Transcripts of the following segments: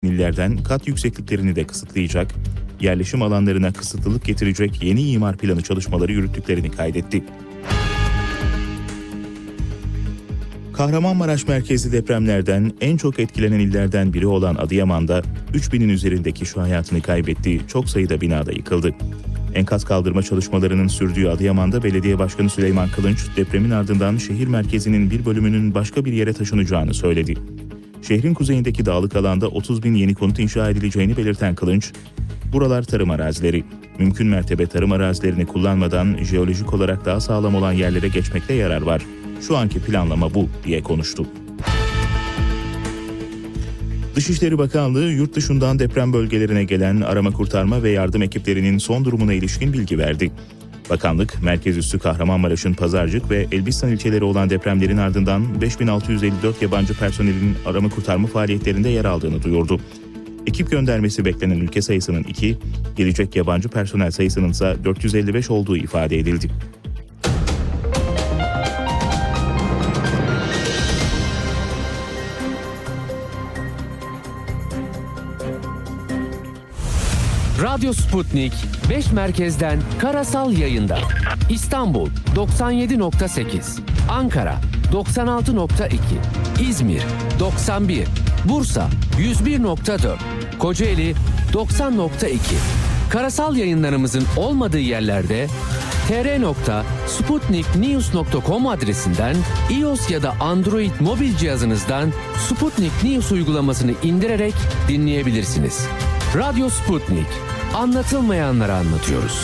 illerden kat yüksekliklerini de kısıtlayacak, yerleşim alanlarına kısıtlılık getirecek yeni imar planı çalışmaları yürüttüklerini kaydetti. Kahramanmaraş merkezli depremlerden en çok etkilenen illerden biri olan Adıyaman'da 3000'in üzerinde kişi hayatını kaybetti, çok sayıda binada yıkıldı. Enkaz kaldırma çalışmalarının sürdüğü Adıyaman'da Belediye Başkanı Süleyman Kılınç, depremin ardından şehir merkezinin bir bölümünün başka bir yere taşınacağını söyledi. Şehrin kuzeyindeki dağlık alanda 30.000 yeni konut inşa edileceğini belirten Kılınç, "Buralar tarım arazileri. Mümkün mertebe tarım arazilerini kullanmadan jeolojik olarak daha sağlam olan yerlere geçmekte yarar var. Şu anki planlama bu," diye konuştu. Dışişleri Bakanlığı, yurt dışından deprem bölgelerine gelen arama kurtarma ve yardım ekiplerinin son durumuna ilişkin bilgi verdi. Bakanlık, merkez üssü Kahramanmaraş'ın Pazarcık ve Elbistan ilçeleri olan depremlerin ardından 5654 yabancı personelin arama kurtarma faaliyetlerinde yer aldığını duyurdu. Ekip göndermesi beklenen ülke sayısının 2, gelecek yabancı personel sayısının ise 455 olduğu ifade edildi. Radyo Sputnik 5 merkezden karasal yayında. İstanbul 97.8, Ankara 96.2, İzmir 91, Bursa 101.4, Kocaeli 90.2. Karasal yayınlarımızın olmadığı yerlerde tr.sputniknews.com adresinden iOS ya da Android mobil cihazınızdan Sputnik News uygulamasını indirerek dinleyebilirsiniz. Radyo Sputnik. Anlatılmayanları anlatıyoruz.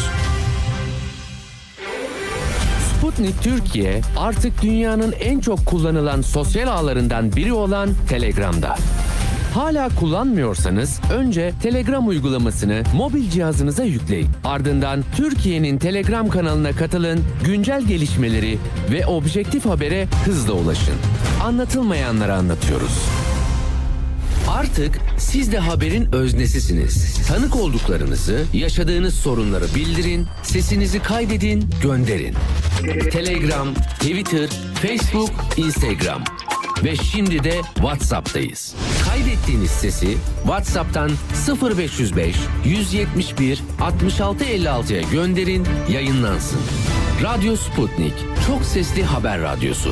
Sputnik Türkiye artık dünyanın en çok kullanılan sosyal ağlarından biri olan Telegram'da. Hala kullanmıyorsanız önce Telegram uygulamasını mobil cihazınıza yükleyin. Ardından Türkiye'nin Telegram kanalına katılın, güncel gelişmeleri ve objektif habere hızla ulaşın. Anlatılmayanları anlatıyoruz. Artık siz de haberin öznesisiniz. Tanık olduklarınızı, yaşadığınız sorunları bildirin, sesinizi kaydedin, gönderin. Telegram, Twitter, Facebook, Instagram ve şimdi de WhatsApp'tayız. Kaydettiğiniz sesi WhatsApp'tan 0505 171 66 56'ya gönderin, yayınlansın. Radyo Sputnik, çok sesli haber radyosu.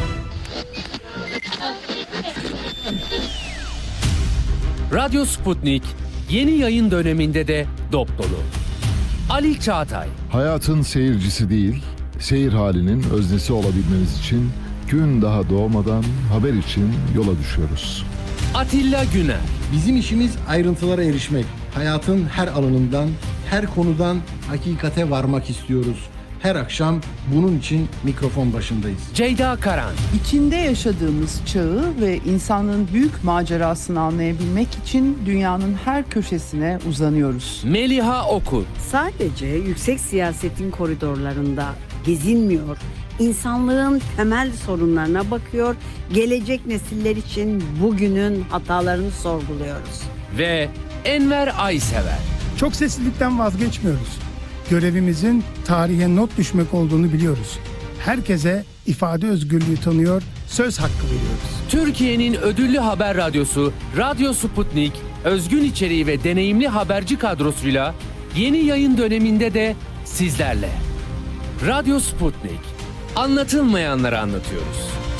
Radyo Sputnik yeni yayın döneminde de dop dolu. Ali Çağatay. Hayatın seyircisi değil, seyir halinin öznesi olabilmeniz için gün daha doğmadan haber için yola düşüyoruz. Atilla Güner. Bizim işimiz ayrıntılara erişmek. Hayatın her alanından, her konudan hakikate varmak istiyoruz. Her akşam bunun için mikrofon başındayız. Ceyda Karan. İçinde yaşadığımız çağı ve insanın büyük macerasını anlayabilmek için dünyanın her köşesine uzanıyoruz. Meliha Okur. Sadece yüksek siyasetin koridorlarında gezinmiyor, insanlığın temel sorunlarına bakıyor, gelecek nesiller için bugünün hatalarını sorguluyoruz. Ve Enver Aysever. Çok seslilikten vazgeçmiyoruz. Görevimizin tarihe not düşmek olduğunu biliyoruz. Herkese ifade özgürlüğü tanıyor, söz hakkı veriyoruz. Türkiye'nin ödüllü haber radyosu Radyo Sputnik, özgün içeriği ve deneyimli haberci kadrosuyla yeni yayın döneminde de sizlerle. Radyo Sputnik, anlatılmayanları anlatıyoruz.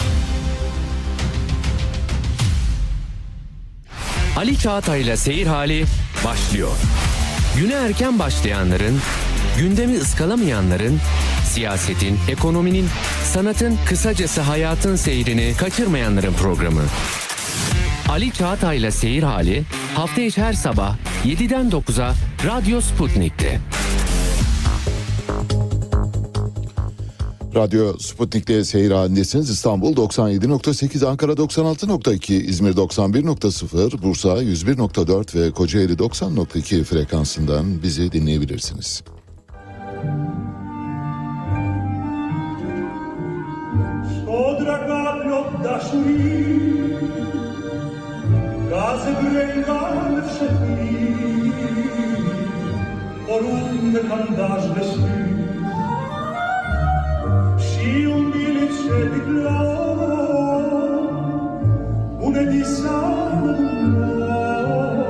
Ali Çağatay'la Seyir Hali başlıyor. Güne erken başlayanların, gündemi ıskalamayanların, siyasetin, ekonominin, sanatın, kısacası hayatın seyrini kaçırmayanların programı. Ali Çağatay'la Seyir Hali hafta içi her sabah 7'den 9'a Radyo Sputnik'te. Radyo Sputnik'te seyir halindesiniz. İstanbul 97.8, Ankara 96.2, İzmir 91.0, Bursa 101.4 ve Kocaeli 90.2 frekansından bizi dinleyebilirsiniz. Și umbilice di glor, une di sangue,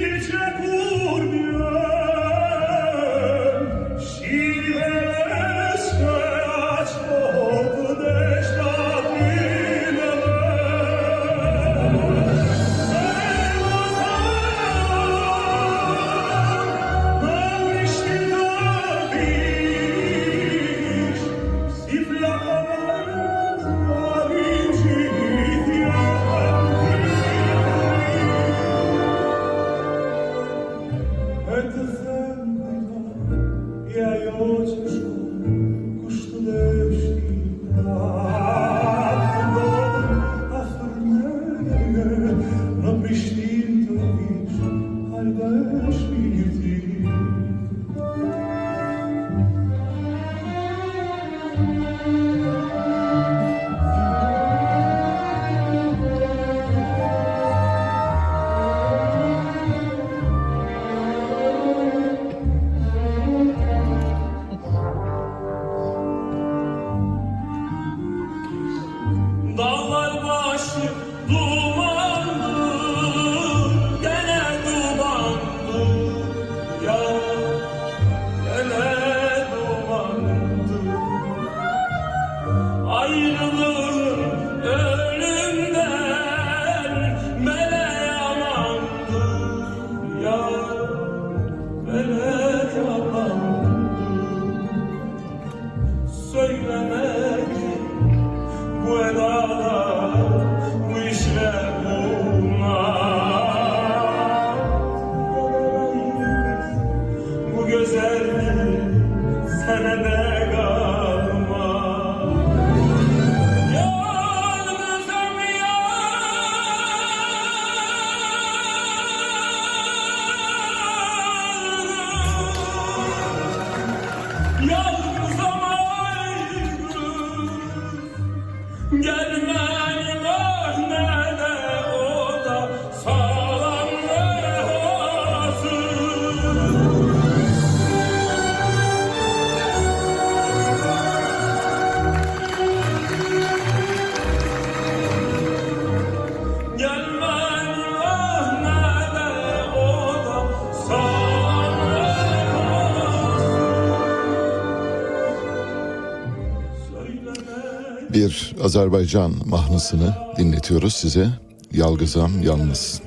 Bir Azerbaycan mahnısını dinletiyoruz size. Yalgızam Yalnız.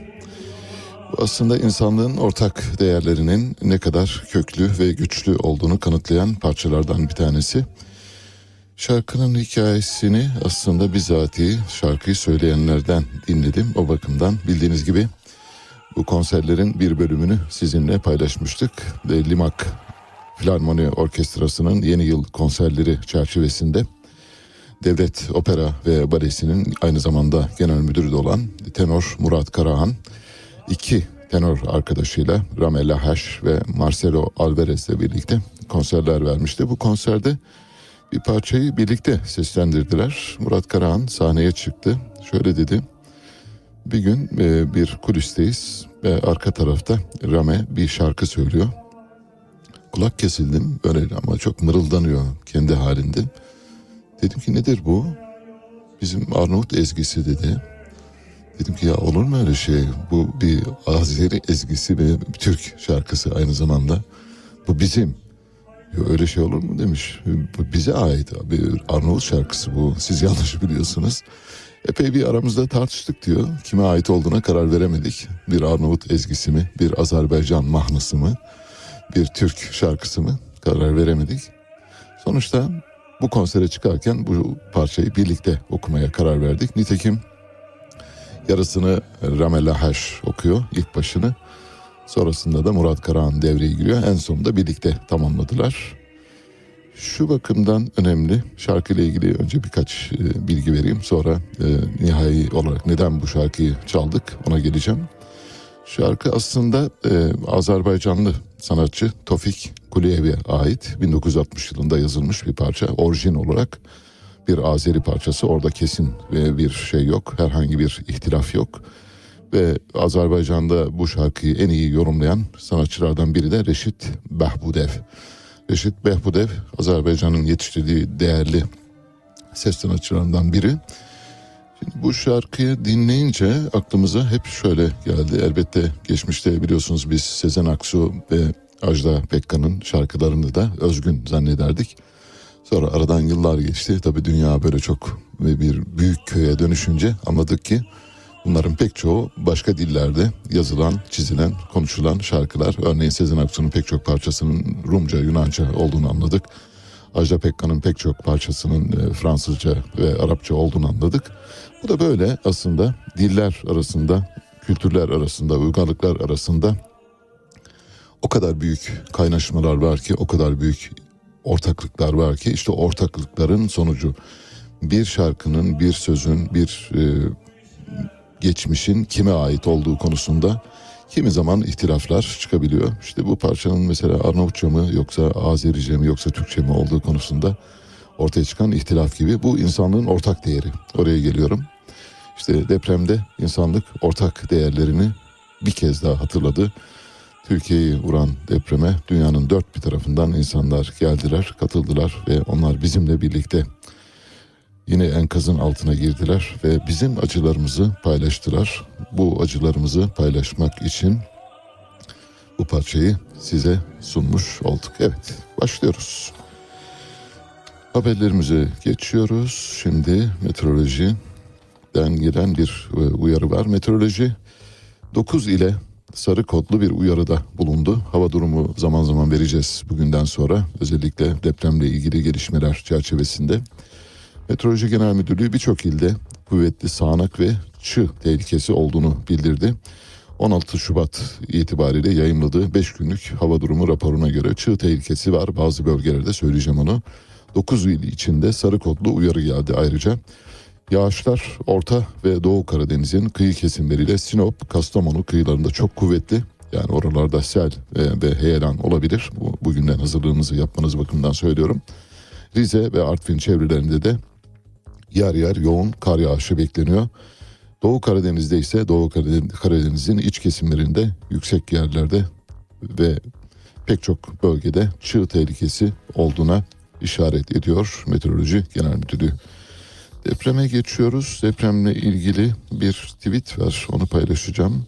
Bu aslında insanlığın ortak değerlerinin ne kadar köklü ve güçlü olduğunu kanıtlayan parçalardan bir tanesi. Şarkının hikayesini aslında bizatihi şarkıyı söyleyenlerden dinledim. O bakımdan bildiğiniz gibi bu konserlerin bir bölümünü sizinle paylaşmıştık. Limak Filarmoni Orkestrası'nın yeni yıl konserleri çerçevesinde Devlet Opera ve Balesi'nin aynı zamanda genel müdürü de olan tenor Murat Karahan, iki tenor arkadaşıyla Rame Lahaş ve Marcelo Alvarez'le birlikte konserler vermişti. Bu konserde bir parçayı birlikte seslendirdiler. Murat Karahan sahneye çıktı. Şöyle dedi: bir gün bir kulisteyiz ve arka tarafta Rame bir şarkı söylüyor. Kulak kesildim böyle ama çok mırıldanıyor kendi halinde. Dedim ki nedir bu? Bizim Arnavut ezgisi dedi. Dedim ki ya olur mu öyle şey? Bu bir Azeri ezgisi ve Türk şarkısı aynı zamanda. Bu bizim. Ya öyle şey olur mu demiş. Bu bize ait bir Arnavut şarkısı bu. Siz yanlış biliyorsunuz. Epey bir aramızda tartıştık diyor. Kime ait olduğuna karar veremedik. Bir Arnavut ezgisi mi? Bir Azerbaycan mahnısı mı? Bir Türk şarkısı mı? Karar veremedik. Sonuçta bu konsere çıkarken bu parçayı birlikte okumaya karar verdik. Nitekim yarısını Rame Lahaş okuyor, ilk başını. Sonrasında da Murat Karahan devreye giriyor. En sonunda birlikte tamamladılar. Şu bakımdan önemli. Şarkıyla ilgili önce birkaç bilgi vereyim. Sonra nihai olarak neden bu şarkıyı çaldık ona geleceğim. Şarkı aslında Azerbaycanlı sanatçı Tofik Kuliyev'e ait 1960 yılında yazılmış bir parça. Orijin olarak bir Azeri parçası. Orada kesin bir şey yok. Herhangi bir ihtilaf yok. Ve Azerbaycan'da bu şarkıyı en iyi yorumlayan sanatçılardan biri de Reşit Behbudev. Reşit Behbudev Azerbaycan'ın yetiştirdiği değerli ses sanatçılarından biri. Şimdi bu şarkıyı dinleyince aklımıza hep şöyle geldi. Elbette geçmişte biliyorsunuz biz Sezen Aksu ve Ajda Pekkan'ın şarkılarını da özgün zannederdik. Sonra aradan yıllar geçti. Tabii dünya böyle çok bir büyük köye dönüşünce anladık ki bunların pek çoğu başka dillerde yazılan, çizilen, konuşulan şarkılar. Örneğin Sezen Aksu'nun pek çok parçasının Rumca, Yunanca olduğunu anladık. Ajda Pekkan'ın pek çok parçasının Fransızca ve Arapça olduğunu anladık. Bu da böyle aslında diller arasında, kültürler arasında, uygarlıklar arasında o kadar büyük kaynaşmalar var ki, o kadar büyük ortaklıklar var ki, işte ortaklıkların sonucu bir şarkının, bir sözün, bir geçmişin kime ait olduğu konusunda kimi zaman ihtilaflar çıkabiliyor. İşte bu parçanın mesela Arnavutça mı yoksa Azerice mi yoksa Türkçe mi olduğu konusunda ortaya çıkan ihtilaf gibi. Bu insanlığın ortak değeri. Oraya geliyorum. İşte depremde insanlık ortak değerlerini bir kez daha hatırladı. Türkiye'yi vuran depreme dünyanın dört bir tarafından insanlar geldiler, katıldılar ve onlar bizimle birlikte yine enkazın altına girdiler ve bizim acılarımızı paylaştılar. Bu acılarımızı paylaşmak için bu parçayı size sunmuş olduk. Evet, başlıyoruz. Haberlerimize geçiyoruz. Şimdi meteorolojiden gelen bir uyarı var. Meteoroloji 9 ile sarı kodlu bir uyarıda bulundu. Hava durumu zaman zaman vereceğiz bugünden sonra. Özellikle depremle ilgili gelişmeler çerçevesinde. Meteoroloji Genel Müdürlüğü birçok ilde kuvvetli sağanak ve çığ tehlikesi olduğunu bildirdi. 16 Şubat itibariyle yayımladığı 5 günlük hava durumu raporuna göre çığ tehlikesi var. Bazı bölgelerde söyleyeceğim onu. 9 il içinde sarı kodlu uyarı geldi ayrıca. Yağışlar Orta ve Doğu Karadeniz'in kıyı kesimleriyle Sinop, Kastamonu kıyılarında çok kuvvetli. Yani oralarda sel ve heyelan olabilir. Bugünden hazırlığınızı yapmanız bakımından söylüyorum. Rize ve Artvin çevrelerinde de yer yer yoğun kar yağışı bekleniyor. Doğu Karadeniz'de ise Doğu Karadeniz'in iç kesimlerinde yüksek yerlerde ve pek çok bölgede çığ tehlikesi olduğuna işaret ediyor Meteoroloji Genel Müdürlüğü. Depreme geçiyoruz. Depremle ilgili bir tweet var. Onu paylaşacağım.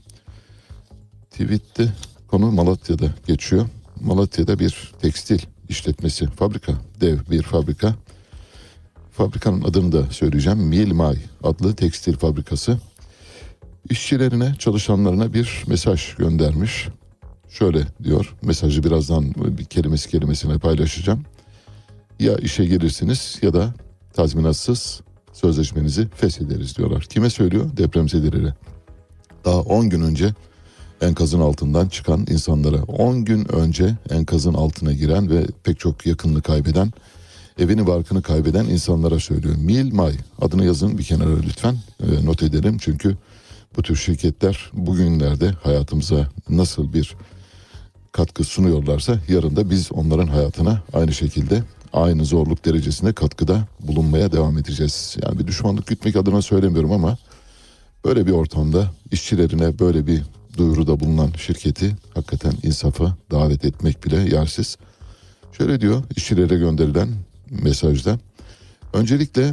Tweette konu Malatya'da geçiyor. Malatya'da bir tekstil işletmesi, fabrika, dev bir fabrika. Fabrikanın adını da söyleyeceğim. Milmay adlı tekstil fabrikası. İşçilerine, çalışanlarına bir mesaj göndermiş. Şöyle diyor. Mesajı birazdan bir kelimesine paylaşacağım. Ya işe gelirsiniz ya da tazminatsız sözleşmenizi feshederiz diyorlar. Kime söylüyor? Depremzedelere. Daha 10 gün önce enkazın altından çıkan insanlara, 10 gün önce enkazın altına giren ve pek çok yakınını kaybeden, evini barkını kaybeden insanlara söylüyor. Milmay adını yazın bir kenara lütfen, not edelim. Çünkü bu tür şirketler bugünlerde hayatımıza nasıl bir katkı sunuyorlarsa yarın da biz onların hayatına aynı şekilde, aynı zorluk derecesinde katkıda bulunmaya devam edeceğiz. Yani bir düşmanlık gütmek adına söylemiyorum ama böyle bir ortamda işçilerine böyle bir duyuruda bulunan şirketi hakikaten insafa davet etmek bile yersiz. Şöyle diyor işçilere gönderilen mesajda. Öncelikle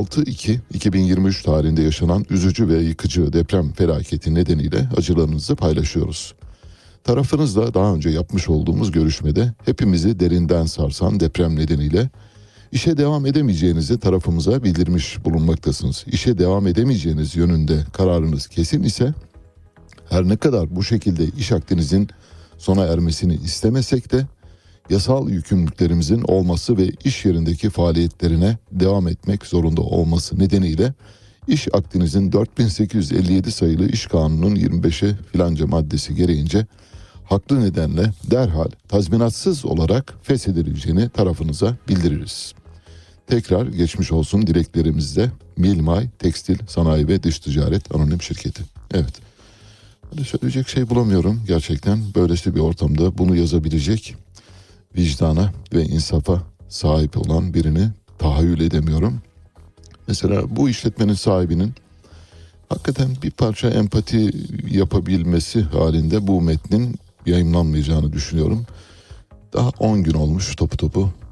6/2/2023 tarihinde yaşanan üzücü ve yıkıcı deprem felaketi nedeniyle acılarınızı paylaşıyoruz. Tarafınızla daha önce yapmış olduğumuz görüşmede hepimizi derinden sarsan deprem nedeniyle işe devam edemeyeceğinizi tarafımıza bildirmiş bulunmaktasınız. İşe devam edemeyeceğiniz yönünde kararınız kesin ise her ne kadar bu şekilde iş akdinizin sona ermesini istemesek de yasal yükümlülüklerimizin olması ve iş yerindeki faaliyetlerine devam etmek zorunda olması nedeniyle iş akdinizin 4857 sayılı İş Kanunu'nun 25'e filanca maddesi gereğince haklı nedenle derhal tazminatsız olarak feshedileceğini tarafınıza bildiririz. Tekrar geçmiş olsun dileklerimizle Milmay Tekstil Sanayi ve Dış Ticaret Anonim Şirketi. Evet. Hani söyleyecek şey bulamıyorum gerçekten. Böylesi bir ortamda bunu yazabilecek vicdana ve insafa sahip olan birini tahayyül edemiyorum. Mesela bu işletmenin sahibinin hakikaten bir parça empati yapabilmesi halinde bu metnin yayımlanmayacağını düşünüyorum. Daha 10 gün olmuş topu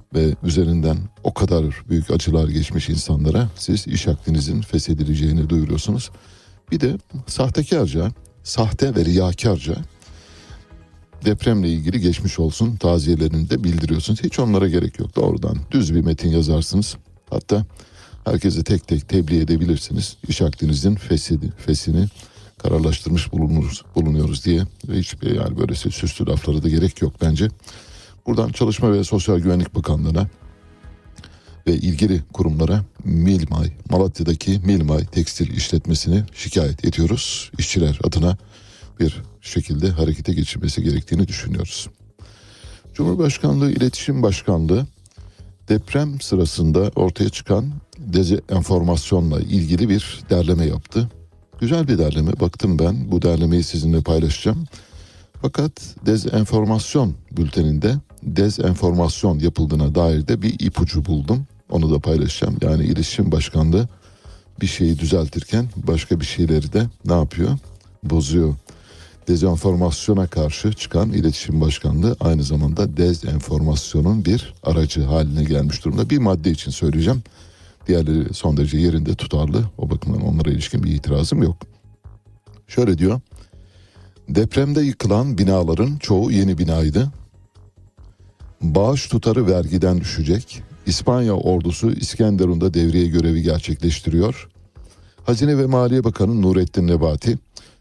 ve üzerinden o kadar büyük acılar geçmiş insanlara siz iş akdinizin feshedileceğini duyuruyorsunuz. Bir de sahtekarca, sahte ve riyakarca depremle ilgili geçmiş olsun taziyelerini de bildiriyorsunuz. Hiç onlara gerek yok. Doğrudan düz bir metin yazarsınız. Hatta herkese tek tek tebliğ edebilirsiniz. İş akdinizin feshini kararlaştırmış bulunuyoruz diye. Ve hiç yani böyle süslü laflara da gerek yok bence. Buradan Çalışma ve Sosyal Güvenlik Bakanlığı'na ve ilgili kurumlara Milmay, Malatya'daki Milmay Tekstil işletmesini şikayet ediyoruz. İşçiler adına bir şekilde harekete geçirmesi gerektiğini düşünüyoruz. Cumhurbaşkanlığı İletişim Başkanlığı deprem sırasında ortaya çıkan dezenformasyonla ilgili bir derleme yaptı. Güzel bir derleme. Baktım ben, bu derlemeyi sizinle paylaşacağım. Fakat dezenformasyon bülteninde dezenformasyon yapıldığına dair de bir ipucu buldum. Onu da paylaşacağım. Yani İletişim Başkanlığı bir şeyi düzeltirken başka bir şeyleri de ne yapıyor? Bozuyor. Dezenformasyona karşı çıkan İletişim Başkanlığı aynı zamanda dezenformasyonun bir aracı haline gelmiş durumda. Bir madde için söyleyeceğim. Diğerleri son derece yerinde, tutarlı. O bakımdan onlara ilişkin bir itirazım yok. Şöyle diyor. Depremde yıkılan binaların çoğu yeni binaydı. Bağış tutarı vergiden düşecek. İspanya ordusu İskenderun'da devriye görevi gerçekleştiriyor. Hazine ve Maliye Bakanı Nurettin Nebati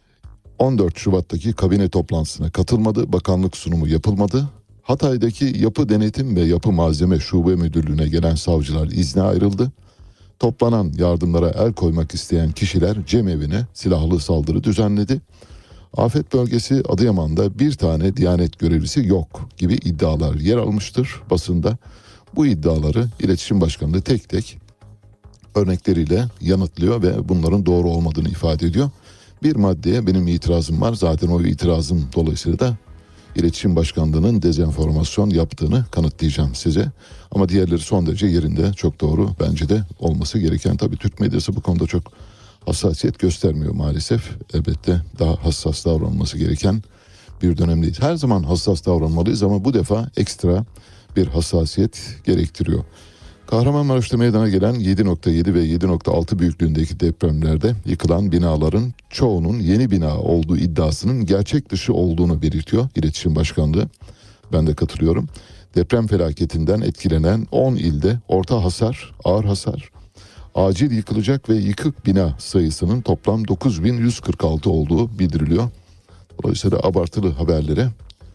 14 Şubat'taki kabine toplantısına katılmadı. Bakanlık sunumu yapılmadı. Hatay'daki Yapı Denetim ve Yapı Malzeme Şube Müdürlüğü'ne gelen savcılar izne ayrıldı. Toplanan yardımlara el koymak isteyen kişiler cemevine silahlı saldırı düzenledi. Afet bölgesi Adıyaman'da bir tane Diyanet görevlisi yok gibi iddialar yer almıştır basında. Bu iddiaları İletişim Başkanlığı tek tek örnekleriyle yanıtlıyor ve bunların doğru olmadığını ifade ediyor. Bir maddeye benim itirazım var. Zaten o itirazım dolayısıyla da İletişim Başkanlığı'nın dezenformasyon yaptığını kanıtlayacağım size. Ama diğerleri son derece yerinde, çok doğru. Bence de olması gereken. Tabii Türk medyası bu konuda çok hassasiyet göstermiyor maalesef. Elbette daha hassas davranılması gereken bir dönemdeyiz. Her zaman hassas davranmalıyız ama bu defa ekstra bir hassasiyet gerektiriyor. Kahramanmaraş'ta meydana gelen 7.7 ve 7.6 büyüklüğündeki depremlerde yıkılan binaların çoğunun yeni bina olduğu iddiasının gerçek dışı olduğunu belirtiyor İletişim Başkanlığı. Ben de katılıyorum. Deprem felaketinden etkilenen 10 ilde orta hasar, ağır hasar, acil yıkılacak ve yıkık bina sayısının toplam 9146 olduğu bildiriliyor. Dolayısıyla abartılı haberlere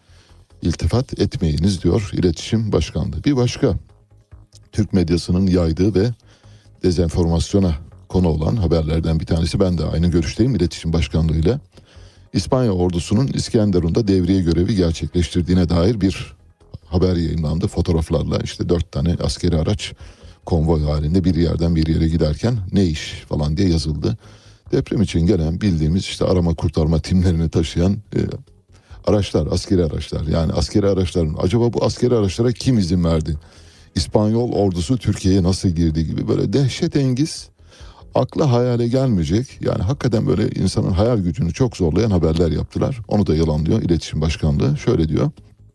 iltifat etmeyiniz diyor İletişim Başkanlığı. Bir başka Türk medyasının yaydığı ve dezenformasyona konu olan haberlerden bir tanesi, ben de aynı görüşteyim İletişim Başkanlığı ile. İspanya ordusunun İskenderun'da devriye görevi gerçekleştirdiğine dair bir haber yayınlandı. Fotoğraflarla işte 4 tane askeri araç konvoy halinde bir yerden bir yere giderken ne iş falan diye yazıldı. Deprem için gelen bildiğimiz işte arama kurtarma timlerini taşıyan araçlar, askeri araçlar. Yani askeri araçların, acaba bu askeri araçlara kim izin verdi? İspanyol ordusu Türkiye'ye nasıl girdi gibi böyle dehşetengiz, akla hayale gelmeyecek, yani hakikaten böyle insanın hayal gücünü çok zorlayan haberler yaptılar. Onu da yalanlıyor İletişim Başkanlığı. Şöyle diyor.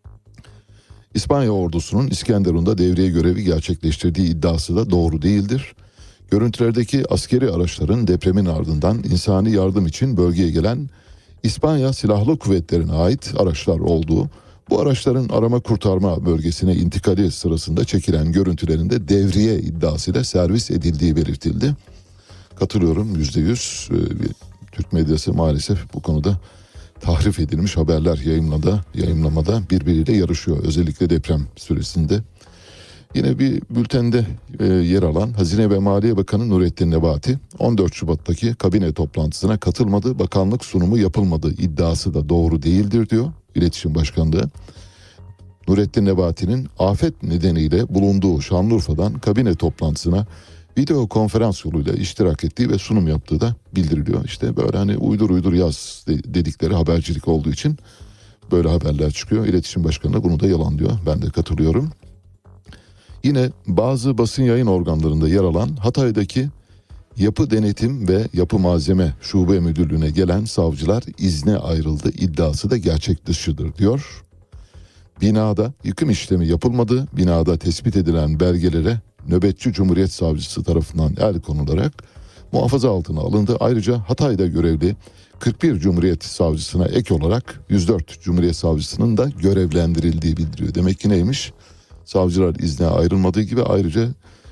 İspanya ordusunun İskenderun'da devriye görevi gerçekleştirdiği iddiası da doğru değildir. Görüntülerdeki askeri araçların depremin ardından insani yardım için bölgeye gelen İspanya Silahlı Kuvvetleri'ne ait araçlar olduğu, bu araçların arama kurtarma bölgesine intikali sırasında çekilen görüntülerinde devriye iddiasıyla servis edildiği belirtildi. Katılıyorum %100. Türk medyası maalesef bu konuda tahrif edilmiş haberler yayınlamada birbiriyle yarışıyor. Özellikle deprem süresinde. Yine bir bültende yer alan Hazine ve Maliye Bakanı Nurettin Nebati 14 Şubat'taki kabine toplantısına katılmadı, bakanlık sunumu yapılmadı iddiası da doğru değildir diyor İletişim Başkanlığı. Nurettin Nebati'nin afet nedeniyle bulunduğu Şanlıurfa'dan kabine toplantısına video konferans yoluyla iştirak ettiği ve sunum yaptığı da bildiriliyor. İşte böyle hani uydur yaz dedikleri habercilik olduğu için böyle haberler çıkıyor. İletişim Başkanı bunu da yalanlıyor. Ben de katılıyorum. Yine bazı basın yayın organlarında yer alan Hatay'daki Yapı Denetim ve Yapı Malzeme Şube Müdürlüğü'ne gelen savcılar izne ayrıldı iddiası da gerçek dışıdır diyor. binada yıkım işlemi yapılmadı. Binada tespit edilen belgelere nöbetçi Cumhuriyet Savcısı tarafından el konularak muhafaza altına alındı. Ayrıca Hatay'da görevli 41 Cumhuriyet Savcısına ek olarak 104 Cumhuriyet Savcısının da görevlendirildiği bildiriyor. Demek ki neymiş? Savcılar izne ayrılmadığı gibi ayrıca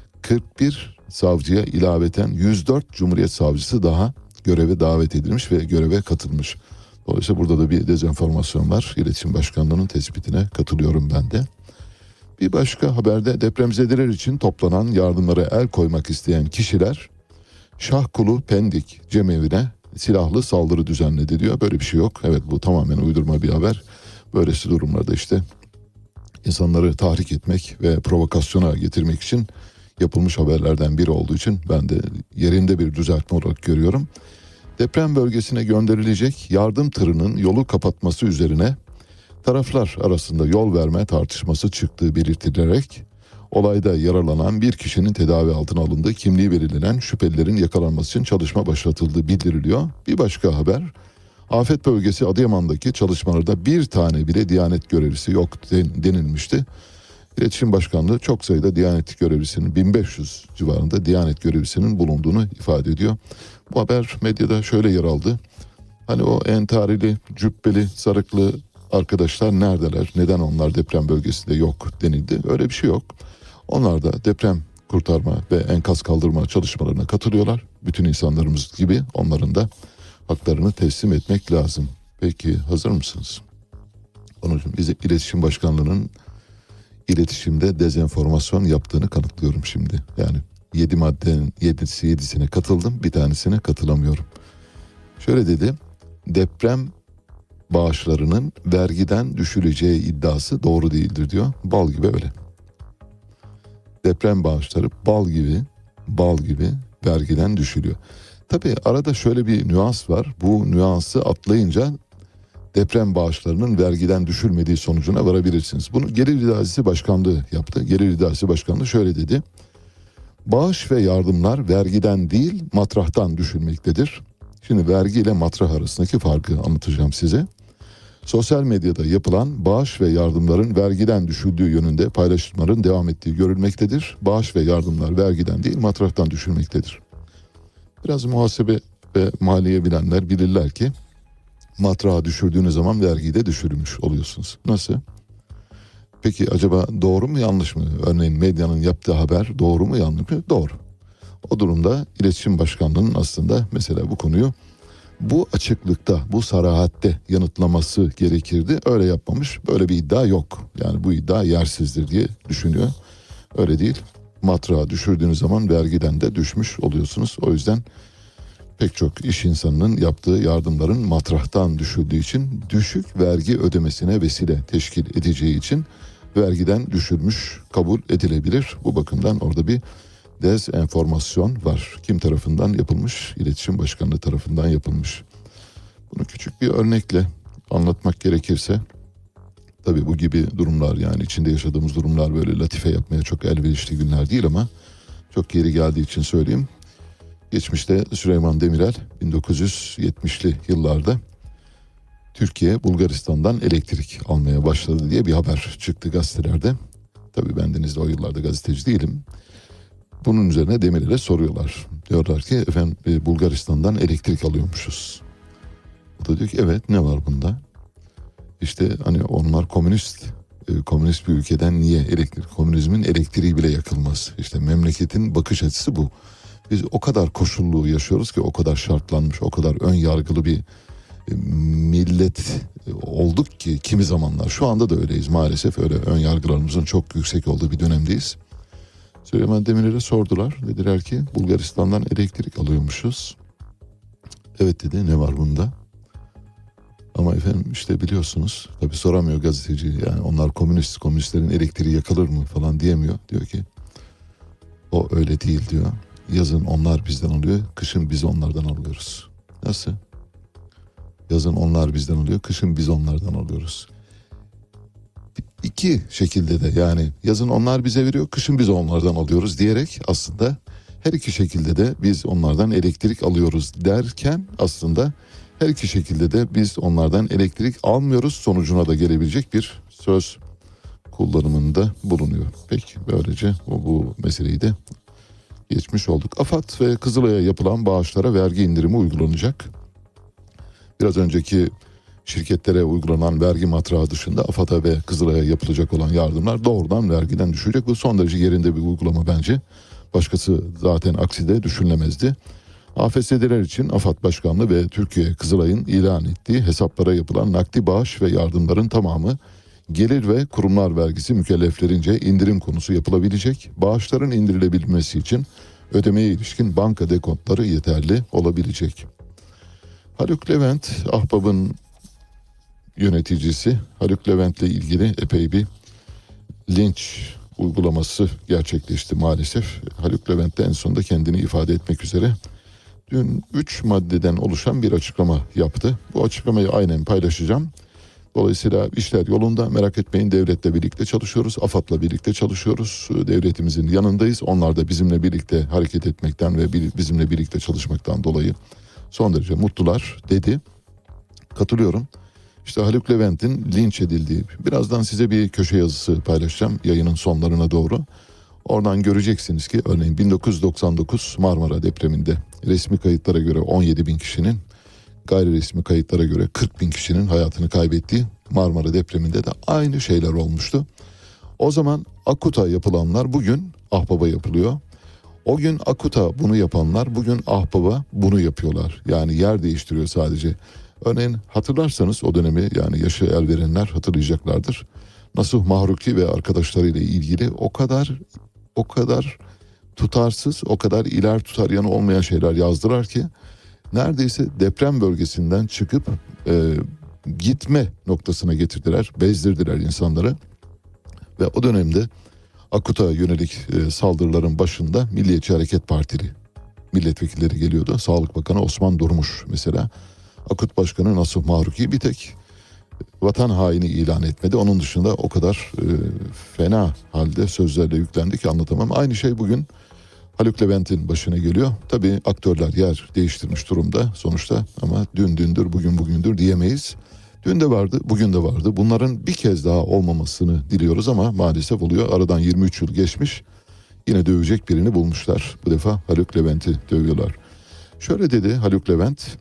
41 savcıya ilaveten 104 Cumhuriyet Savcısı daha göreve davet edilmiş ve göreve katılmış. Dolayısıyla burada da bir dezenformasyon var. İletişim Başkanlığı'nın tespitine katılıyorum ben de. Bir başka haberde depremzedeler için toplanan yardımlara el koymak isteyen kişiler Şahkulu Pendik Cemevine silahlı saldırı düzenledi diyor. Böyle bir şey yok. Evet, bu tamamen uydurma bir haber. Böylesi durumlarda işte insanları tahrik etmek ve provokasyona getirmek için yapılmış haberlerden biri olduğu için ben de yerinde bir düzeltme olarak görüyorum. Deprem bölgesine gönderilecek yardım tırının yolu kapatması üzerine taraflar arasında yol verme tartışması çıktığı belirtilerek olayda yaralanan bir kişinin tedavi altına alındığı, kimliği belirlenen şüphelilerin yakalanması için çalışma başlatıldığı bildiriliyor. Bir başka haber, afet bölgesi Adıyaman'daki çalışmalarda bir tane bile Diyanet görevlisi yok denilmişti. İletişim Başkanlığı çok sayıda Diyanet görevlisinin 1500 civarında Diyanet görevlisinin bulunduğunu ifade ediyor. Bu haber medyada şöyle yer aldı. Hani o entarili, cübbeli, sarıklı arkadaşlar neredeler? Neden onlar deprem bölgesinde yok denildi. Öyle bir şey yok. Onlar da deprem kurtarma ve enkaz kaldırma çalışmalarına katılıyorlar. Bütün insanlarımız gibi onların da haklarını teslim etmek lazım. Peki hazır mısınız? Onun için bize İletişim Başkanlığı'nın iletişimde dezenformasyon yaptığını kanıtlıyorum şimdi. Yani 7 maddenin 7'sine katıldım, bir tanesine katılamıyorum. Şöyle dedi, deprem bağışlarının vergiden düşüleceği iddiası doğru değildir diyor. Bal gibi öyle. Deprem bağışları bal gibi vergiden düşülüyor. Tabii arada şöyle bir nüans var. Bu nüansı atlayınca deprem bağışlarının vergiden düşülmediği sonucuna varabilirsiniz. Bunu Gelir İdaresi Başkanlığı yaptı. Gelir İdaresi Başkanlığı şöyle dedi. Bağış ve yardımlar vergiden değil matrahtan düşülmektedir. Şimdi vergi ile matrah arasındaki farkı anlatacağım size. Sosyal medyada yapılan bağış ve yardımların vergiden düşüldüğü yönünde paylaşımların devam ettiği görülmektedir. Bağış ve yardımlar vergiden değil matrahtan düşülmektedir. Biraz muhasebe ve maliye bilenler bilirler ki matraha düşürdüğünüz zaman vergiyi de düşürmüş oluyorsunuz. Nasıl? Peki acaba doğru mu yanlış mı? Örneğin medyanın yaptığı haber doğru mu yanlış mı? Doğru. O durumda İletişim Başkanlığı'nın aslında mesela bu konuyu bu açıklıkta, bu sarahatte yanıtlaması gerekirdi. Öyle yapmamış. Böyle bir iddia yok. Yani bu iddia yersizdir diye düşünüyor. Öyle değil. Matrağı düşürdüğünüz zaman vergiden de düşmüş oluyorsunuz. O yüzden pek çok iş insanının yaptığı yardımların matrahtan düşüldüğü için düşük vergi ödemesine vesile teşkil edeceği için vergiden düşülmüş kabul edilebilir. Bu bakımdan orada bir dezenformasyon var. Kim tarafından yapılmış? İletişim Başkanlığı tarafından yapılmış. Bunu küçük bir örnekle anlatmak gerekirse, tabii bu gibi durumlar, yani içinde yaşadığımız durumlar böyle latife yapmaya çok elverişli günler değil ama çok yeri geldiği için söyleyeyim. Geçmişte Süleyman Demirel 1970'li yıllarda Türkiye Bulgaristan'dan elektrik almaya başladı diye bir haber çıktı gazetelerde. Tabii bendeniz de o yıllarda gazeteci değilim. Bunun üzerine Demirel'e soruyorlar. Diyorlar ki efendim Bulgaristan'dan elektrik alıyormuşuz. O da diyor ki evet, ne var bunda? İşte hani onlar komünist bir ülkeden niye komünizmin elektriği bile yakılmaz. İşte memleketin bakış açısı bu. Biz o kadar koşullu yaşıyoruz ki, o kadar şartlanmış, o kadar ön yargılı bir millet olduk ki kimi zamanlar. Şu anda da öyleyiz maalesef, öyle ön yargılarımızın çok yüksek olduğu bir dönemdeyiz. Süleyman Demirel'e sordular. Dediler ki Bulgaristan'dan elektrik alıyormuşuz. Evet dedi, ne var bunda? Ama efendim işte biliyorsunuz, tabii soramıyor gazeteci, yani onlar komünistlerin elektriği yakılır mı falan diyemiyor. Diyor ki o öyle değil diyor. Yazın onlar bizden alıyor, kışın biz onlardan alıyoruz. Nasıl? Yazın onlar bizden alıyor, kışın biz onlardan alıyoruz. İki şekilde de, yani yazın onlar bize veriyor, kışın biz onlardan alıyoruz diyerek aslında her iki şekilde de biz onlardan elektrik alıyoruz derken aslında her iki şekilde de biz onlardan elektrik almıyoruz sonucuna da gelebilecek bir söz kullanımında bulunuyor. Peki böylece bu meseleyi de geçmiş olduk. AFAD ve Kızılay'a yapılan bağışlara vergi indirimi uygulanacak. Biraz önceki şirketlere uygulanan vergi matrağı dışında AFAD'a ve Kızılay'a yapılacak olan yardımlar doğrudan vergiden düşecek. Bu son derece yerinde bir uygulama bence. Başkası zaten aksi de düşünülemezdi. AFS'ler için AFAD Başkanlığı ve Türkiye Kızılay'ın ilan ettiği hesaplara yapılan nakdi bağış ve yardımların tamamı gelir ve kurumlar vergisi mükelleflerince indirim konusu yapılabilecek. Bağışların indirilebilmesi için ödemeye ilişkin banka dekontları yeterli olabilecek. Haluk Levent, Ahbap'ın yöneticisi. Haluk Levent'le ilgili epey bir linç uygulaması gerçekleşti maalesef. Haluk Levent de en sonunda kendini ifade etmek üzere dün 3 maddeden oluşan bir açıklama yaptı. Bu açıklamayı aynen paylaşacağım. Dolayısıyla işler yolunda, merak etmeyin, devletle birlikte çalışıyoruz, AFAD'la birlikte çalışıyoruz, devletimizin yanındayız. Onlar da bizimle birlikte hareket etmekten ve bizimle birlikte çalışmaktan dolayı son derece mutlular dedi. Katılıyorum. İşte Haluk Levent'in linç edildiği, birazdan size bir köşe yazısı paylaşacağım yayının sonlarına doğru. Oradan göreceksiniz ki örneğin 1999 Marmara depreminde resmi kayıtlara göre 17 bin kişinin, gayri resmi kayıtlara göre 40 bin kişinin hayatını kaybettiği Marmara depreminde de aynı şeyler olmuştu. O zaman AKUT'a yapılanlar bugün Ahbap'a yapılıyor. O gün AKUT'a bunu yapanlar bugün Ahbap'a bunu yapıyorlar. Yani yer değiştiriyor sadece. Örneğin hatırlarsanız o dönemi, yani yaşı el verenler hatırlayacaklardır. Nasuh Mahruki ve arkadaşlarıyla ilgili o kadar tutarsız, o kadar iler tutar yanı olmayan şeyler yazdılar ki neredeyse deprem bölgesinden çıkıp gitme noktasına getirdiler, bezdirdiler insanları. Ve o dönemde AKUT'a yönelik saldırıların başında Milliyetçi Hareket Partili milletvekilleri geliyordu. Sağlık Bakanı Osman Durmuş mesela. AKUT Başkanı Nasuh Mahruki bir tek vatan haini ilan etmedi. Onun dışında o kadar fena halde sözlerle yüklendi ki anlatamam. Aynı şey bugün Haluk Levent'in başına geliyor. Tabii aktörler yer değiştirmiş durumda sonuçta ama dün dündür, bugün bugündür diyemeyiz. Dün de vardı, bugün de vardı. Bunların bir kez daha olmamasını diliyoruz ama maalesef oluyor. Aradan 23 yıl geçmiş. Yine dövecek birini bulmuşlar. Bu defa Haluk Levent'i dövüyorlar. Şöyle dedi Haluk Levent.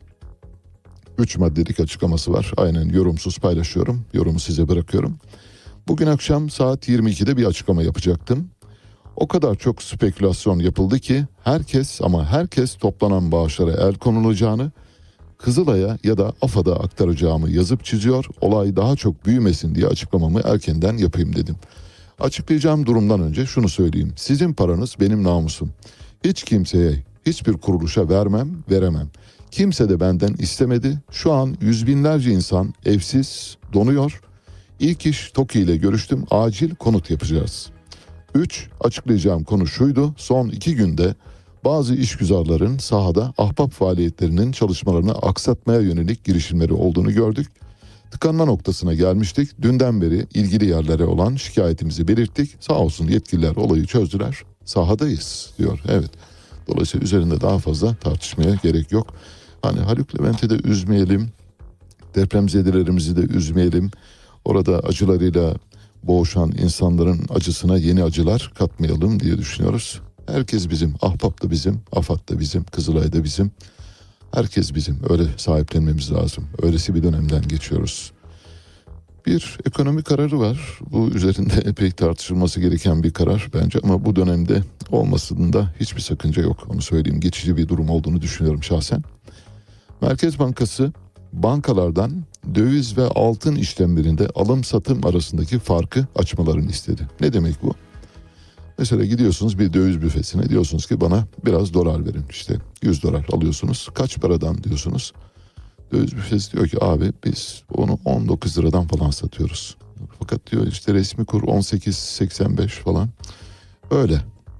3 maddelik açıklaması var. Aynen yorumsuz paylaşıyorum. Yorumu size bırakıyorum. Bugün akşam saat 22'de bir açıklama yapacaktım. O kadar çok spekülasyon yapıldı ki herkes toplanan bağışlara el konulacağını, Kızılay'a ya da AFAD'a aktaracağımı yazıp çiziyor. Olay daha çok büyümesin diye açıklamamı erkenden yapayım dedim. Açıklayacağım durumdan önce şunu söyleyeyim. Sizin paranız benim namusum. Hiç kimseye, hiçbir kuruluşa veremem. Kimse de benden istemedi. Şu an yüz binlerce insan evsiz, donuyor. İlk iş TOKİ ile görüştüm. Acil konut yapacağız. 3. Açıklayacağım konu şuydu. Son 2 günde bazı işgüzarların sahada ahbap faaliyetlerinin çalışmalarını aksatmaya yönelik girişimleri olduğunu gördük. Tıkanma noktasına gelmiştik. Dünden beri ilgili yerlere olan şikayetimizi belirttik. Sağ olsun yetkililer olayı çözdüler. Sahadayız diyor. Evet. Dolayısıyla üzerinde daha fazla tartışmaya gerek yok. Hani Haluk Levent'i de üzmeyelim. Depremzedelerimizi de üzmeyelim. Orada acılarıyla boğuşan insanların acısına yeni acılar katmayalım diye düşünüyoruz. Herkes bizim. Ahbap da bizim, AFAD da bizim, Kızılay da bizim. Herkes bizim. Öyle sahiplenmemiz lazım. Öylesi bir dönemden geçiyoruz. Bir ekonomi kararı var. Bu üzerinde epey tartışılması gereken bir karar bence. Ama bu dönemde olmasında hiçbir sakınca yok. Onu söyleyeyim. Geçici bir durum olduğunu düşünüyorum şahsen. Merkez Bankası bankalardan döviz ve altın işlemlerinde alım satım arasındaki farkı açmalarını istedi. Ne demek bu? Mesela gidiyorsunuz bir döviz büfesine, diyorsunuz ki bana biraz dolar verin. İşte 100 dolar alıyorsunuz. Kaç paradan diyorsunuz? Döviz büfesi diyor ki abi biz onu 19 liradan falan satıyoruz. Fakat diyor işte resmi kur 18.85 falan. Öyle.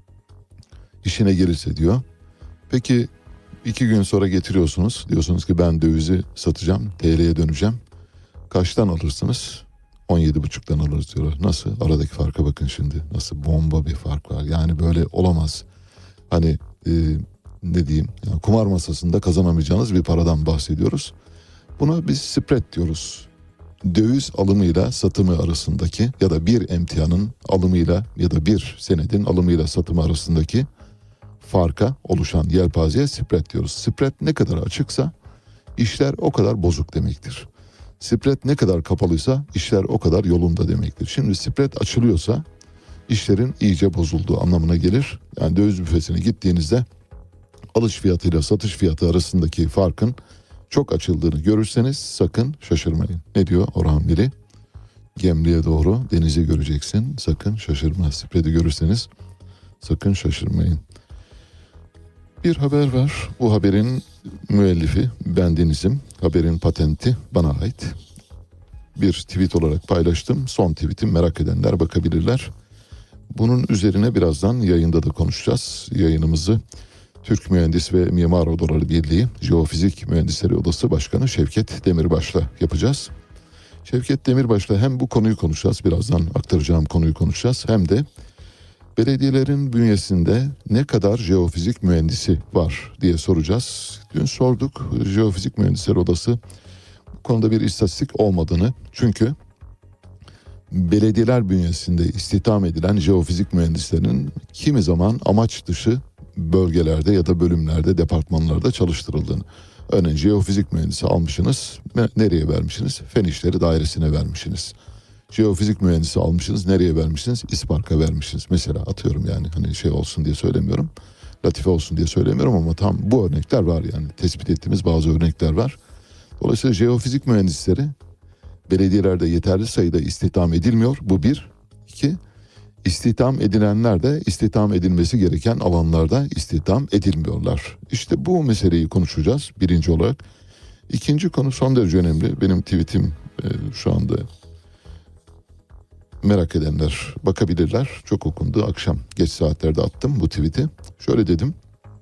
İşine gelirse diyor. Peki 2 gün sonra getiriyorsunuz. Diyorsunuz ki ben dövizi satacağım. TL'ye döneceğim. Kaçtan alırsınız? 17,5'tan alırız diyorlar. Nasıl? Aradaki farka bakın şimdi. Nasıl bomba bir fark var. Yani böyle olamaz. Hani ne diyeyim? Yani kumar masasında kazanamayacağınız bir paradan bahsediyoruz. Buna biz spread diyoruz. döviz alımıyla satımı arasındaki ya da bir emtianın alımıyla ya da bir senedin alımıyla satımı arasındaki farka oluşan yelpazeye spread diyoruz. Spread ne kadar açıksa işler o kadar bozuk demektir. Spread ne kadar kapalıysa işler o kadar yolunda demektir. Şimdi spread açılıyorsa işlerin iyice bozulduğu anlamına gelir. Yani döviz büfesine gittiğinizde alış fiyatıyla satış fiyatı arasındaki farkın çok açıldığını görürseniz sakın şaşırmayın. Ne diyor Orhan Veli? Gemliğe doğru denizi göreceksin, sakın şaşırma. Spread'i görürseniz sakın şaşırmayın. Bir haber var. Bu haberin müellifi bendenizim. Haberin patenti bana ait. Bir tweet olarak paylaştım. Son tweetim, merak edenler bakabilirler. Bunun üzerine birazdan yayında da konuşacağız. Yayınımızı Türk Mühendis ve Mimar Odaları Birliği Jeofizik Mühendisleri Odası Başkanı Şevket Demirbaş'la yapacağız. Şevket Demirbaş'la hem bu konuyu konuşacağız, birazdan aktaracağım konuyu konuşacağız, hem de belediyelerin bünyesinde ne kadar jeofizik mühendisi var diye soracağız. Dün sorduk, Jeofizik Mühendisleri Odası bu konuda bir istatistik olmadığını, çünkü belediyeler bünyesinde istihdam edilen jeofizik mühendislerinin kimi zaman amaç dışı bölgelerde ya da bölümlerde, departmanlarda çalıştırıldığını. Örneğin jeofizik mühendisi almışsınız, nereye vermişsiniz? Fen İşleri Dairesi'ne vermişsiniz. Jeofizik mühendisi almışsınız, nereye vermişsiniz? İSPARK'a vermişsiniz. Mesela atıyorum, yani hani şey olsun diye söylemiyorum, latife olsun diye söylemiyorum ama tam bu örnekler var, yani tespit ettiğimiz bazı örnekler var. Dolayısıyla jeofizik mühendisleri belediyelerde yeterli sayıda istihdam edilmiyor. Bu bir. İki, istihdam edilenler de istihdam edilmesi gereken alanlarda istihdam edilmiyorlar. İşte bu meseleyi konuşacağız birinci olarak. İkinci konu son derece önemli. Benim tweetim şu anda, merak edenler bakabilirler. Çok okundu. Akşam geç saatlerde attım bu tweet'i. Şöyle dedim.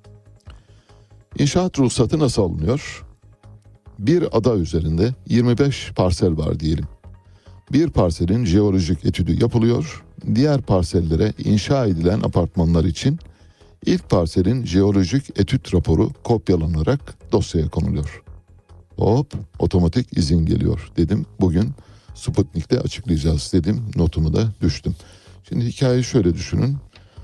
İnşaat ruhsatı nasıl alınıyor? Bir ada üzerinde 25 parsel var diyelim. Bir parselin jeolojik etüdü yapılıyor. Diğer parsellere inşa edilen apartmanlar için ilk parselin jeolojik etüt raporu kopyalanarak dosyaya konuluyor. Hop, otomatik izin geliyor dedim. Bugün Sputnik'te açıklayacağız dedim. Notumu da düştüm. Şimdi hikayeyi şöyle düşünün.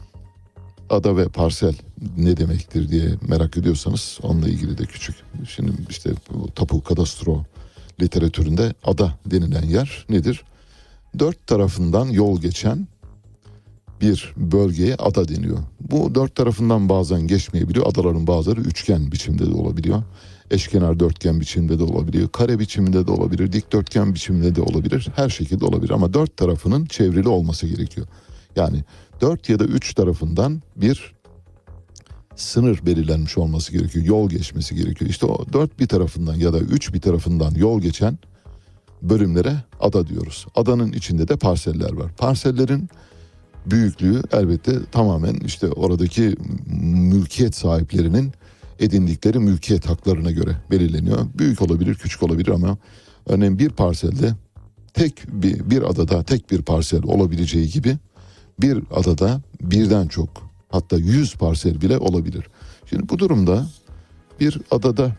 Ada ve parsel ne demektir diye merak ediyorsanız onunla ilgili de küçük. Şimdi işte bu tapu kadastro literatüründe ada denilen yer nedir? Dört tarafından yol geçen bir bölgeye ada deniyor. Bu dört tarafından bazen geçmeyebiliyor. Adaların bazıları üçgen biçimde de olabiliyor. Eşkenar dörtgen biçimde de olabiliyor. Kare biçiminde de olabilir. Dikdörtgen biçiminde de olabilir. Her şekilde olabilir ama dört tarafının çevrili olması gerekiyor. Yani 4 ya da 3 tarafından bir sınır belirlenmiş olması gerekiyor. Yol geçmesi gerekiyor. İşte o 4 bir tarafından ya da 3 bir tarafından yol geçen bölümlere ada diyoruz. Adanın içinde de parseller var. Parsellerin büyüklüğü elbette tamamen işte oradaki mülkiyet sahiplerinin edindikleri mülkiyet haklarına göre belirleniyor. Büyük olabilir, küçük olabilir ama örneğin bir parselde bir adada tek bir parsel olabileceği gibi bir adada birden çok, hatta 100 parsel bile olabilir. Şimdi bu durumda bir adada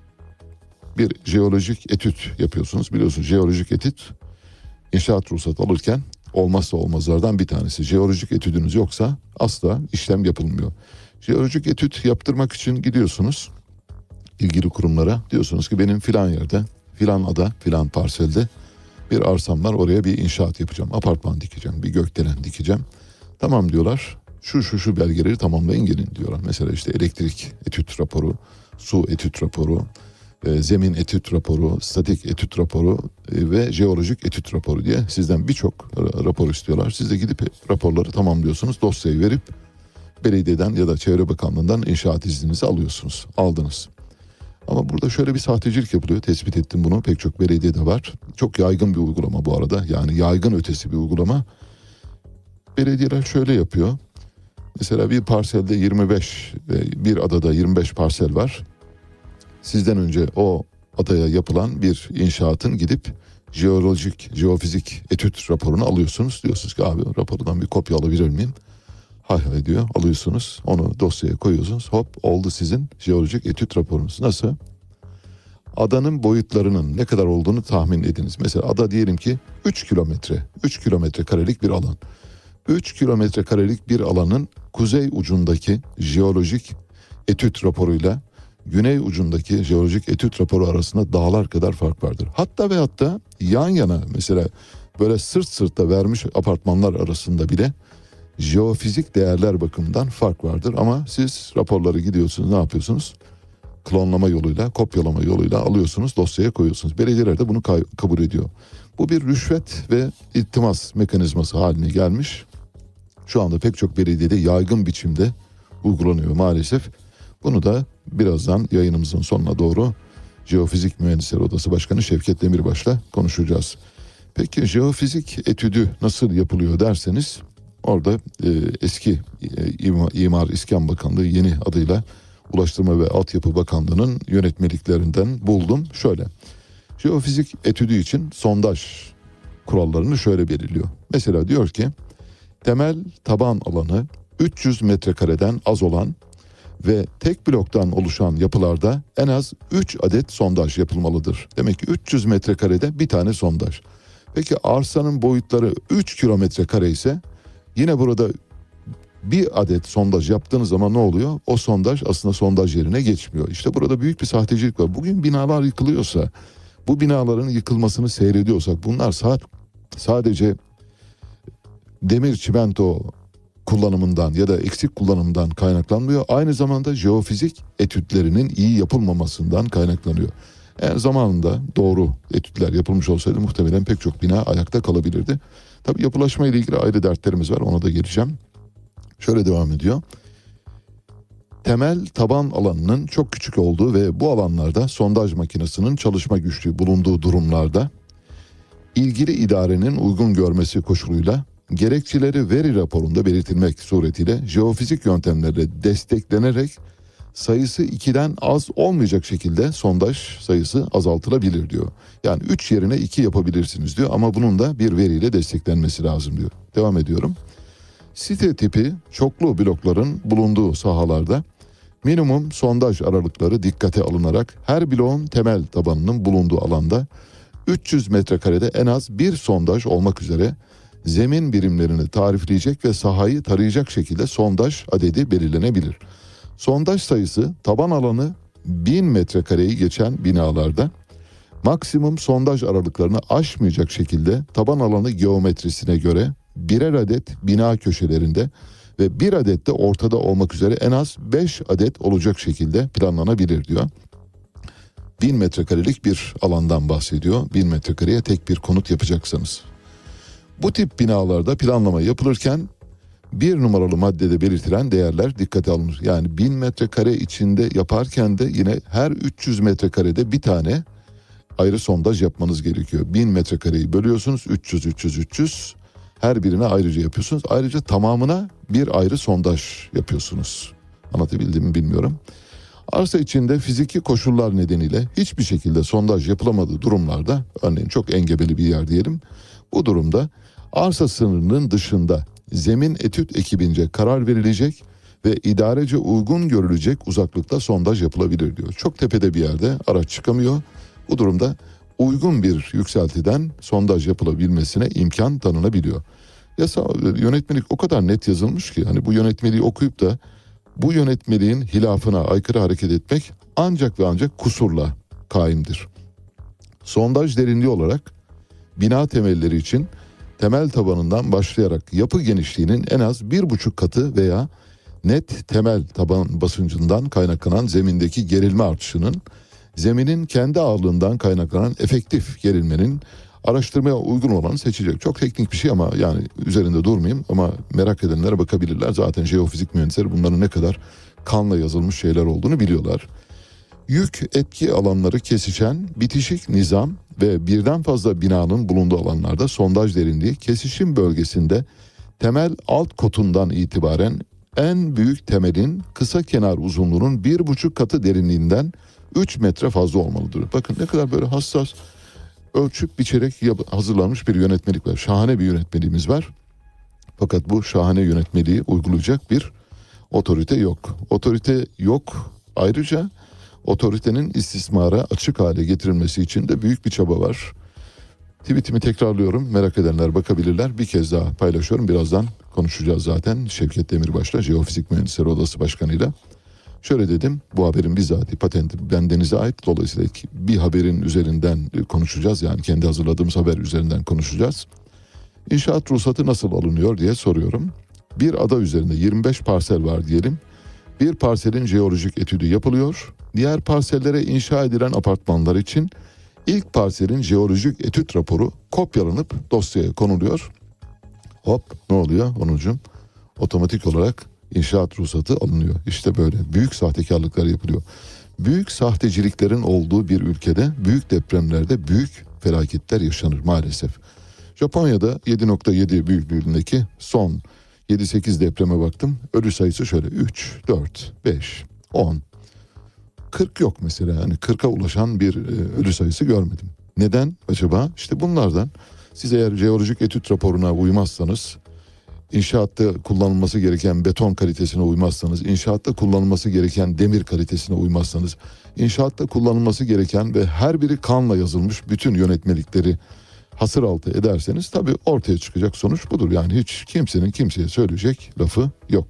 bir jeolojik etüt yapıyorsunuz. Biliyorsunuz jeolojik etüt inşaat ruhsatı alırken olmazsa olmazlardan bir tanesi. Jeolojik etüdünüz yoksa asla işlem yapılmıyor. Jeolojik etüt yaptırmak için gidiyorsunuz ilgili kurumlara, diyorsunuz ki benim filan yerde, filan ada, filan parselde bir arsam var, oraya bir inşaat yapacağım. Apartman dikeceğim, bir gökdelen dikeceğim. Tamam diyorlar. Şu belgeleri tamamlayın gelin diyorlar. Mesela işte elektrik etüt raporu, su etüt raporu, zemin etüt raporu, statik etüt raporu ve jeolojik etüt raporu diye sizden birçok rapor istiyorlar. Siz de gidip raporları tamamlıyorsunuz. Dosyayı verip belediyeden ya da Çevre Bakanlığı'ndan inşaat izninizi alıyorsunuz. Aldınız. Ama burada şöyle bir sahtecilik yapılıyor. Tespit ettim bunu. Pek çok belediyede var. Çok yaygın bir uygulama bu arada. Yani yaygın ötesi bir uygulama. Belediyeler şöyle yapıyor. Mesela bir parselde 25, bir adada 25 parsel var. Sizden önce o adaya yapılan bir inşaatın gidip jeofizik etüt raporunu alıyorsunuz. Diyorsunuz ki abi raporundan bir kopya alabilir miyim? Hay diyor, alıyorsunuz, onu dosyaya koyuyorsunuz, hop oldu sizin jeolojik etüt raporunuz. Nasıl? adanın boyutlarının ne kadar olduğunu tahmin ediniz. Mesela ada diyelim ki 3 kilometre. 3 kilometre karelik bir alan. 3 kilometre karelik bir alanın kuzey ucundaki jeolojik etüt raporuyla güney ucundaki jeolojik etüt raporu arasında dağlar kadar fark vardır. Hatta ve hatta yan yana mesela böyle sırt sırta vermiş apartmanlar arasında bile jeofizik değerler bakımından fark vardır. Ama siz raporları gidiyorsunuz, ne yapıyorsunuz? Klonlama yoluyla, kopyalama yoluyla alıyorsunuz, dosyaya koyuyorsunuz. Belediyeler de bunu kabul ediyor. Bu bir rüşvet ve iltimas mekanizması haline gelmiş. Şu anda pek çok belediyede yaygın biçimde uygulanıyor maalesef. Bunu da birazdan yayınımızın sonuna doğru Jeofizik Mühendisleri Odası Başkanı Şevket Demirbaş'la konuşacağız. Peki jeofizik etüdü nasıl yapılıyor derseniz, orada eski İmar İskan Bakanlığı, yeni adıyla Ulaştırma ve Altyapı Bakanlığı'nın yönetmeliklerinden buldum. Şöyle, jeofizik etüdü için sondaj kurallarını şöyle belirliyor. Mesela diyor ki temel taban alanı 300 metrekareden az olan ve tek bloktan oluşan yapılarda en az 3 adet sondaj yapılmalıdır. Demek ki 300 metrekarede bir tane sondaj. Peki arsanın boyutları 3 kilometre kare ise yine burada bir adet sondaj yaptığınız zaman ne oluyor? O sondaj aslında sondaj yerine geçmiyor. İşte burada büyük bir sahtecilik var. Bugün binalar yıkılıyorsa, bu binaların yıkılmasını seyrediyorsak, bunlar sadece demir çimento kullanımından ya da eksik kullanımdan kaynaklanmıyor. Aynı zamanda jeofizik etütlerinin iyi yapılmamasından kaynaklanıyor. Eğer zamanında doğru etütler yapılmış olsaydı muhtemelen pek çok bina ayakta kalabilirdi. Tabii yapılaşma ile ilgili ayrı dertlerimiz var, ona da geleceğim. Şöyle devam ediyor. Temel taban alanının çok küçük olduğu ve bu alanlarda sondaj makinesinin çalışma güçlüğü bulunduğu durumlarda ilgili idarenin uygun görmesi koşuluyla gerekçeleri veri raporunda belirtilmek suretiyle jeofizik yöntemlerle desteklenerek sayısı 2'den az olmayacak şekilde sondaj sayısı azaltılabilir diyor. Yani 3 yerine 2 yapabilirsiniz diyor ama bunun da bir veriyle desteklenmesi lazım diyor. Devam ediyorum. Site tipi çoklu blokların bulunduğu sahalarda minimum sondaj aralıkları dikkate alınarak her bloğun temel tabanının bulunduğu alanda 300 metrekarede en az bir sondaj olmak üzere zemin birimlerini tarifleyecek ve sahayı tarayacak şekilde sondaj adedi belirlenebilir. Sondaj sayısı taban alanı 1000 metrekareyi geçen binalarda maksimum sondaj aralıklarını aşmayacak şekilde taban alanı geometrisine göre birer adet bina köşelerinde ve bir adet de ortada olmak üzere en az 5 adet olacak şekilde planlanabilir diyor. 1000 metrekarelik bir alandan bahsediyor. 1000 metrekareye tek bir konut yapacaksanız. Bu tip binalarda planlama yapılırken bir numaralı maddede belirtilen değerler dikkate alınır. Yani 1000 metrekare içinde yaparken de yine her 300 metrekarede bir tane ayrı sondaj yapmanız gerekiyor. 1000 metrekareyi bölüyorsunuz, 300 her birine ayrıca yapıyorsunuz. Ayrıca tamamına bir ayrı sondaj yapıyorsunuz. Anlatabildim mi bilmiyorum. Arsa içinde fiziki koşullar nedeniyle hiçbir şekilde sondaj yapılamadığı durumlarda, örneğin çok engebeli bir yer diyelim, bu durumda arsa sınırının dışında zemin etüt ekibince karar verilecek ve idarece uygun görülecek uzaklıkta sondaj yapılabilir diyor. Çok tepede bir yerde araç çıkamıyor. Bu durumda uygun bir yükseltiden sondaj yapılabilmesine imkan tanınabiliyor. Yönetmelik o kadar net yazılmış ki hani bu yönetmeliği okuyup da bu yönetmeliğin hilafına aykırı hareket etmek ancak ve ancak kusurla kaimdir. Sondaj derinliği olarak bina temelleri için temel tabanından başlayarak yapı genişliğinin en az 1,5 katı veya net temel taban basıncından kaynaklanan zemindeki gerilme artışının zeminin kendi ağırlığından kaynaklanan efektif gerilmenin araştırmaya uygun olanı seçecek. Çok teknik bir şey ama yani üzerinde durmayayım ama merak edenlere bakabilirler. Zaten jeofizik mühendisleri bunların ne kadar kanla yazılmış şeyler olduğunu biliyorlar. Yük etki alanları kesişen bitişik nizam ve birden fazla binanın bulunduğu alanlarda sondaj derinliği kesişim bölgesinde temel alt kotundan itibaren en büyük temelin kısa kenar uzunluğunun 1,5 katı derinliğinden 3 metre fazla olmalıdır. Bakın ne kadar böyle hassas ölçüp biçerek hazırlanmış bir yönetmelik var. Şahane bir yönetmeliğimiz var. Fakat bu şahane yönetmeliği uygulayacak bir otorite yok. Otorite yok. Ayrıca Otoritenin istismara açık hale getirilmesi için de büyük bir çaba var. Tweetimi tekrarlıyorum. Merak edenler bakabilirler. Bir kez daha paylaşıyorum. Birazdan konuşacağız zaten Şevket Demirbaş'la, Jeofizik Mühendisleri Odası Başkanı'yla. Şöyle dedim, bu haberin bizzati patenti bendenize ait. Dolayısıyla bir haberin üzerinden konuşacağız. Yani kendi hazırladığımız haber üzerinden konuşacağız. İnşaat ruhsatı nasıl alınıyor diye soruyorum. Bir ada üzerinde 25 parsel var diyelim. Bir parselin jeolojik etüdü yapılıyor. Diğer parsellere inşa edilen apartmanlar için ilk parselin jeolojik etüt raporu kopyalanıp dosyaya konuluyor. Hop, ne oluyor Onurcuğum? Otomatik olarak inşaat ruhsatı alınıyor. İşte böyle büyük sahtekarlıklar yapılıyor. Büyük sahteciliklerin olduğu bir ülkede büyük depremlerde büyük felaketler yaşanır maalesef. Japonya'da 7.7 büyüklüğündeki son 7-8 depreme baktım. Ölü sayısı şöyle 3, 4, 5, 10, 40 yok mesela. Yani 40'a ulaşan bir ölü sayısı görmedim. Neden acaba? İşte bunlardan. Siz eğer jeolojik etüt raporuna uymazsanız, İnşaatta kullanılması gereken beton kalitesine uymazsanız, inşaatta kullanılması gereken demir kalitesine uymazsanız, inşaatta kullanılması gereken ve her biri kanla yazılmış bütün yönetmelikleri hasır altı ederseniz tabii ortaya çıkacak sonuç budur. Yani hiç kimsenin kimseye söyleyecek lafı yok.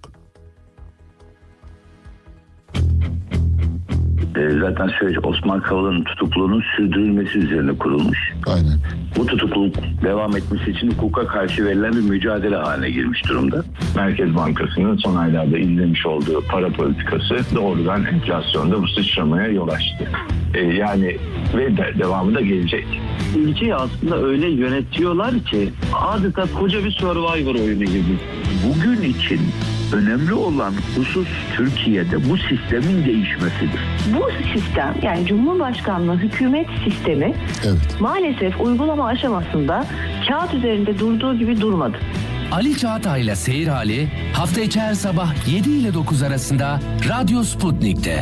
Zaten süreç Osman Kavala'nın tutukluluğunun sürdürülmesi üzerine kurulmuş. Aynen. Bu tutukluluk devam etmesi için hukuka karşı verilen bir mücadele haline girmiş durumda. Merkez Bankası'nın son aylarda izlemiş olduğu para politikası doğrudan enflasyonda bu sıçramaya yol açtı. Yani ve devamı da gelecek. Ülkeyi aslında öyle yönetiyorlar ki adeta koca bir Survivor oyunu gibi. Bugün için önemli olan husus Türkiye'de bu sistemin değişmesidir. Bu sistem, yani Cumhurbaşkanlığı hükümet sistemi, evet, maalesef uygulama aşamasında kağıt üzerinde durduğu gibi durmadı. Ali Çağatay'la Seyir Hali hafta içi her sabah 7 ile 9 arasında Radyo Sputnik'te.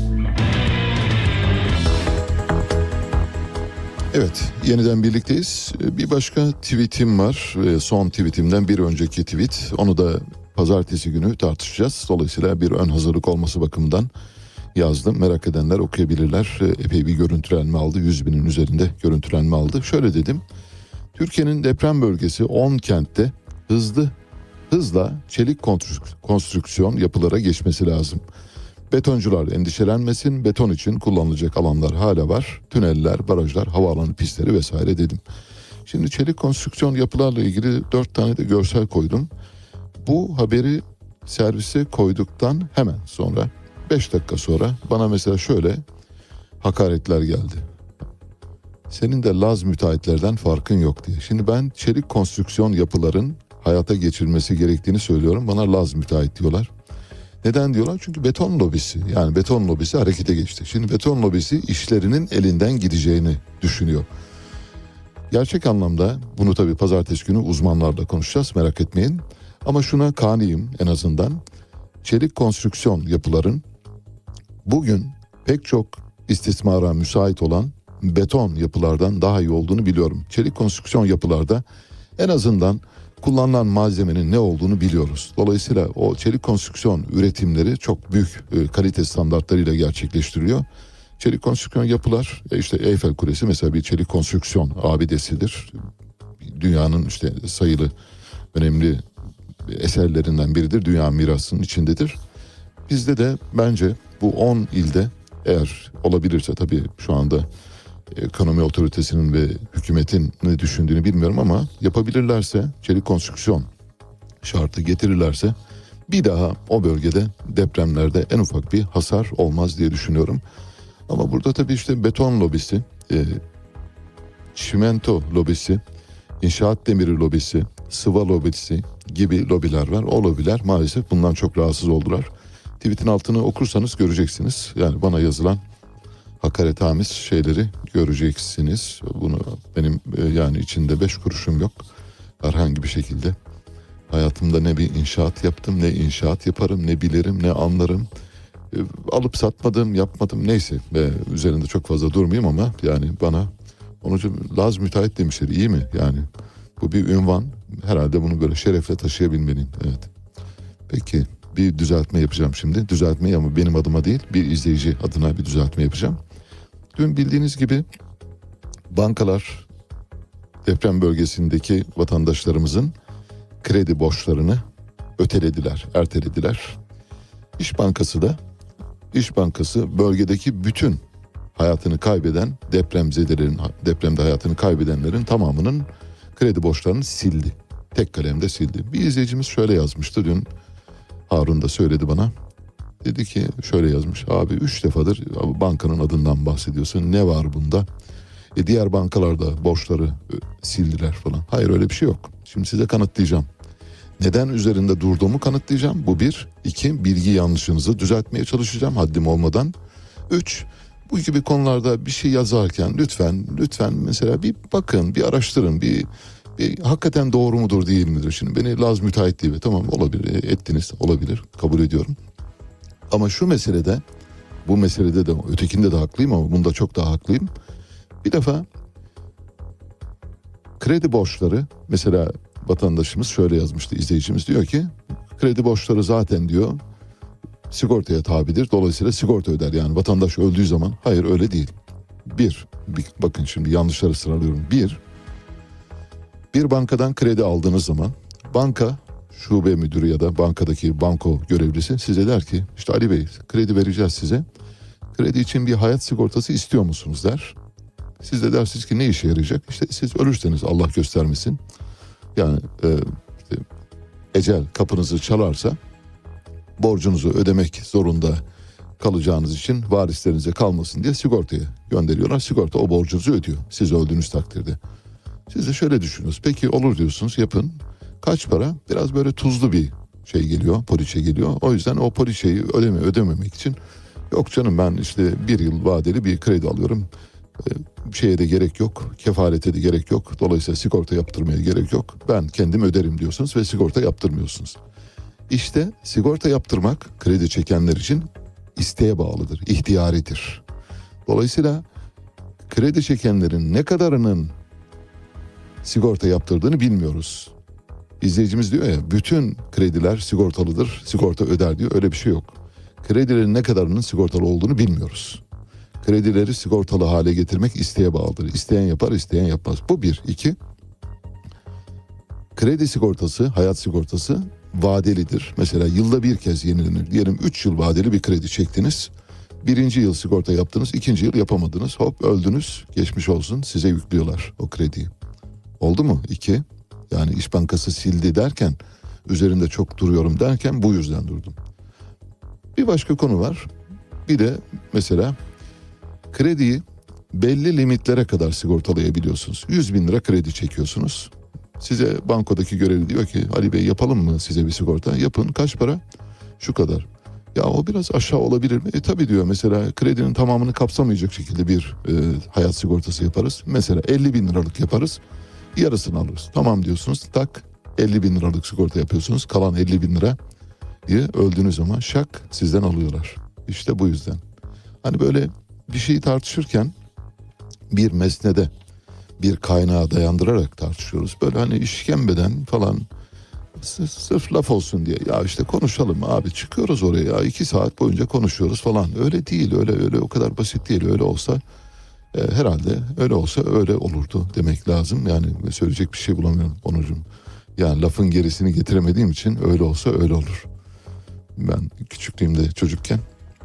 Evet, yeniden birlikteyiz. Bir başka tweetim var. Son tweetimden bir önceki tweet. Onu da pazartesi günü tartışacağız. Dolayısıyla bir ön hazırlık olması bakımından yazdım. Merak edenler okuyabilirler. Epey bir görüntülenme aldı. 100.000'in üzerinde görüntülenme aldı. Şöyle dedim. Türkiye'nin deprem bölgesi 10 kentte hızla çelik konstrüksiyon yapılara geçmesi lazım. Betoncular endişelenmesin, beton için kullanılacak alanlar hala var. Tüneller, barajlar, havaalanı pistleri vesaire dedim. Şimdi çelik konstrüksiyon yapılarla ilgili 4 tane de görsel koydum. Bu haberi servise koyduktan hemen sonra 5 dakika sonra bana mesela şöyle hakaretler geldi. Senin de Laz müteahhitlerden farkın yok diye. Şimdi ben çelik konstrüksiyon yapıların hayata geçirilmesi gerektiğini söylüyorum. Bana Laz müteahhit diyorlar. Neden diyorlar? Çünkü beton lobisi, yani beton lobisi harekete geçti. Şimdi beton lobisi işlerinin elinden gideceğini düşünüyor. Gerçek anlamda bunu tabii pazartesi günü uzmanlarla konuşacağız, merak etmeyin. Ama şuna kaniyim en azından. Çelik konstrüksiyon yapıların bugün pek çok istismara müsait olan beton yapılardan daha iyi olduğunu biliyorum. Çelik konstrüksiyon yapılarda en azından kullanılan malzemenin ne olduğunu biliyoruz. Dolayısıyla o çelik konstrüksiyon üretimleri çok büyük kalite standartlarıyla gerçekleştiriliyor. Çelik konstrüksiyon yapılar, işte Eyfel Kulesi mesela bir çelik konstrüksiyon abidesidir. Dünyanın işte sayılı önemli eserlerinden biridir. Dünya mirasının içindedir. Bizde de bence bu 10 ilde eğer olabilirse, tabii şu anda ekonomi otoritesinin ve hükümetin ne düşündüğünü bilmiyorum ama yapabilirlerse, çelik konstrüksiyon şartı getirirlerse bir daha o bölgede depremlerde en ufak bir hasar olmaz diye düşünüyorum. Ama burada tabii işte beton lobisi, çimento lobisi, inşaat demiri lobisi, sıva lobisi gibi lobiler var. O lobiler maalesef bundan çok rahatsız oldular. Tweet'in altını okursanız göreceksiniz. Yani bana yazılan hakaretamiz şeyleri göreceksiniz. Bunu benim yani içinde 5 kuruşum yok. Herhangi bir şekilde hayatımda ne bir inşaat yaptım, ne inşaat yaparım, ne bilirim, ne anlarım. Alıp satmadım, yapmadım, neyse. Üzerinde çok fazla durmayayım ama yani bana Laz müteahhit demişler, iyi mi? Yani bu bir ünvan. Herhalde bunu böyle şerefle taşıyabilmeliyim. Evet. Peki bir düzeltme yapacağım şimdi. Düzeltmeyi ama benim adıma değil, bir izleyici adına bir düzeltme yapacağım. Dün bildiğiniz gibi bankalar deprem bölgesindeki vatandaşlarımızın kredi borçlarını ötelediler, ertelediler. İş Bankası bölgedeki bütün hayatını kaybeden depremde hayatını kaybedenlerin tamamının kredi borçlarını sildi. Tek kalemde sildi. Bir izleyicimiz şöyle yazmıştı dün. Harun da söyledi bana. Dedi ki şöyle yazmış. Abi 3 defadır bankanın adından bahsediyorsun. Ne var bunda? Diğer bankalarda borçları sildiler falan. Hayır, öyle bir şey yok. Şimdi size kanıtlayacağım. Neden üzerinde durduğumu kanıtlayacağım. Bu bir. 2. Bilgi yanlışınızı düzeltmeye çalışacağım haddim olmadan. 3. Bu gibi konularda bir şey yazarken lütfen mesela bir bakın, bir araştırın, bir hakikaten doğru mudur değil midir? Şimdi beni Laz müteahhit diye, tamam olabilir, ettiniz, olabilir, kabul ediyorum. Ama bu meselede de ötekinde de haklıyım ama bunda çok daha haklıyım. Bir defa kredi borçları, mesela vatandaşımız şöyle yazmıştı, izleyicimiz diyor ki kredi borçları zaten diyor sigortaya tabidir. Dolayısıyla sigorta öder, yani vatandaş öldüğü zaman. Hayır, öyle değil. Bakın şimdi yanlışları sıralıyorum. Bir bankadan kredi aldığınız zaman banka şube müdürü ya da bankadaki banko görevlisi size der ki işte Ali Bey, kredi vereceğiz size. Kredi için bir hayat sigortası istiyor musunuz der. Siz de dersiniz ki ne işe yarayacak? İşte siz ölürseniz Allah göstermesin. Yani işte ecel kapınızı çalarsa borcunuzu ödemek zorunda kalacağınız için varislerinize kalmasın diye sigortaya gönderiyorlar. Sigorta o borcunuzu ödüyor siz öldüğünüz takdirde. Siz de şöyle düşünüyorsunuz. Peki olur diyorsunuz, yapın. Kaç para? Biraz böyle tuzlu bir şey geliyor, poliçe geliyor. O yüzden o poliçeyi ödememek için yok canım ben işte 1 yıl vadeli bir kredi alıyorum. Şeye de gerek yok, kefarete de gerek yok. Dolayısıyla sigorta yaptırmaya gerek yok. Ben kendim öderim diyorsunuz ve sigorta yaptırmıyorsunuz. İşte sigorta yaptırmak kredi çekenler için isteğe bağlıdır, ihtiyaridir. Dolayısıyla kredi çekenlerin ne kadarının sigorta yaptırdığını bilmiyoruz. İzleyicimiz diyor ya, bütün krediler sigortalıdır, sigorta öder diyor. Öyle bir şey yok. Kredilerin ne kadarının sigortalı olduğunu bilmiyoruz. Kredileri sigortalı hale getirmek isteğe bağlıdır. İsteyen yapar, isteyen yapmaz. Bu 1. 2. Kredi sigortası, hayat sigortası vadelidir. Mesela yılda bir kez yenilenir. Diyelim 3 yıl vadeli bir kredi çektiniz. 1. yıl sigorta yaptınız, 2. yıl yapamadınız. Hop öldünüz, geçmiş olsun, size yüklüyorlar o krediyi. Oldu mu? 2. Yani İş Bankası sildi derken, üzerinde çok duruyorum derken bu yüzden durdum. Bir başka konu var. Bir de mesela krediyi belli limitlere kadar sigortalayabiliyorsunuz. 100.000 lira kredi çekiyorsunuz. Size bankodaki görevli diyor ki Ali Bey yapalım mı size bir sigorta? Yapın. Kaç para? Şu kadar. Ya o biraz aşağı olabilir mi? Tabii diyor, mesela kredinin tamamını kapsamayacak şekilde bir hayat sigortası yaparız. Mesela 50.000 liralık yaparız. Yarısını alırız. Tamam diyorsunuz, tak 50.000 liralık sigorta yapıyorsunuz. Kalan 50.000 lirayı öldüğünüz zaman şak sizden alıyorlar. İşte bu yüzden. Hani böyle bir şeyi tartışırken bir mesnede, bir kaynağa dayandırarak tartışıyoruz. Böyle hani işkembeden falan, sırf laf olsun diye. Ya işte konuşalım abi, çıkıyoruz oraya ya 2 saat boyunca konuşuyoruz falan. Öyle değil, öyle o kadar basit değil. Öyle olsa herhalde öyle olsa öyle olurdu demek lazım. Yani söyleyecek bir şey bulamıyorum Onurcuğum. Yani lafın gerisini getiremediğim için öyle olsa öyle olur. Ben küçüklüğümde çocukken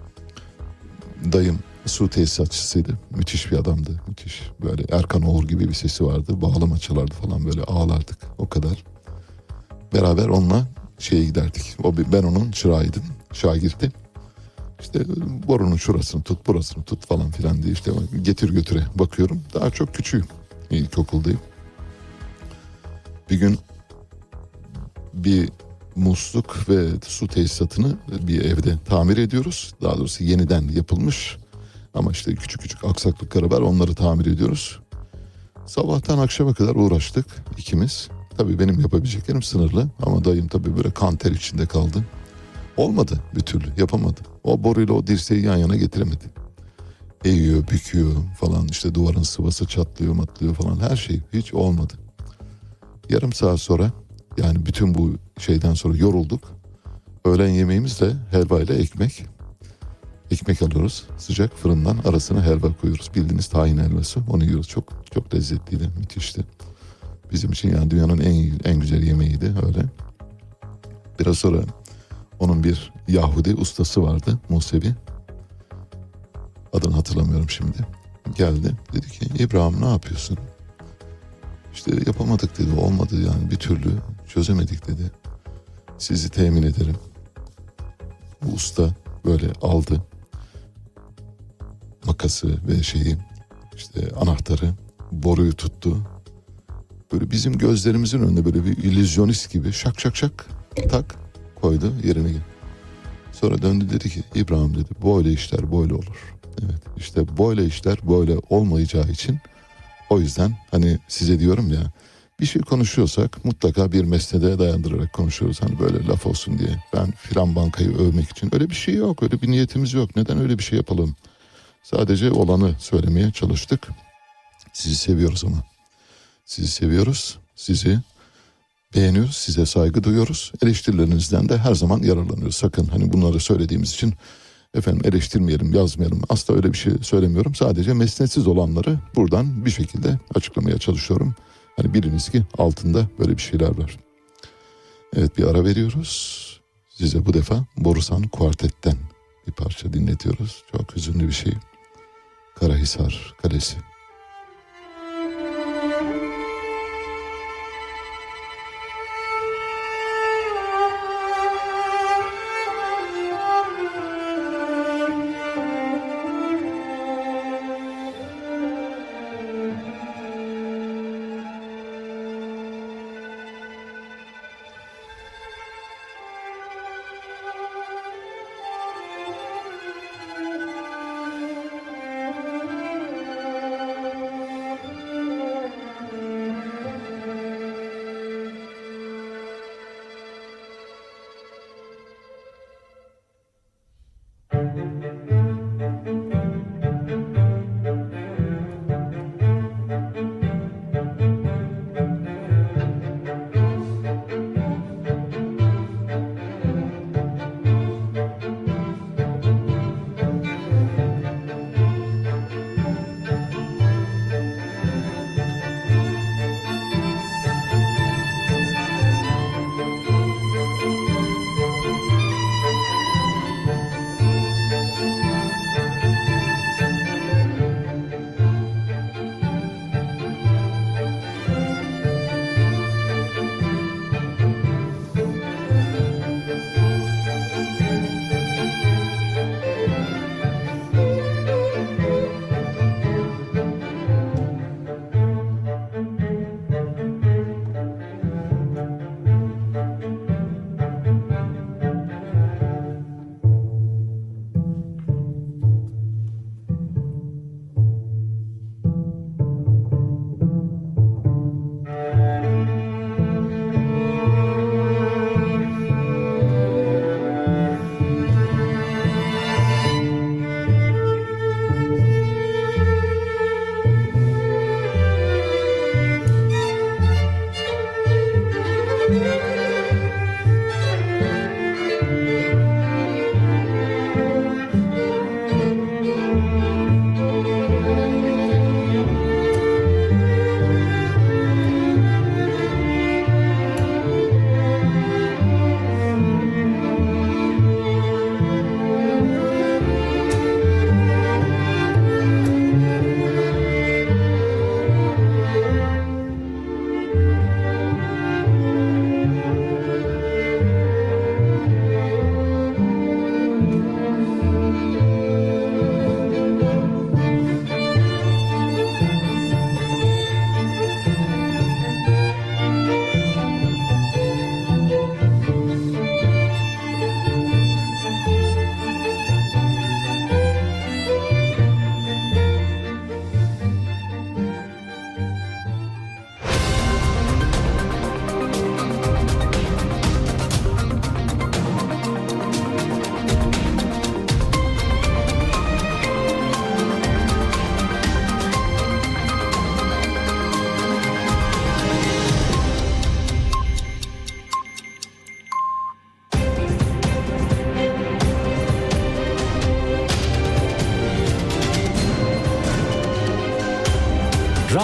dayım su tesisatçısıydı. Müthiş bir adamdı. Müthiş. Böyle Erkan Oğur gibi bir sesi vardı. Bağlama çalardı falan, böyle ağlardık. O kadar. Beraber onunla şeye giderdik. Ben onun çırağıydım. Şagirdi. İşte borunun şurasını tut, burasını tut falan filan diye işte getir götüre bakıyorum. Daha çok küçüğüm. İlkokuldayım. Bir gün bir musluk ve su tesisatını bir evde tamir ediyoruz. Daha doğrusu yeniden yapılmış. Ama işte küçük küçük aksaklıkları var, onları tamir ediyoruz. Sabahtan akşama kadar uğraştık ikimiz. Tabii benim yapabileceklerim sınırlı ama dayım tabii böyle kan ter içinde kaldı. Olmadı, bir türlü yapamadı. O boruyla o dirseği yan yana getiremedi. Eğiyor, büküyor falan, işte duvarın sıvası çatlıyor, matlıyor falan, her şey hiç olmadı. Yarım saat sonra, yani bütün bu şeyden sonra yorulduk. Öğlen yemeğimiz de helva ile ekmek. Ekmek alıyoruz sıcak fırından, arasına helva koyuyoruz. Bildiğiniz tahin helvası, onu yiyoruz. Çok çok lezzetliydi, müthişti. Bizim için yani dünyanın en güzel yemeğiydi öyle. Biraz sonra onun bir Yahudi ustası vardı, Musevi. Adını hatırlamıyorum şimdi. Geldi, dedi ki İbrahim ne yapıyorsun? İşte yapamadık dedi, olmadı yani bir türlü çözemedik dedi. Sizi temin ederim. Bu usta böyle aldı makası ve işte anahtarı, boruyu tuttu. Böyle bizim gözlerimizin önünde böyle bir illüzyonist gibi şak şak şak tak koydu yerine. Sonra döndü dedi ki İbrahim dedi böyle işler böyle olur. Evet işte böyle işler böyle olmayacağı için o yüzden hani size diyorum ya, bir şey konuşuyorsak mutlaka bir mesnede dayandırarak konuşuyoruz. Hani böyle laf olsun diye. Ben filan bankayı övmek için. Öyle bir şey yok. Öyle bir niyetimiz yok. Neden öyle bir şey yapalım? Sadece olanı söylemeye çalıştık. Sizi seviyoruz ama. Sizi seviyoruz. Sizi beğeniyoruz. Size saygı duyuyoruz. Eleştirilerinizden de her zaman yararlanıyoruz. Sakın hani bunları söylediğimiz için efendim eleştirmeyelim, yazmayalım. Asla öyle bir şey söylemiyorum. Sadece mesnetsiz olanları buradan bir şekilde açıklamaya çalışıyorum. Hani biliniz ki altında böyle bir şeyler var. Evet, bir ara veriyoruz. Size bu defa Borusan Kuartet'ten bir parça dinletiyoruz. Çok hüzünlü bir şey. Karahisar Kalesi.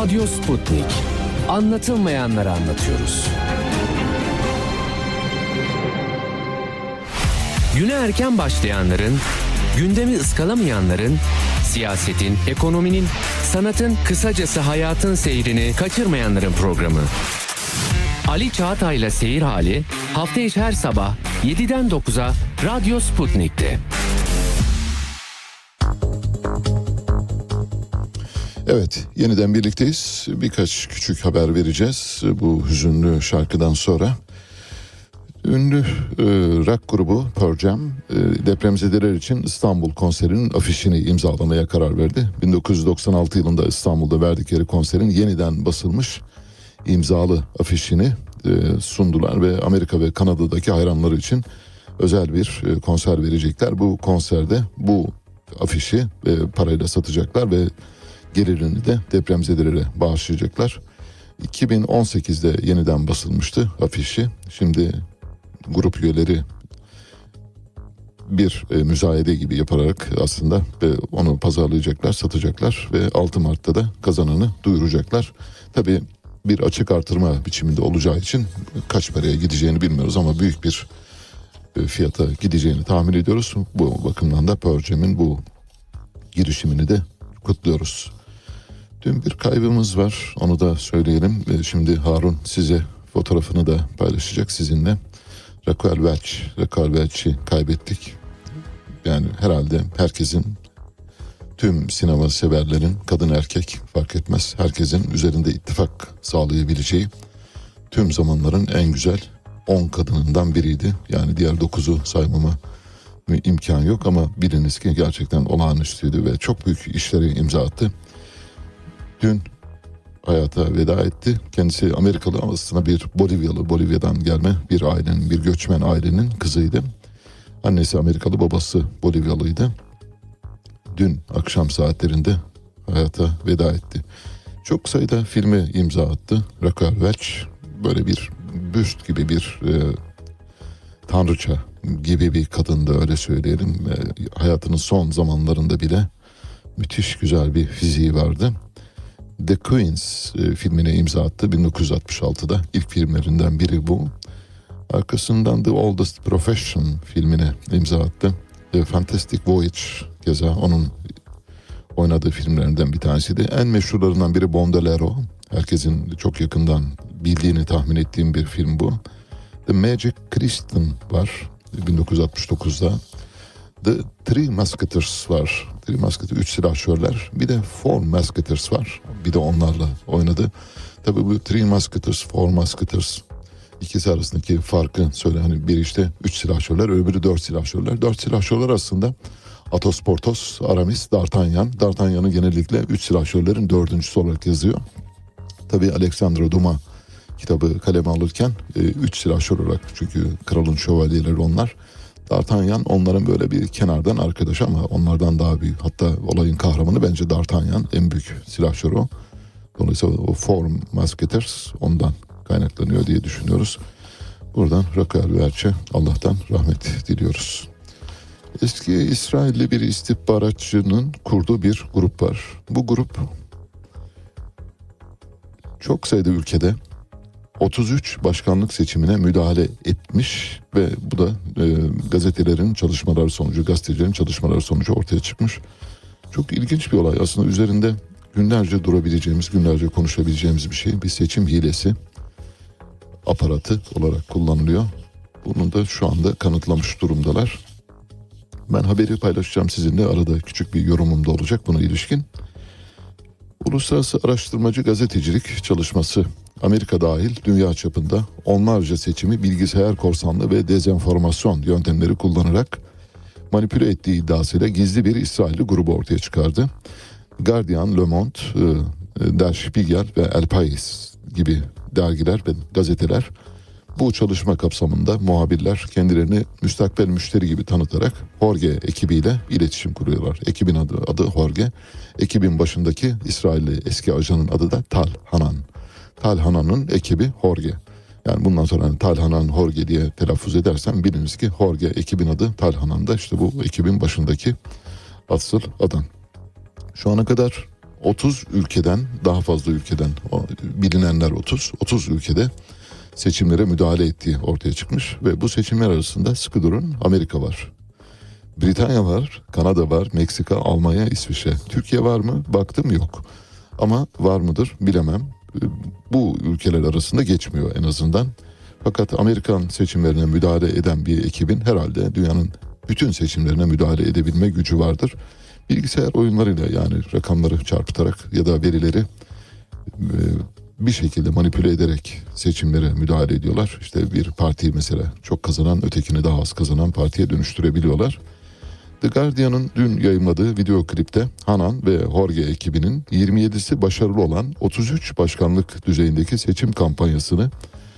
Radyo Sputnik. Anlatılmayanları anlatıyoruz. Güne erken başlayanların, gündemi ıskalamayanların, siyasetin, ekonominin, sanatın, kısacası hayatın seyrini kaçırmayanların programı. Ali Çağatay'la Seyir Hali hafta içi her sabah 7'den 9'a Radyo Sputnik'te. Evet, yeniden birlikteyiz. Birkaç küçük haber vereceğiz bu hüzünlü şarkıdan sonra. Ünlü rock grubu Pearl Jam depremzedeler için İstanbul konserinin afişini imzalamaya karar verdi. 1996 yılında İstanbul'da verdikleri konserin yeniden basılmış imzalı afişini sundular ve Amerika ve Kanada'daki hayranları için özel bir konser verecekler. Bu konserde bu afişi parayla satacaklar ve gelirini de depremzedelere bağışlayacaklar. 2018'de yeniden basılmıştı afişi. Şimdi grup üyeleri bir müzayede gibi yaparak aslında onu pazarlayacaklar, satacaklar ve 6 Mart'ta da kazananı duyuracaklar. Tabii bir açık artırma biçiminde olacağı için kaç paraya gideceğini bilmiyoruz ama büyük bir fiyata gideceğini tahmin ediyoruz. Bu bakımdan da Pearl Jam'in bu girişimini de kutluyoruz. Dün bir kaybımız var, onu da söyleyelim. Şimdi Harun size fotoğrafını da paylaşacak sizinle. Raquel Welch'i kaybettik. Yani herhalde herkesin, tüm sinema severlerin, kadın erkek fark etmez, herkesin üzerinde ittifak sağlayabileceği tüm zamanların en güzel 10 kadınından biriydi. Yani diğer 9'u saymama imkan yok ama biliniz ki gerçekten olağanüstüydü ve çok büyük işleri imza attı. Dün hayata veda etti. Kendisi Amerikalı ama aslında bir Bolivya'dan gelme bir ailenin, bir göçmen ailenin kızıydı. Annesi Amerikalı, babası Bolivyalıydı. Dün akşam saatlerinde hayata veda etti. Çok sayıda filme imza attı Raquel Welch. Böyle bir büst gibi bir tanrıça gibi bir kadındı, öyle söyleyelim. Hayatının son zamanlarında bile müthiş güzel bir fiziği vardı. The Queens filmine imza attı 1966'da. İlk filmlerinden biri bu. Arkasından The Oldest Profession filmine imza attı. The Fantastic Voyage keza onun oynadığı filmlerinden bir tanesiydi. En meşhurlarından biri Bondolero. Herkesin çok yakından bildiğini tahmin ettiğim bir film bu. The Magic Kristen var 1969'da. The Three Musketeers var. Three Musketeers, 3 silahşörler. Bir de Four Musketeers var. Bir de onlarla oynadı. Tabii bu Three Musketeers, Four Musketeers ikisi arasındaki farkı söyle. Hani biri işte 3 silahşörler, öbürü 4 silahşörler. 4 silahşörler aslında Athos, Porthos, Aramis, D'Artagnan. D'Artagnan'ı genellikle 3 silahşörlerin 4.'sü olarak yazıyor. Tabii Alexandre Dumas kitabı kaleme alırken 3 silahşör olarak, çünkü kralın şövalyeleri onlar. D'Artagnan onların böyle bir kenardan arkadaşı ama onlardan daha büyük. Hatta olayın kahramanı bence D'Artagnan, en büyük silahşör o. Dolayısıyla o Four Musketeers ondan kaynaklanıyor diye düşünüyoruz. Buradan Raquel Welch'e Allah'tan rahmet diliyoruz. Eski İsrailli bir istihbaratçının kurduğu bir grup var. Bu grup çok sayıda ülkede 33 başkanlık seçimine müdahale etmiş ve bu da gazetecilerin çalışmaları sonucu ortaya çıkmış. Çok ilginç bir olay aslında, üzerinde günlerce durabileceğimiz, günlerce konuşabileceğimiz bir şey. Bir seçim hilesi aparatı olarak kullanılıyor. Bunu da şu anda kanıtlamış durumdalar. Ben haberi paylaşacağım sizinle, arada küçük bir yorumum da olacak buna ilişkin. Uluslararası araştırmacı gazetecilik çalışması, Amerika dahil dünya çapında onlarca seçimi bilgisayar korsanlığı ve dezenformasyon yöntemleri kullanarak manipüle ettiği iddiasıyla gizli bir İsrailli grubu ortaya çıkardı. Guardian, Le Monde, Der Spiegel ve El País gibi dergiler ve gazeteler bu çalışma kapsamında muhabirler kendilerini müstakbel müşteri gibi tanıtarak Jorge ekibiyle iletişim kuruyorlar. Ekibin adı Jorge. Ekibin başındaki İsrailli eski ajanın adı da Tal Hanan. Tal Hanan'ın ekibi Jorge. Yani bundan sonra Tal Hanan Jorge diye telaffuz edersem biliniz ki Jorge ekibin adı, Tal Hanan da işte bu ekibin başındaki asıl adam. Şu ana kadar 30 ülkeden, daha fazla ülkeden, bilinenler 30 ülkede seçimlere müdahale ettiği ortaya çıkmış ve bu seçimler arasında sıkı durun, Amerika var, Britanya var, Kanada var, Meksika, Almanya, İsviçre. Türkiye var mı? Baktım yok. Ama var mıdır bilemem. Bu ülkeler arasında geçmiyor en azından. Fakat Amerikan seçimlerine müdahale eden bir ekibin herhalde dünyanın bütün seçimlerine müdahale edebilme gücü vardır. Bilgisayar oyunlarıyla, yani rakamları çarpıtarak ya da verileri bir şekilde manipüle ederek seçimlere müdahale ediyorlar. İşte bir partiyi mesela çok kazanan, ötekini daha az kazanan partiye dönüştürebiliyorlar. The Guardian'ın dün yayımladığı video klipte Hanan ve Jorge ekibinin 27'si başarılı olan 33 başkanlık düzeyindeki seçim kampanyasını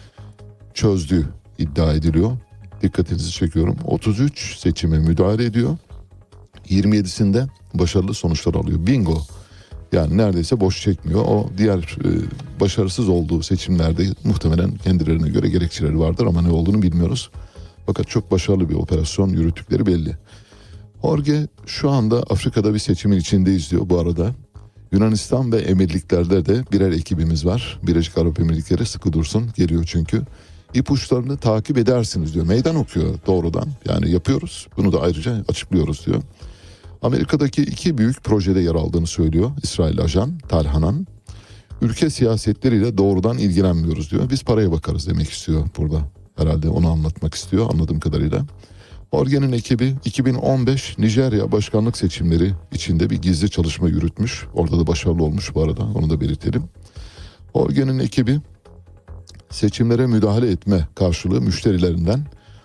çözdüğü iddia ediliyor. Dikkatinizi çekiyorum. 33 seçime müdahale ediyor. 27'sinde başarılı sonuçlar alıyor. Bingo. Yani neredeyse boş çekmiyor. O diğer başarısız olduğu seçimlerde muhtemelen kendilerine göre gerekçeleri vardır ama ne olduğunu bilmiyoruz. Fakat çok başarılı bir operasyon yürüttükleri belli. Jorge şu anda Afrika'da bir seçimin içindeyiz diyor bu arada. Yunanistan ve Emirliklerde de birer ekibimiz var. Birleşik Arap Emirlikleri sıkı dursun, geliyor çünkü. İpuçlarını takip edersiniz diyor. Meydan okuyor doğrudan. Yani yapıyoruz. Bunu da ayrıca açıklıyoruz diyor. Amerika'daki 2 büyük projede yer aldığını söylüyor İsrail ajan Tal Hanan. Ülke siyasetleriyle doğrudan ilgilenmiyoruz diyor. Biz paraya bakarız demek istiyor burada. Herhalde onu anlatmak istiyor anladığım kadarıyla. Jorge'nin ekibi 2015 Nijerya başkanlık seçimleri içinde bir gizli çalışma yürütmüş. Orada da başarılı olmuş bu arada, onu da belirtelim. Jorge'nin ekibi seçimlere müdahale etme karşılığı müşterilerinden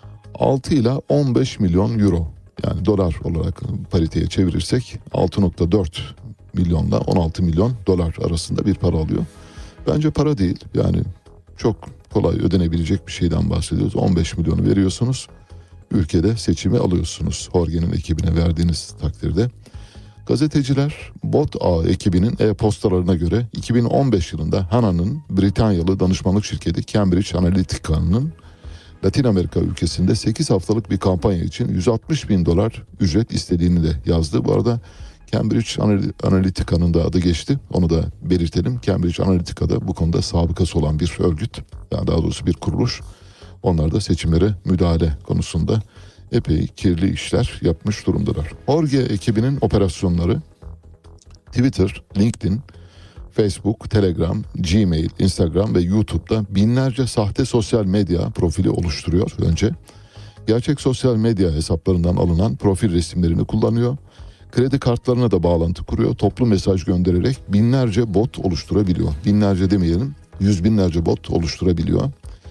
6 ila 15 milyon euro, yani dolar olarak pariteye çevirirsek 6.4 milyonla 16 milyon dolar arasında bir para alıyor. Bence para değil, yani çok kolay ödenebilecek bir şeyden bahsediyoruz. 15 milyonu veriyorsunuz, ülkede seçimi alıyorsunuz Jorge'nin ekibine verdiğiniz takdirde. Gazeteciler Bot Ağ ekibinin e-postalarına göre 2015 yılında Hanan'ın Britanyalı danışmanlık şirketi Cambridge Analytica'nın Latin Amerika ülkesinde 8 haftalık bir kampanya için 160 bin dolar ücret istediğini de yazdı. Bu arada Cambridge Analytica'nın da adı geçti. Onu da belirtelim. Cambridge Analytica'da bu konuda sabıkası olan bir örgüt, yani daha doğrusu bir kuruluş. Onlar da seçimlere müdahale konusunda epey kirli işler yapmış durumdalar. Jorge ekibinin operasyonları Twitter, LinkedIn, Facebook, Telegram, Gmail, Instagram ve YouTube'da binlerce sahte sosyal medya profili oluşturuyor önce. Gerçek sosyal medya hesaplarından alınan profil resimlerini kullanıyor. Kredi kartlarına da bağlantı kuruyor. Toplu mesaj göndererek binlerce bot oluşturabiliyor. Binlerce demeyelim, yüz binlerce bot oluşturabiliyor.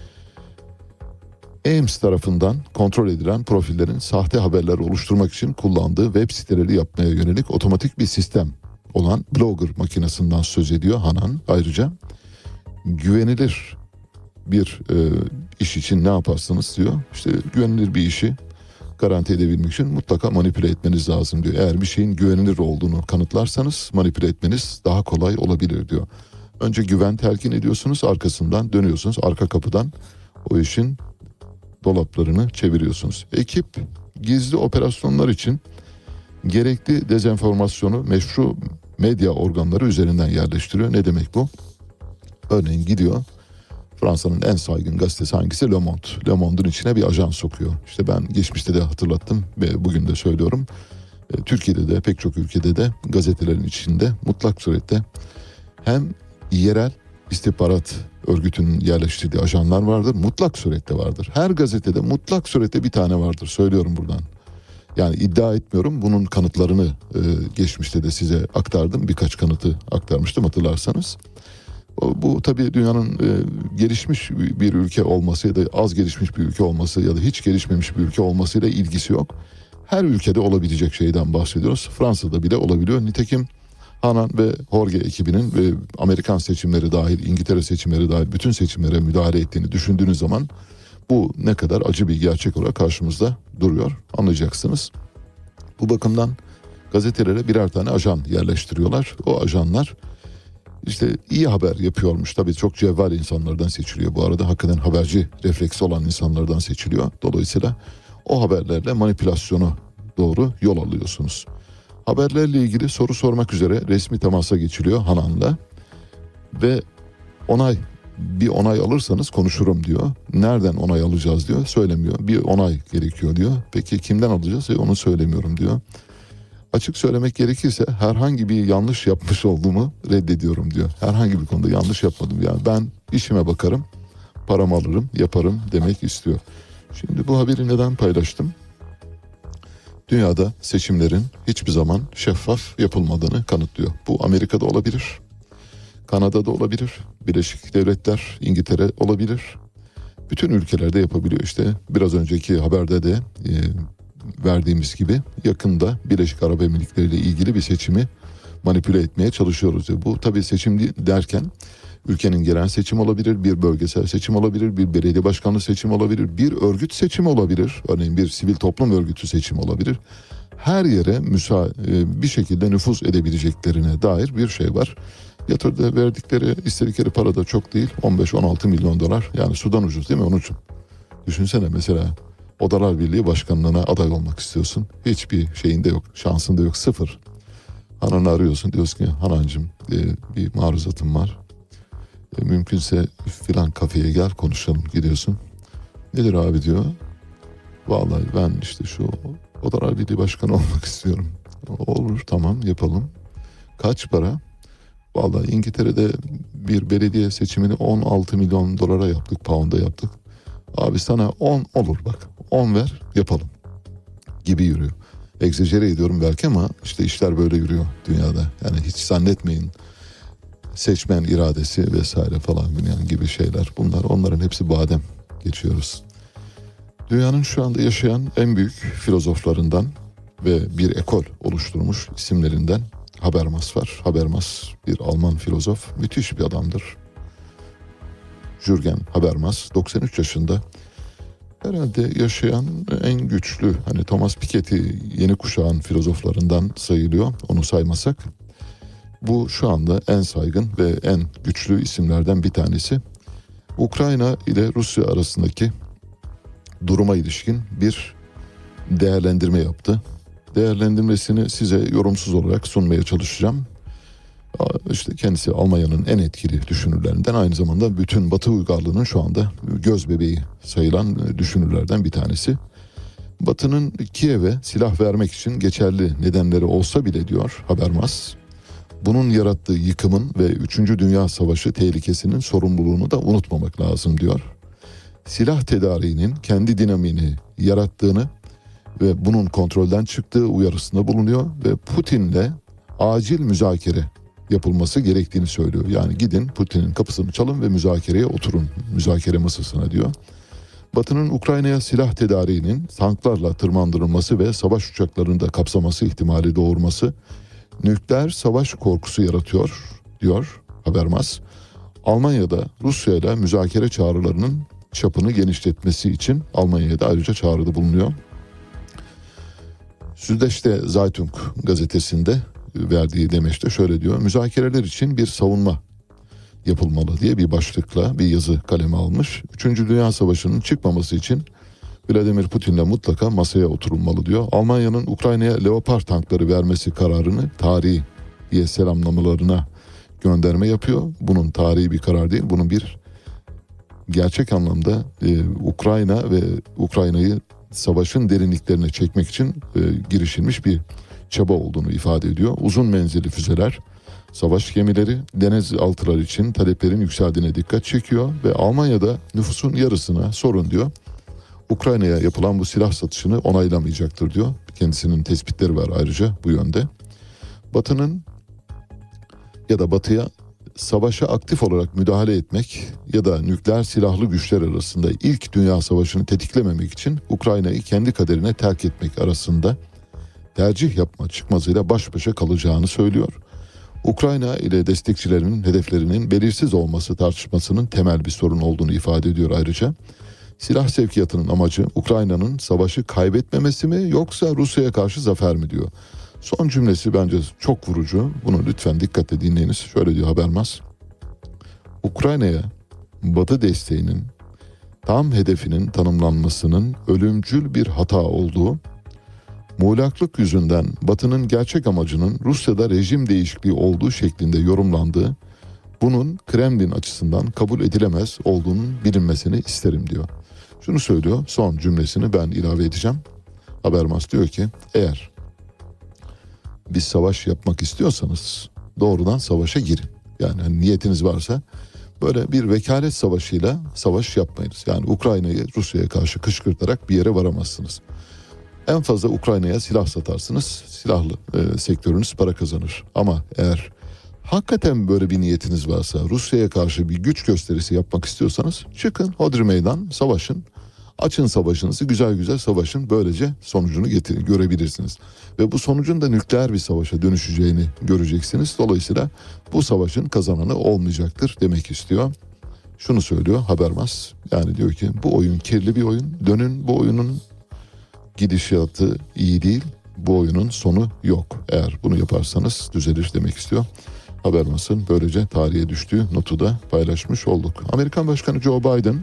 Ames tarafından kontrol edilen profillerin sahte haberler oluşturmak için kullandığı web siteleri yapmaya yönelik otomatik bir sistem olan Blogger makinesinden söz ediyor Hanan. Ayrıca güvenilir bir iş için ne yaparsınız diyor. İşte güvenilir bir işi garanti edebilmek için mutlaka manipüle etmeniz lazım diyor. Eğer bir şeyin güvenilir olduğunu kanıtlarsanız manipüle etmeniz daha kolay olabilir diyor. Önce güven telkin ediyorsunuz, arkasından dönüyorsunuz, arka kapıdan o işin dolaplarını çeviriyorsunuz. Ekip gizli operasyonlar için gerekli dezenformasyonu meşru medya organları üzerinden yerleştiriyor. Ne demek bu? Örneğin gidiyor, Fransa'nın en saygın gazetesi hangisi? Le Monde. Le Monde'un içine bir ajan sokuyor. İşte ben geçmişte de hatırlattım ve bugün de söylüyorum. Türkiye'de de pek çok ülkede de gazetelerin içinde mutlak surette hem yerel istihbarat örgütünün yerleştirdiği ajanlar vardır. Mutlak surette vardır. Her gazetede mutlak surette bir tane vardır. Söylüyorum buradan. Yani iddia etmiyorum. Bunun kanıtlarını geçmişte de size aktardım. Birkaç kanıtı aktarmıştım hatırlarsanız. Bu tabii dünyanın gelişmiş bir ülke olması ya da az gelişmiş bir ülke olması ya da hiç gelişmemiş bir ülke olmasıyla ilgisi yok. Her ülkede olabilecek şeyden bahsediyoruz. Fransa'da bile olabiliyor. Nitekim Hanan ve Jorge ekibinin ve Amerikan seçimleri dahil, İngiltere seçimleri dahil bütün seçimlere müdahale ettiğini düşündüğünüz zaman bu ne kadar acı bir gerçek olarak karşımızda duruyor, anlayacaksınız. Bu bakımdan gazetelere birer tane ajan yerleştiriyorlar. O ajanlar işte iyi haber yapıyormuş. Tabii çok cevval insanlardan seçiliyor. Bu arada hakikaten haberci refleksi olan insanlardan seçiliyor. Dolayısıyla o haberlerle manipülasyona doğru yol alıyorsunuz. Haberlerle ilgili soru sormak üzere resmi temasa geçiliyor Hanan'la ve bir onay alırsanız konuşurum diyor. Nereden onay alacağız diyor, söylemiyor. Bir onay gerekiyor diyor. Peki kimden alacağız? Onu söylemiyorum diyor. Açık söylemek gerekirse herhangi bir yanlış yapmış olduğumu reddediyorum diyor. Herhangi bir konuda yanlış yapmadım. Yani ben işime bakarım, paramı alırım, yaparım demek istiyor. Şimdi bu haberi neden paylaştım? Dünyada seçimlerin hiçbir zaman şeffaf yapılmadığını kanıtlıyor. Bu Amerika'da olabilir, Kanada'da olabilir, Birleşik Devletler, İngiltere olabilir. Bütün ülkelerde yapabiliyor işte. Biraz önceki haberde de verdiğimiz gibi yakında Birleşik Arap Emirlikleri ile ilgili bir seçimi manipüle etmeye çalışıyoruz. Bu tabii seçim derken ülkenin genel seçimi olabilir, bir bölgesel seçim olabilir, bir belediye başkanlığı seçimi olabilir, bir örgüt seçimi olabilir. Örneğin bir sivil toplum örgütü seçimi olabilir. Her yere bir şekilde nüfuz edebileceklerine dair bir şey var. İstedikleri para da çok değil. 15-16 milyon dolar. Yani sudan ucuz değil mi onun için? Düşünsene mesela Odalar Birliği Başkanlığı'na aday olmak istiyorsun. Hiçbir şeyin de yok, şansın da yok, sıfır. Hanan'ı arıyorsun, diyorsun ki Hanancığım bir maruzatım var. Mümkünse filan kafeye gel konuşalım, gidiyorsun. Nedir abi diyor. Vallahi ben işte şu Odalar Birliği Başkanı olmak istiyorum. Olur, tamam, yapalım. Kaç para? Vallahi İngiltere'de bir belediye seçimini 16 milyon dolara yaptık, pound'a yaptık. Abi sana 10 olur bak, 10 ver yapalım gibi yürüyor. Egzajere ediyorum belki ama işte işler böyle yürüyor dünyada. Yani hiç zannetmeyin seçmen iradesi vesaire falan yani gibi şeyler. Onların hepsi badem, geçiyoruz. Dünyanın şu anda yaşayan en büyük filozoflarından ve bir ekol oluşturmuş isimlerinden Habermas var. Habermas bir Alman filozof, müthiş bir adamdır. Jürgen Habermas 93 yaşında. Herhalde yaşayan en güçlü, hani Thomas Piketty yeni kuşağın filozoflarından sayılıyor, onu saymasak. Bu şu anda en saygın ve en güçlü isimlerden bir tanesi. Ukrayna ile Rusya arasındaki duruma ilişkin bir değerlendirme yaptı. Değerlendirmesini size yorumsuz olarak sunmaya çalışacağım. İşte kendisi Almanya'nın en etkili düşünürlerinden, aynı zamanda bütün Batı uygarlığının şu anda göz bebeği sayılan düşünürlerden bir tanesi. Batı'nın Kiev'e silah vermek için geçerli nedenleri olsa bile diyor Habermas, bunun yarattığı yıkımın ve 3. Dünya Savaşı tehlikesinin sorumluluğunu da unutmamak lazım diyor. Silah tedariğinin kendi dinamini yarattığını ve bunun kontrolden çıktığı uyarısında bulunuyor ve Putin'le acil müzakere yapılması gerektiğini söylüyor. Yani gidin Putin'in kapısını çalın ve müzakereye oturun, müzakere masasına diyor. Batı'nın Ukrayna'ya silah tedariğinin tanklarla tırmandırılması ve savaş uçaklarını da kapsaması ihtimali doğurması nükleer savaş korkusu yaratıyor diyor Habermas. Almanya'da Rusya ile müzakere çağrılarının çapını genişletmesi için Almanya'ya da ayrıca çağrıda bulunuyor. Süddeutsche Zeitung gazetesinde verdiği demeçte şöyle diyor: müzakereler için bir savunma yapılmalı diye bir başlıkla bir yazı kaleme almış. 3. Dünya Savaşı'nın çıkmaması için Vladimir Putin'le mutlaka masaya oturulmalı diyor. Almanya'nın Ukrayna'ya Leopard tankları vermesi kararını tarihi diye selamlamalarına gönderme yapıyor. Bunun tarihi bir karar değil, bunun bir gerçek anlamda Ukrayna ve Ukrayna'yı savaşın derinliklerine çekmek için girişilmiş bir çaba olduğunu ifade ediyor. Uzun menzilli füzeler, savaş gemileri, denizaltılar için taleplerin yükseldiğine dikkat çekiyor ve Almanya'da nüfusun yarısına sorun diyor. Ukrayna'ya yapılan bu silah satışını onaylamayacaktır diyor. Kendisinin tespitleri var ayrıca bu yönde. Batı'ya savaşa aktif olarak müdahale etmek ya da nükleer silahlı güçler arasında ilk Dünya Savaşı'nı tetiklememek için Ukrayna'yı kendi kaderine terk etmek arasında tercih yapma çıkmazıyla baş başa kalacağını söylüyor. Ukrayna ile destekçilerinin hedeflerinin belirsiz olması tartışmasının temel bir sorun olduğunu ifade ediyor ayrıca. Silah sevkiyatının amacı Ukrayna'nın savaşı kaybetmemesi mi yoksa Rusya'ya karşı zafer mi diyor. Son cümlesi bence çok vurucu. Bunu lütfen dikkatle dinleyiniz. Şöyle diyor Habermas: Ukrayna'ya Batı desteğinin tam hedefinin tanımlanmasının ölümcül bir hata olduğu, muğlaklık yüzünden Batı'nın gerçek amacının Rusya'da rejim değişikliği olduğu şeklinde yorumlandığı, bunun Kremlin açısından kabul edilemez olduğunun bilinmesini isterim diyor. Şunu söylüyor, son cümlesini ben ilave edeceğim. Habermas diyor ki, eğer biz savaş yapmak istiyorsanız doğrudan savaşa girin. Yani hani niyetiniz varsa böyle bir vekalet savaşıyla savaş yapmayınız. Yani Ukrayna'yı Rusya'ya karşı kışkırtarak bir yere varamazsınız. En fazla Ukrayna'ya silah satarsınız. Silahlı sektörünüz para kazanır. Ama eğer hakikaten böyle bir niyetiniz varsa, Rusya'ya karşı bir güç gösterisi yapmak istiyorsanız çıkın hodri meydan savaşın. Açın savaşınızı, güzel güzel savaşın. Böylece sonucunu görebilirsiniz. Ve bu sonucun da nükleer bir savaşa dönüşeceğini göreceksiniz. Dolayısıyla bu savaşın kazananı olmayacaktır demek istiyor. Şunu söylüyor Habermas. Yani diyor ki bu oyun kirli bir oyun. Dönün, bu oyunun gidişatı iyi değil. Bu oyunun sonu yok. Eğer bunu yaparsanız düzelir demek istiyor. Habermas'ın böylece tarihe düştüğü notu da paylaşmış olduk. Amerikan Başkanı Joe Biden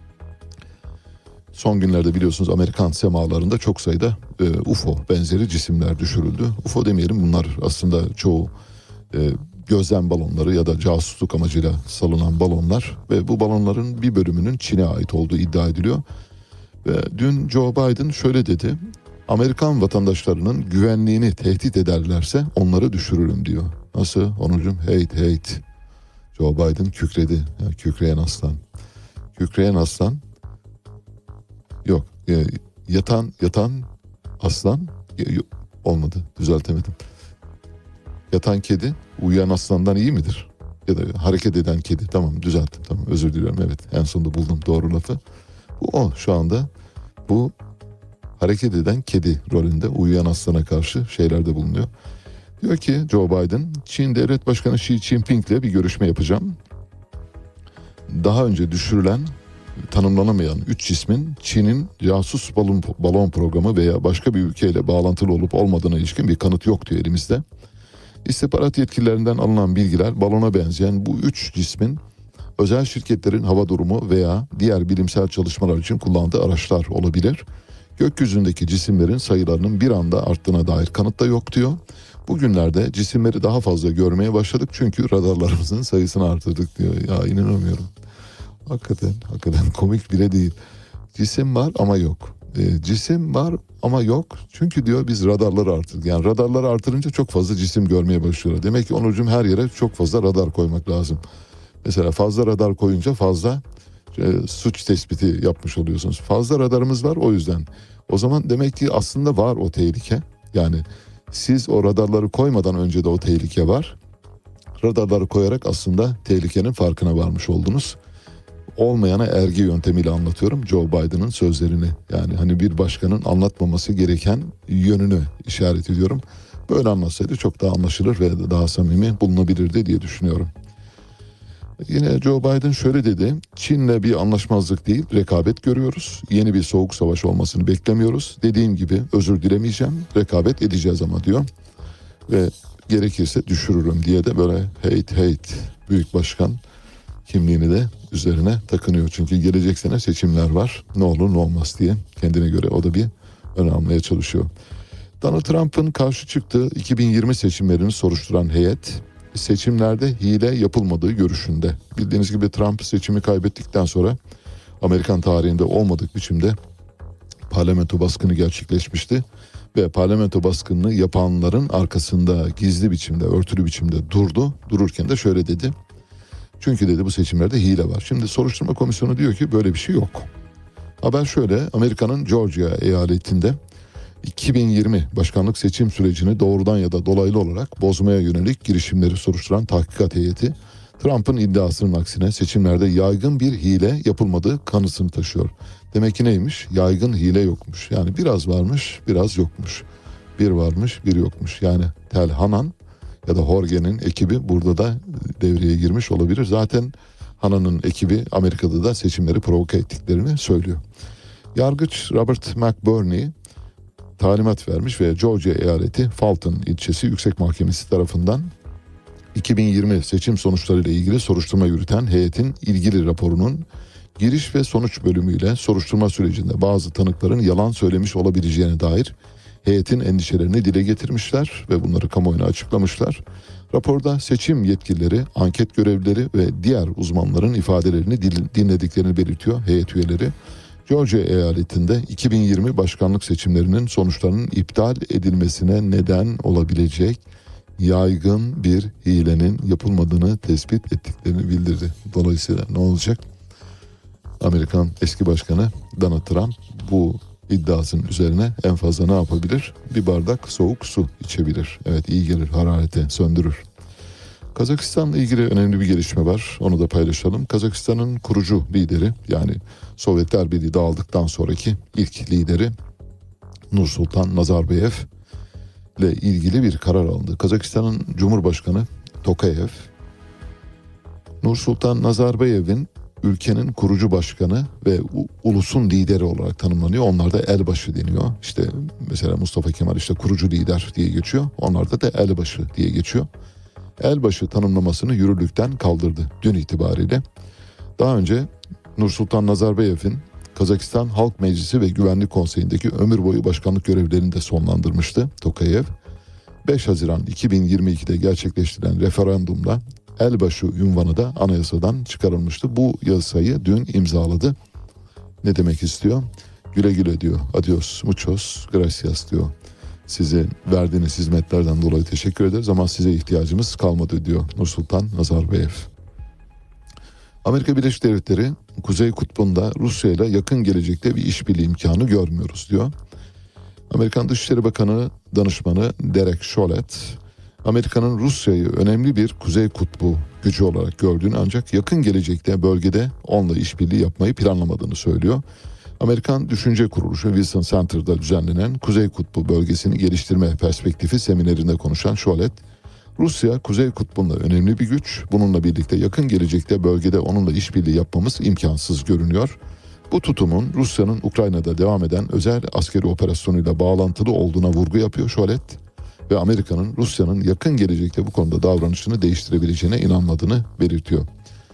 son günlerde biliyorsunuz Amerikan semalarında çok sayıda UFO benzeri cisimler düşürüldü. UFO demeyelim, bunlar aslında çoğu gözlem balonları ya da casusluk amacıyla salınan balonlar ve bu balonların bir bölümünün Çin'e ait olduğu iddia ediliyor. Ve dün Joe Biden şöyle dedi: Amerikan vatandaşlarının güvenliğini tehdit ederlerse onları düşürürüm diyor. Nasıl Onurcuğum? Hate. Joe Biden kükredi. Yani kükreyen aslan. Kükreyen aslan. Yok. Yatan aslan. Olmadı. Düzeltemedim. Yatan kedi uyuyan aslandan iyi midir? Ya da hareket eden kedi. Tamam, düzelttim. Tamam, özür diliyorum. Evet, en sonunda buldum doğru lafı. Bu o şu anda. Bu hareket eden kedi rolünde uyuyan aslana karşı şeylerde bulunuyor. Diyor ki Joe Biden, Çin Devlet Başkanı Xi Jinping ile bir görüşme yapacağım. Daha önce düşürülen, tanımlanamayan 3 cismin Çin'in casus balon programı veya başka bir ülkeyle bağlantılı olup olmadığına ilişkin bir kanıt yok diyor elimizde. İstihbarat yetkililerinden alınan bilgiler balona benzeyen bu 3 cismin özel şirketlerin hava durumu veya diğer bilimsel çalışmalar için kullandığı araçlar olabilir. Gökyüzündeki cisimlerin sayılarının bir anda arttığına dair kanıt da yok diyor. Bugünlerde cisimleri daha fazla görmeye başladık çünkü radarlarımızın sayısını artırdık diyor. Ya inanamıyorum. Hakikaten komik bile değil. Cisim var ama yok. Cisim var ama yok. Çünkü diyor biz radarları artırdık. Yani radarları artırınca çok fazla cisim görmeye başlıyorlar. Demek ki Onurcuğum her yere çok fazla radar koymak lazım. Mesela fazla radar koyunca fazla suç tespiti yapmış oluyorsunuz. Fazla radarımız var o yüzden. O zaman demek ki aslında var o tehlike. Yani siz o radarları koymadan önce de o tehlike var. Radarları koyarak aslında tehlikenin farkına varmış oldunuz. Olmayana ergi yöntemiyle anlatıyorum Joe Biden'ın sözlerini. Yani hani bir başkanın anlatmaması gereken yönünü işaret ediyorum. Böyle anlatsaydı çok daha anlaşılır ve daha samimi bulunabilirdi diye düşünüyorum. Yine Joe Biden şöyle dedi: Çin'le bir anlaşmazlık değil, rekabet görüyoruz. Yeni bir soğuk savaş olmasını beklemiyoruz. Dediğim gibi özür dilemeyeceğim, rekabet edeceğiz ama diyor. Ve gerekirse düşürürüm diye de böyle hate büyük başkan kimliğini de üzerine takınıyor. Çünkü gelecek sene seçimler var. Ne olur ne olmaz diye kendine göre o da bir ön almaya çalışıyor. Donald Trump'ın karşı çıktığı 2020 seçimlerini soruşturan heyet seçimlerde hile yapılmadığı görüşünde. Bildiğiniz gibi Trump seçimi kaybettikten sonra Amerikan tarihinde olmadık biçimde parlamento baskını gerçekleşmişti. Ve parlamento baskınını yapanların arkasında gizli biçimde, örtülü biçimde durdu. Dururken de şöyle dedi: çünkü dedi bu seçimlerde hile var. Şimdi soruşturma komisyonu diyor ki böyle bir şey yok. Haber şöyle: Amerika'nın Georgia eyaletinde 2020 başkanlık seçim sürecini doğrudan ya da dolaylı olarak bozmaya yönelik girişimleri soruşturan tahkikat heyeti Trump'ın iddiasının aksine seçimlerde yaygın bir hile yapılmadığı kanısını taşıyor. Demek ki neymiş? Yaygın hile yokmuş. Yani biraz varmış, biraz yokmuş. Bir varmış, bir yokmuş. Yani Tel Hanan ya da Jorge'nin ekibi burada da devreye girmiş olabilir. Zaten Hanan'ın ekibi Amerika'da da seçimleri provoke ettiklerini söylüyor. Yargıç Robert McBurney talimat vermiş ve Georgia eyaleti Fulton ilçesi Yüksek Mahkemesi tarafından 2020 seçim sonuçlarıyla ilgili soruşturma yürüten heyetin ilgili raporunun giriş ve sonuç bölümüyle soruşturma sürecinde bazı tanıkların yalan söylemiş olabileceğine dair heyetin endişelerini dile getirmişler ve bunları kamuoyuna açıklamışlar. Raporda seçim yetkilileri, anket görevlileri ve diğer uzmanların ifadelerini dinlediklerini belirtiyor heyet üyeleri. Georgia eyaletinde 2020 başkanlık seçimlerinin sonuçlarının iptal edilmesine neden olabilecek yaygın bir hilenin yapılmadığını tespit ettiklerini bildirdi. Dolayısıyla ne olacak? Amerikan eski başkanı Donald Trump bu iddiasının üzerine en fazla ne yapabilir? Bir bardak soğuk su içebilir. Evet, iyi gelir, harareti söndürür. Kazakistan'la ilgili önemli bir gelişme var. Onu da paylaşalım. Kazakistan'ın kurucu lideri, yani Sovyetler Birliği dağıldıktan sonraki ilk lideri Nursultan Nazarbayev ile ilgili bir karar alındı. Kazakistan'ın Cumhurbaşkanı Tokayev, Nursultan Nazarbayev'in ülkenin kurucu başkanı ve ulusun lideri olarak tanımlanıyor. Onlar da elbaşı deniyor. İşte mesela Mustafa Kemal işte kurucu lider diye geçiyor. Onlarda da elbaşı diye geçiyor. Elbaşı tanımlamasını yürürlükten kaldırdı dün itibariyle. Daha önce Nursultan Nazarbayev'in Kazakistan Halk Meclisi ve Güvenlik Konseyi'ndeki ömür boyu başkanlık görevlerini de sonlandırmıştı Tokayev. 5 Haziran 2022'de gerçekleştirilen referandumla elbaşı unvanı da anayasadan çıkarılmıştı. Bu yasayı dün imzaladı. Ne demek istiyor? Güle güle diyor. Adios, muchos gracias diyor. Size verdiğiniz hizmetlerden dolayı teşekkür ederiz ama size ihtiyacımız kalmadı diyor Nursultan Nazarbayev. Amerika Birleşik Devletleri Kuzey Kutbu'nda Rusya ile yakın gelecekte bir işbirliği imkanı görmüyoruz diyor. Amerikan Dışişleri Bakanı Danışmanı Derek Chollet, Amerika'nın Rusya'yı önemli bir Kuzey Kutbu gücü olarak gördüğünü ancak yakın gelecekte bölgede onunla işbirliği yapmayı planlamadığını söylüyor. Amerikan Düşünce Kuruluşu Wilson Center'da düzenlenen Kuzey Kutbu bölgesini geliştirme perspektifi seminerinde konuşan Chollet, Rusya Kuzey Kutbu'nda önemli bir güç. Bununla birlikte yakın gelecekte bölgede onunla işbirliği yapmamız imkansız görünüyor. Bu tutumun Rusya'nın Ukrayna'da devam eden özel askeri operasyonuyla bağlantılı olduğuna vurgu yapıyor Chollet ve Amerika'nın Rusya'nın yakın gelecekte bu konuda davranışını değiştirebileceğine inanmadığını belirtiyor.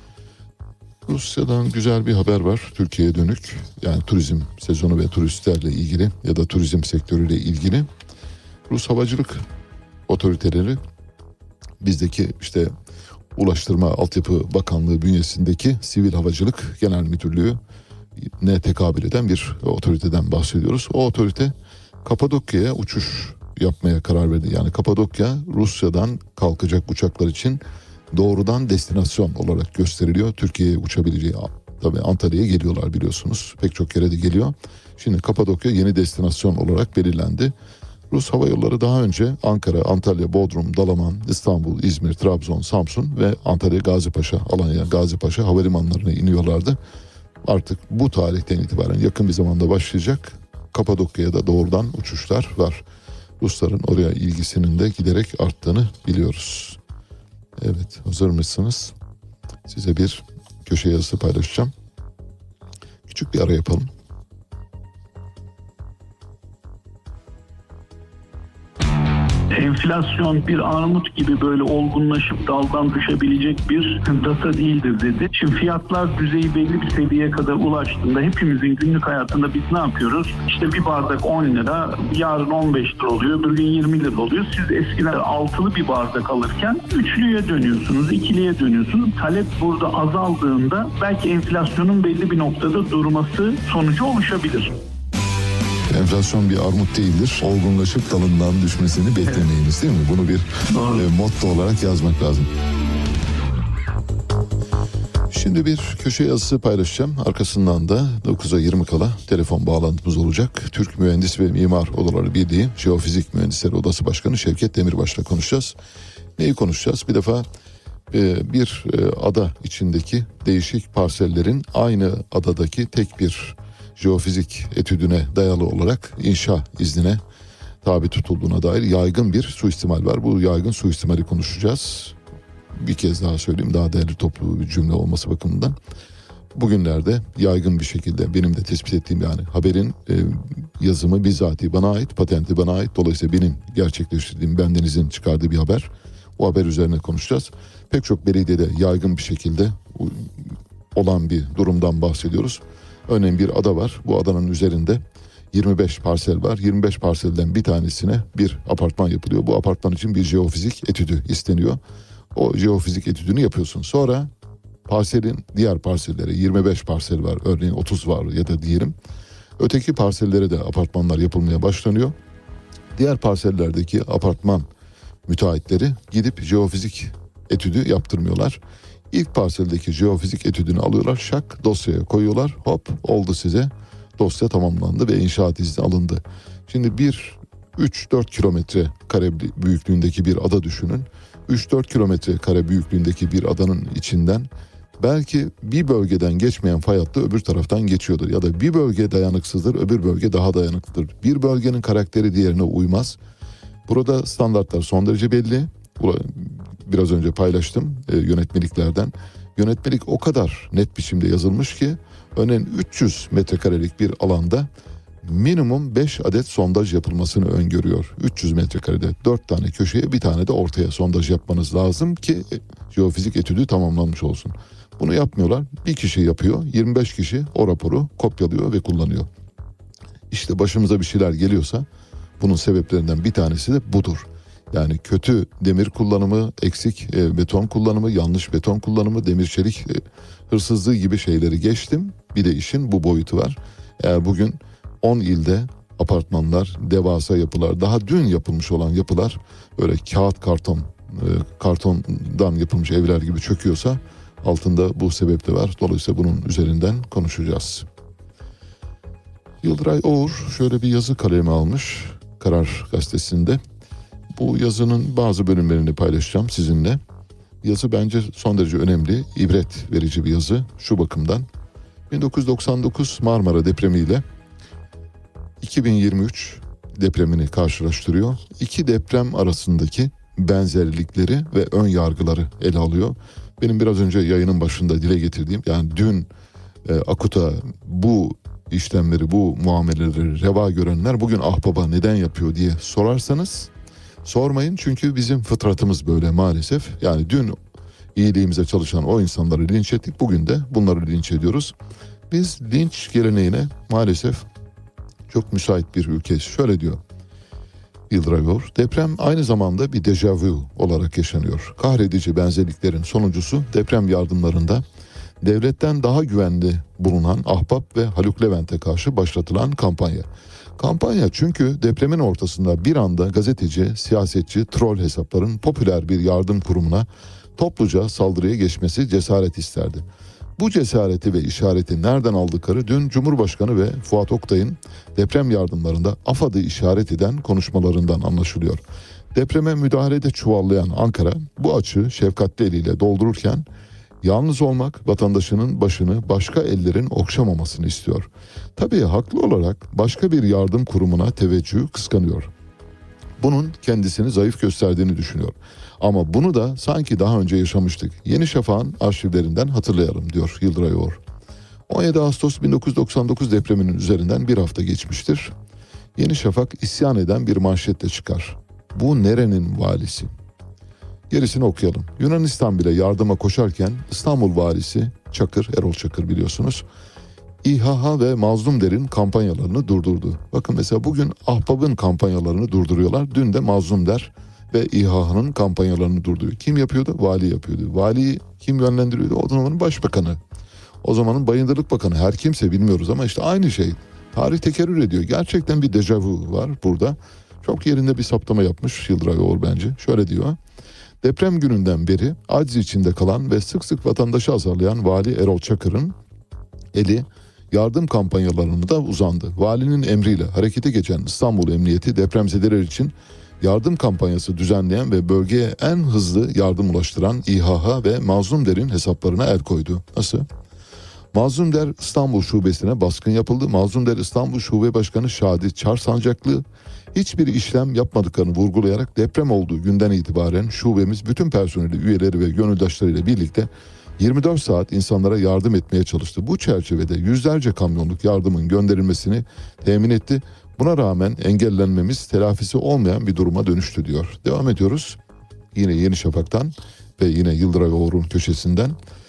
Rusya'dan güzel bir haber var Türkiye'ye dönük. Yani turizm sezonu ve turistlerle ilgili ya da turizm sektörüyle ilgili. Rus havacılık otoriteleri bizdeki işte Ulaştırma Altyapı Bakanlığı bünyesindeki Sivil Havacılık Genel Müdürlüğü ne tekabül eden bir otoriteden bahsediyoruz. O otorite Kapadokya'ya uçuş yapmaya karar verdi. Yani Kapadokya Rusya'dan kalkacak uçaklar için doğrudan destinasyon olarak gösteriliyor. Türkiye'ye uçabileceği, tabii Antalya'ya geliyorlar biliyorsunuz. Pek çok yere de geliyor. Şimdi Kapadokya yeni destinasyon olarak belirlendi. Rus Hava Yolları daha önce Ankara, Antalya, Bodrum, Dalaman, İstanbul, İzmir, Trabzon, Samsun ve Antalya, Gazipaşa, Alanya, Gazipaşa havalimanlarına iniyorlardı. Artık bu tarihten itibaren yakın bir zamanda başlayacak. Kapadokya'ya da doğrudan uçuşlar var. Rusların oraya ilgisinin de giderek arttığını biliyoruz. Evet, hazır mısınız? Size bir köşe yazısı paylaşacağım. Küçük bir ara yapalım. Enflasyon bir armut gibi böyle olgunlaşıp daldan düşebilecek bir data değildir dedi. Şimdi fiyatlar düzeyi belli bir seviyeye kadar ulaştığında hepimizin günlük hayatında biz ne yapıyoruz? İşte bir bardak 10 lira, yarın 15 lira oluyor, öbür gün 20 lira oluyor. Siz eskiden altılı bir bardak alırken üçlüye dönüyorsunuz, ikiliye dönüyorsunuz. Talep burada azaldığında belki enflasyonun belli bir noktada durması sonucu oluşabilir. Enflasyon bir armut değildir. Olgunlaşıp dalından düşmesini beklemeyiniz, değil mi? Bunu bir motto olarak yazmak lazım. Şimdi bir köşe yazısı paylaşacağım. Arkasından da 9'a 20 kala telefon bağlantımız olacak. Türk Mühendis ve Mimar Odaları Birliği Jeofizik Mühendisleri Odası Başkanı Şevket Demirbaş'la konuşacağız. Neyi konuşacağız? Bir defa bir ada içindeki değişik parsellerin aynı adadaki tek bir jeofizik etüdüne dayalı olarak inşa iznine tabi tutulduğuna dair yaygın bir suistimal var. Bu yaygın suistimali konuşacağız. Bir kez daha söyleyeyim, daha değerli toplu bir cümle olması bakımından. Bugünlerde yaygın bir şekilde benim de tespit ettiğim, yani haberin yazımı bizatihi bana ait, patenti bana ait. Dolayısıyla benim gerçekleştirdiğim, bendenizin çıkardığı bir haber. O haber üzerine konuşacağız. Pek çok belediyede yaygın bir şekilde olan bir durumdan bahsediyoruz. Örneğin bir ada var. Bu adanın üzerinde 25 parsel var. 25 parselden bir tanesine bir apartman yapılıyor. Bu apartman için bir jeofizik etüdü isteniyor. O jeofizik etüdünü yapıyorsun. Sonra parselin diğer parsellere 25 parsel var. Örneğin 30 var ya da diyelim. Öteki parsellere de apartmanlar yapılmaya başlanıyor. Diğer parsellerdeki apartman müteahhitleri gidip jeofizik etüdü yaptırmıyorlar. İlk parseldeki jeofizik etüdünü alıyorlar, şak dosyaya koyuyorlar, hop oldu size. Dosya tamamlandı ve inşaat izni alındı. Şimdi 3-4 kilometre kare büyüklüğündeki bir ada düşünün. 3-4 kilometre kare büyüklüğündeki bir adanın içinden belki bir bölgeden geçmeyen fay hattı öbür taraftan geçiyordur. Ya da bir bölge dayanıksızdır, öbür bölge daha dayanıklıdır. Bir bölgenin karakteri diğerine uymaz. Burada standartlar son derece belli. Biraz önce paylaştım yönetmeliklerden. Yönetmelik o kadar net biçimde yazılmış ki örneğin 300 metrekarelik bir alanda minimum 5 adet sondaj yapılmasını öngörüyor. 300 metrekarede 4 tane köşeye bir tane de ortaya sondaj yapmanız lazım ki jeofizik etüdü tamamlanmış olsun. Bunu yapmıyorlar. Bir kişi yapıyor. 25 kişi o raporu kopyalıyor ve kullanıyor. İşte başımıza bir şeyler geliyorsa bunun sebeplerinden bir tanesi de budur. Yani kötü demir kullanımı, eksik beton kullanımı, yanlış beton kullanımı, demir çelik hırsızlığı gibi şeyleri geçtim. Bir de işin bu boyutu var. Eğer bugün 10 ilde apartmanlar, devasa yapılar, daha dün yapılmış olan yapılar böyle kağıt kartondan yapılmış evler gibi çöküyorsa altında bu sebep de var. Dolayısıyla bunun üzerinden konuşacağız. Yıldıray Oğur şöyle bir yazı kalemi almış Karar Gazetesi'nde. Bu yazının bazı bölümlerini paylaşacağım sizinle. Yazı bence son derece önemli, ibret verici bir yazı şu bakımdan. 1999 Marmara depremiyle 2023 depremini karşılaştırıyor. İki deprem arasındaki benzerlikleri ve ön yargıları ele alıyor. Benim biraz önce yayının başında dile getirdiğim, yani dün Akut'a bu işlemleri, bu muameleleri reva görenler bugün ahbaba neden yapıyor diye sorarsanız sormayın, çünkü bizim fıtratımız böyle maalesef. Yani dün iyiliğimize çalışan o insanları linç ettik, bugün de bunları linç ediyoruz. Biz linç geleneğine maalesef çok müsait bir ülkeyiz. Şöyle diyor Yıldıray Oğur, deprem aynı zamanda bir dejavu olarak yaşanıyor. Kahredici benzerliklerin sonuncusu deprem yardımlarında devletten daha güvenli bulunan Ahbap ve Haluk Levent'e karşı başlatılan kampanya. Kampanya çünkü depremin ortasında bir anda gazeteci, siyasetçi, troll hesapların popüler bir yardım kurumuna topluca saldırıya geçmesi cesaret isterdi. Bu cesareti ve işareti nereden aldıkları dün Cumhurbaşkanı ve Fuat Oktay'ın deprem yardımlarında AFAD'ı işaret eden konuşmalarından anlaşılıyor. Depreme müdahalede çuvallayan Ankara bu açığı şefkatli eliyle doldururken yalnız olmak, vatandaşının başını başka ellerin okşamamasını istiyor. Tabii haklı olarak başka bir yardım kurumuna teveccühü kıskanıyor. Bunun kendisini zayıf gösterdiğini düşünüyor. Ama bunu da sanki daha önce yaşamıştık. Yeni Şafak'ın arşivlerinden hatırlayalım diyor Yıldıray Oğur. 17 Ağustos 1999 depreminin üzerinden bir hafta geçmiştir. Yeni Şafak isyan eden bir manşetle çıkar. Bu nerenin valisi? Gerisini okuyalım. Yunanistan bile yardıma koşarken İstanbul valisi Çakır, Erol Çakır biliyorsunuz, İHH ve Mazlum Der'in kampanyalarını durdurdu. Bakın mesela bugün Ahbap'ın kampanyalarını durduruyorlar. Dün de Mazlum Der ve İHH'nın kampanyalarını durduruyor. Kim yapıyordu? Vali yapıyordu. Valiyi kim yönlendiriyordu? O zamanın başbakanı. O zamanın Bayındırlık Bakanı. Her kimse bilmiyoruz ama işte aynı şey. Tarih tekerrür ediyor. Gerçekten bir dejavu var burada. Çok yerinde bir saptama yapmış Yıldıray Oğur bence. Şöyle diyor. Deprem gününden beri aciz içinde kalan ve sık sık vatandaşı azarlayan Vali Erol Çakır'ın eli yardım kampanyalarını da uzandı. Valinin emriyle harekete geçen İstanbul Emniyeti depremzedeler için yardım kampanyası düzenleyen ve bölgeye en hızlı yardım ulaştıran İHH ve Mazlum Der'in hesaplarına el koydu. Nasıl? Mazlum Der İstanbul Şubesi'ne baskın yapıldı. Mazlum Der İstanbul Şube Başkanı Şadi Çarsancaklı hiçbir işlem yapmadıklarını vurgulayarak deprem olduğu günden itibaren şubemiz bütün personeli, üyeleri ve gönüldaşlarıyla birlikte 24 saat insanlara yardım etmeye çalıştı. Bu çerçevede yüzlerce kamyonluk yardımın gönderilmesini temin etti. Buna rağmen engellenmemiz telafisi olmayan bir duruma dönüştü diyor. Devam ediyoruz. Yine Yeni Şafak'tan ve yine Yıldıray Oğur'un köşesinden.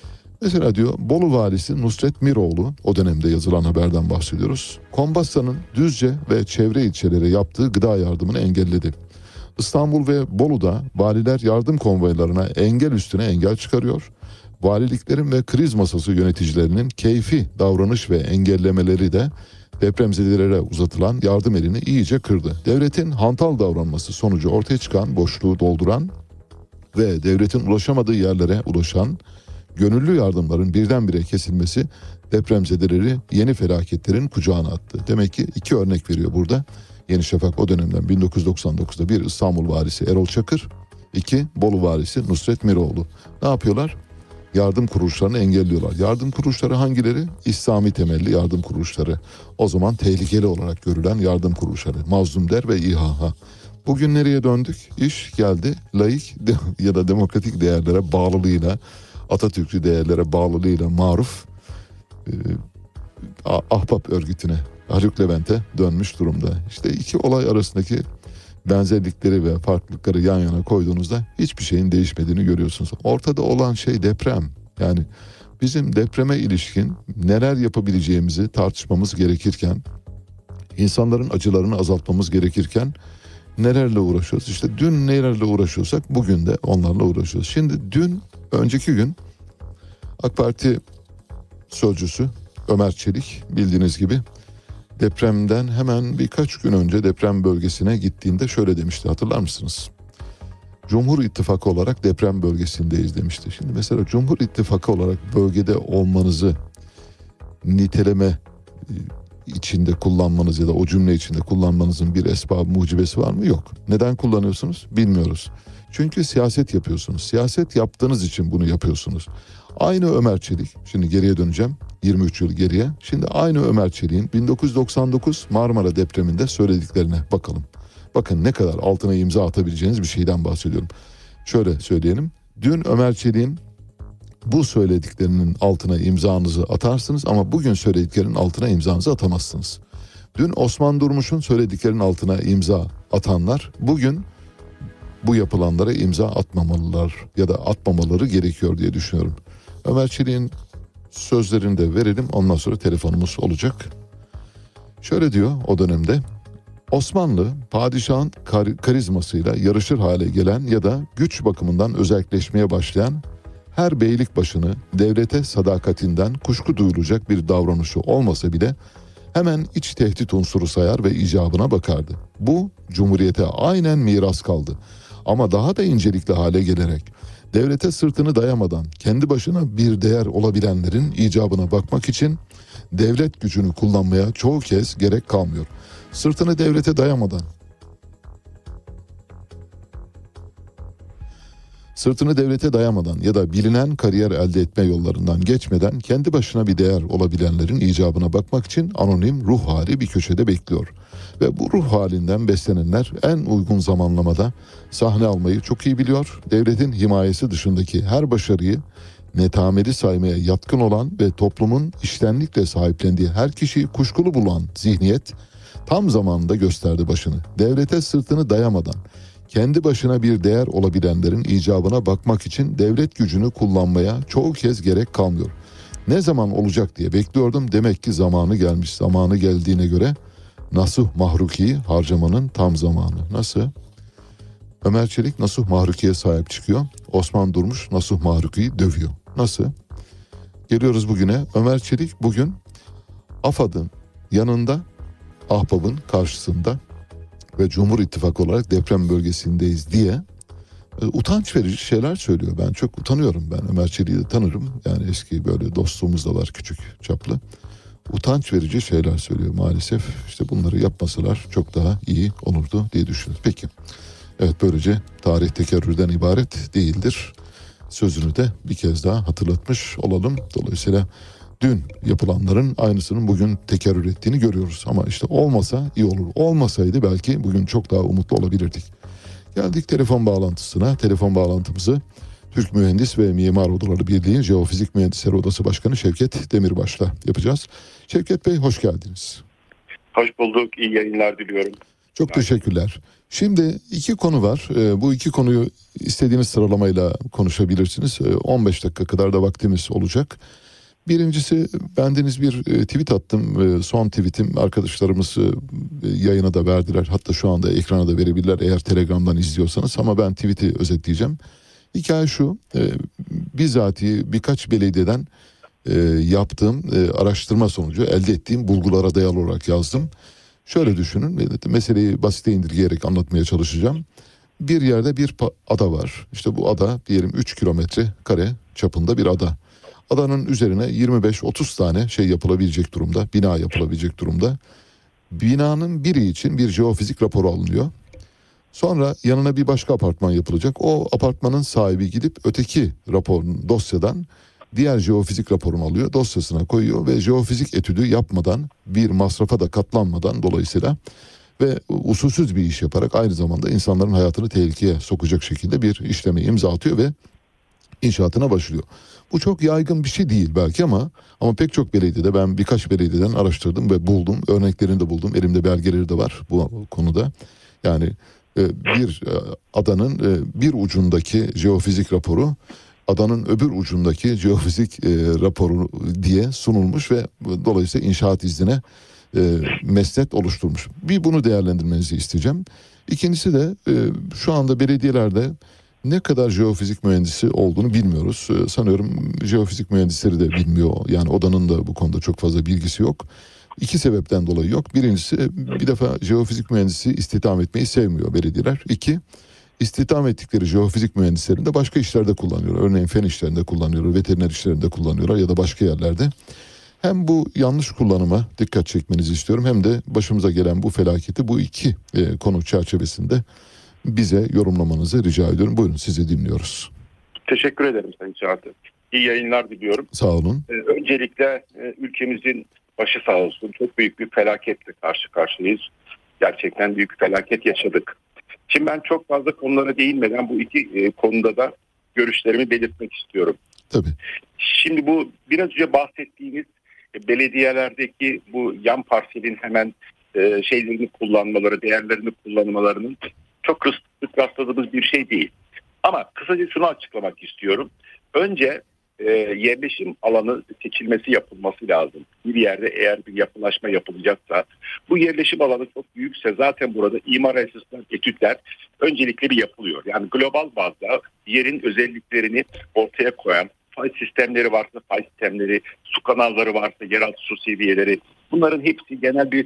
Mesela diyor Bolu valisi Nusret Miroğlu, o dönemde yazılan haberden bahsediyoruz. Kombasta'nın Düzce ve çevre ilçelere yaptığı gıda yardımını engelledi. İstanbul ve Bolu'da valiler yardım konvoylarına engel üstüne engel çıkarıyor. Valiliklerin ve kriz masası yöneticilerinin keyfi davranış ve engellemeleri de depremzedelere uzatılan yardım elini iyice kırdı. Devletin hantal davranması sonucu ortaya çıkan boşluğu dolduran ve devletin ulaşamadığı yerlere ulaşan gönüllü yardımların birdenbire kesilmesi depremzedeleri yeni felaketlerin kucağına attı. Demek ki iki örnek veriyor burada. Yeni Şafak o dönemden 1999'da bir İstanbul valisi Erol Çakır, iki Bolu valisi Nusret Miroğlu. Ne yapıyorlar? Yardım kuruluşlarını engelliyorlar. Yardım kuruluşları hangileri? İslami temelli yardım kuruluşları. O zaman tehlikeli olarak görülen yardım kuruluşları. Mazlum Der ve İHH. Bugün nereye döndük? İş geldi laik ya da demokratik değerlere bağlılığıyla, Atatürkçü değerlere bağlılığıyla maruf Ahbap örgütüne, Haluk Levent'e dönmüş durumda. İşte iki olay arasındaki benzerlikleri ve farklılıkları yan yana koyduğunuzda hiçbir şeyin değişmediğini görüyorsunuz. Ortada olan şey deprem. Yani bizim depreme ilişkin neler yapabileceğimizi tartışmamız gerekirken, insanların acılarını azaltmamız gerekirken nelerle uğraşıyoruz? İşte dün nelerle uğraşıyorsak bugün de onlarla uğraşıyoruz. Şimdi önceki gün AK Parti sözcüsü Ömer Çelik bildiğiniz gibi depremden hemen birkaç gün önce deprem bölgesine gittiğinde şöyle demişti, hatırlar mısınız? Cumhur İttifakı olarak deprem bölgesindeyiz demişti. Şimdi mesela Cumhur İttifakı olarak bölgede olmanızı niteleme içinde kullanmanız ya da o cümle içinde kullanmanızın bir esbab mucibesi var mı? Yok. Neden kullanıyorsunuz? Bilmiyoruz. Çünkü siyaset yapıyorsunuz. Siyaset yaptığınız için bunu yapıyorsunuz. Aynı Ömer Çelik, şimdi geriye döneceğim 23 yıl geriye. Şimdi aynı Ömer Çelik'in 1999 Marmara depreminde söylediklerine bakalım. Bakın ne kadar altına imza atabileceğiniz bir şeyden bahsediyorum. Şöyle söyleyelim. Dün Ömer Çelik'in bu söylediklerinin altına imzanızı atarsınız ama bugün söylediklerinin altına imzanızı atamazsınız. Dün Osman Durmuş'un söylediklerinin altına imza atanlar bugün bu yapılanlara imza atmamalılar ya da atmamaları gerekiyor diye düşünüyorum. Ömer Çelik'in sözlerini de verelim, ondan sonra telefonumuz olacak. Şöyle diyor o dönemde: Osmanlı padişahın karizmasıyla yarışır hale gelen ya da güç bakımından özelleşmeye başlayan her beylik başını devlete sadakatinden kuşku duyulacak bir davranışı olmasa bile hemen iç tehdit unsuru sayar ve icabına bakardı. Bu Cumhuriyete aynen miras kaldı. Ama daha da incelikli hale gelerek devlete sırtını dayamadan kendi başına bir değer olabilenlerin icabına bakmak için devlet gücünü kullanmaya çoğu kez gerek kalmıyor. Sırtını devlete dayamadan ya da bilinen kariyer elde etme yollarından geçmeden kendi başına bir değer olabilenlerin icabına bakmak için anonim ruh hali bir köşede bekliyor. Ve bu ruh halinden beslenenler en uygun zamanlamada sahne almayı çok iyi biliyor. Devletin himayesi dışındaki her başarıyı netameli saymaya yatkın olan ve toplumun içtenlikle sahiplendiği her kişiyi kuşkulu bulan zihniyet tam zamanında gösterdi başını. Devlete sırtını dayamadan kendi başına bir değer olabilenlerin icabına bakmak için devlet gücünü kullanmaya çoğu kez gerek kalmıyor. Ne zaman olacak diye bekliyordum. Demek ki zamanı gelmiş. Zamanı geldiğine göre Nasuh Mahruki'yi harcamanın tam zamanı. Nasıl? Ömer Çelik Nasuh Mahruki'ye sahip çıkıyor. Osman Durmuş Nasuh Mahruki'yi dövüyor. Nasıl? Geliyoruz bugüne. Ömer Çelik bugün AFAD'ın yanında, Ahbap'ın karşısında ve Cumhur İttifakı olarak deprem bölgesindeyiz diye utanç verici şeyler söylüyor. Ben çok utanıyorum. Ben Ömer Çelik'i de tanırım. Yani eski böyle dostluğumuz da var, küçük çaplı. Utanç verici şeyler söylüyor maalesef. İşte bunları yapmasalar çok daha iyi olurdu diye düşünüyoruz. Peki. Evet, böylece tarih tekerrürden ibaret değildir. Sözünü de bir kez daha hatırlatmış olalım. Dolayısıyla dün yapılanların aynısının bugün tekerrür ettiğini görüyoruz. Ama işte olmasa iyi olur. Olmasaydı belki bugün çok daha umutlu olabilirdik. Geldik telefon bağlantısına. Telefon bağlantımızı Türk Mühendis ve Mimar Odaları Birliği Jeofizik Mühendisleri Odası Başkanı Şevket Demirbaş'la yapacağız. Şevket Bey, hoş geldiniz. Hoş bulduk. İyi yayınlar diliyorum. Çok teşekkürler. Şimdi iki konu var. Bu iki konuyu istediğiniz sıralamayla konuşabilirsiniz. 15 dakika kadar da vaktimiz olacak. Birincisi, bendeniz bir tweet attım. Son tweetim, arkadaşlarımız yayına da verdiler. Hatta şu anda ekrana da verebilirler eğer Telegram'dan izliyorsanız. Ama ben tweet'i özetleyeceğim. Hikaye şu: bizatihi birkaç belediyeden yaptığım araştırma sonucu elde ettiğim bulgulara dayalı olarak yazdım. Şöyle düşünün, meseleyi basite indirgeyerek anlatmaya çalışacağım. Bir yerde bir ada var. İşte bu ada diyelim 3 kilometre kare çapında bir ada. Adanın üzerine 25-30 tane şey yapılabilecek durumda, bina yapılabilecek durumda. Binanın biri için bir jeofizik raporu alınıyor. Sonra yanına bir başka apartman yapılacak. O apartmanın sahibi gidip öteki raporun, dosyadan diğer jeofizik raporunu alıyor, dosyasına koyuyor ve jeofizik etüdü yapmadan, bir masrafa da katlanmadan dolayısıyla ve usulsüz bir iş yaparak aynı zamanda insanların hayatını tehlikeye sokacak şekilde bir işleme imza atıyor ve inşaatına başlıyor. Bu çok yaygın bir şey değil belki ama pek çok belediyede, ben birkaç belediyeden araştırdım ve buldum. Örneklerini de buldum. Elimde belgeleri de var bu konuda. Yani bir adanın bir ucundaki jeofizik raporu adanın öbür ucundaki jeofizik raporu diye sunulmuş ve dolayısıyla inşaat iznine mesnet oluşturmuş. Bir bunu değerlendirmenizi isteyeceğim. İkincisi de şu anda belediyelerde ne kadar jeofizik mühendisi olduğunu bilmiyoruz. Sanıyorum jeofizik mühendisleri de bilmiyor. Yani odanın da bu konuda çok fazla bilgisi yok. İki sebepten dolayı yok. Birincisi, bir defa jeofizik mühendisi istihdam etmeyi sevmiyor belediyeler. İki, istihdam ettikleri jeofizik mühendislerini de başka işlerde kullanıyor. Örneğin fen işlerinde kullanıyorlar, veteriner işlerinde kullanıyorlar ya da başka yerlerde. Hem bu yanlış kullanıma dikkat çekmenizi istiyorum, hem de başımıza gelen bu felaketi bu iki konu çerçevesinde bize yorumlamanızı rica ediyorum. Buyurun, sizi dinliyoruz. Teşekkür ederim Sayın Çağatay. İyi yayınlar diliyorum. Sağ olun. Öncelikle ülkemizin başı sağ olsun. Çok büyük bir felaketle karşı karşıyayız. Gerçekten büyük bir felaket yaşadık. Şimdi ben çok fazla konulara değinmeden bu iki konuda da görüşlerimi belirtmek istiyorum. Tabii. Şimdi bu biraz önce bahsettiğimiz belediyelerdeki bu yan parselin hemen şeylerini kullanmaları, değerlerini kullanmalarının çok sık rastladığımız bir şey değil. Ama kısaca şunu açıklamak istiyorum. Önce yerleşim alanı seçilmesi yapılması lazım. Bir yerde eğer bir yapılaşma yapılacaksa, bu yerleşim alanı çok büyükse zaten burada imar esaslı etütler öncelikle bir yapılıyor. Yani global bazda yerin özelliklerini ortaya koyan, fay sistemleri varsa fay sistemleri, su kanalları varsa yeraltı su seviyeleri, bunların hepsi genel bir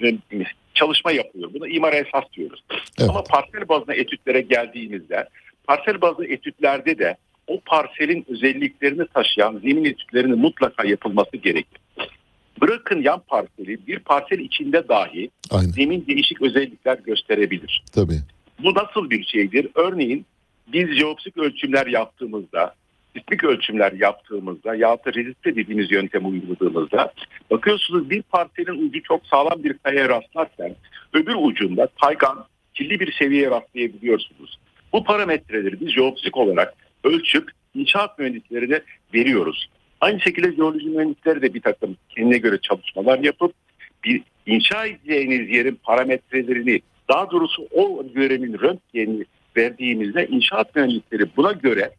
çalışma yapılıyor. Buna imar esas diyoruz. Evet. Ama parsel bazlı etütlere geldiğimizde, parsel bazlı etütlerde de o parselin özelliklerini taşıyan zemin etütlerinin mutlaka yapılması gerekir. Bırakın yan parseli, bir parsel içinde dahi zemin değişik özellikler gösterebilir. Tabii. Bu nasıl bir şeydir? Örneğin biz jeopsik ölçümler yaptığımızda, sismik ölçümler yaptığımızda ya da reziste dediğimiz yöntemi uyguladığımızda bakıyorsunuz bir parselin ucu çok sağlam bir kayaya rastlarken öbür ucunda kaygan, kirli bir seviyeye rastlayabiliyorsunuz. Bu parametreleri biz jeopsik olarak ölçüp inşaat mühendislerine veriyoruz. Aynı şekilde jeoloji mühendisleri de bir takım kendine göre çalışmalar yapıp bir inşa edeceğiniz yerin parametrelerini, daha doğrusu o göremin röntgenini verdiğimizde inşaat mühendisleri buna göre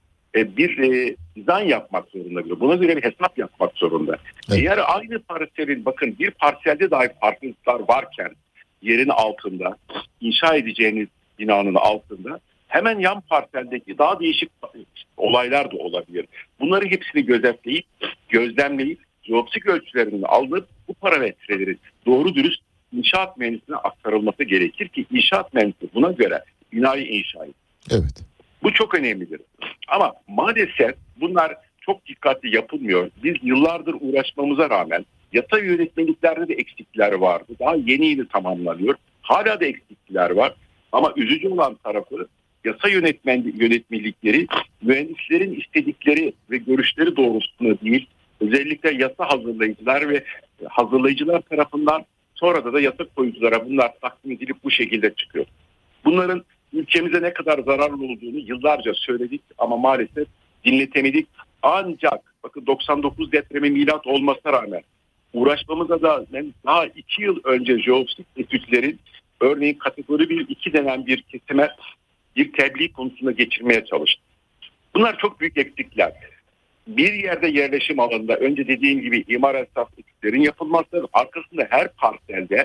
bir dizayn yapmak zorunda. Buna göre bir hesap yapmak zorunda. Evet. Eğer aynı parselin, bakın bir parselde dahi farklılıklar varken yerin altında, inşa edeceğiniz binanın altında hemen yan parseldeki daha değişik olaylar da olabilir. Bunları hepsini gözetleyip, gözlemleyip, jeopsik ölçülerini alıp bu parametreleri doğru dürüst inşaat mühendisine aktarılması gerekir ki inşaat mühendisi buna göre binayı inşa etsin. Evet. Bu çok önemlidir. Ama maalesef bunlar çok dikkatli yapılmıyor. Biz yıllardır uğraşmamıza rağmen yasa yönetmeliklerde de eksikler vardı. Daha yeni tamamlanıyor. Hala da eksikler var. Ama üzücü olan tarafı yasa yönetmelikleri mühendislerin istedikleri ve görüşleri doğrultusunda değil, özellikle yasa hazırlayıcılar ve hazırlayıcılar tarafından sonra da yasa koyuculara bunlar takdim edilip bu şekilde çıkıyor. Bunların ülkemize ne kadar zararlı olduğunu yıllarca söyledik ama maalesef dinletemedik. Ancak bakın 99 depremi milat olmasına rağmen uğraşmamıza da daha 2 yıl önce jeopsik etütlerin örneğin kategori 1-2 denen bir kesime bir tebliğ konusunda geçirmeye çalıştı. Bunlar çok büyük eksikler. Bir yerde yerleşim alanında önce dediğim gibi imar esas eksiklerin yapılması, arkasında her parselde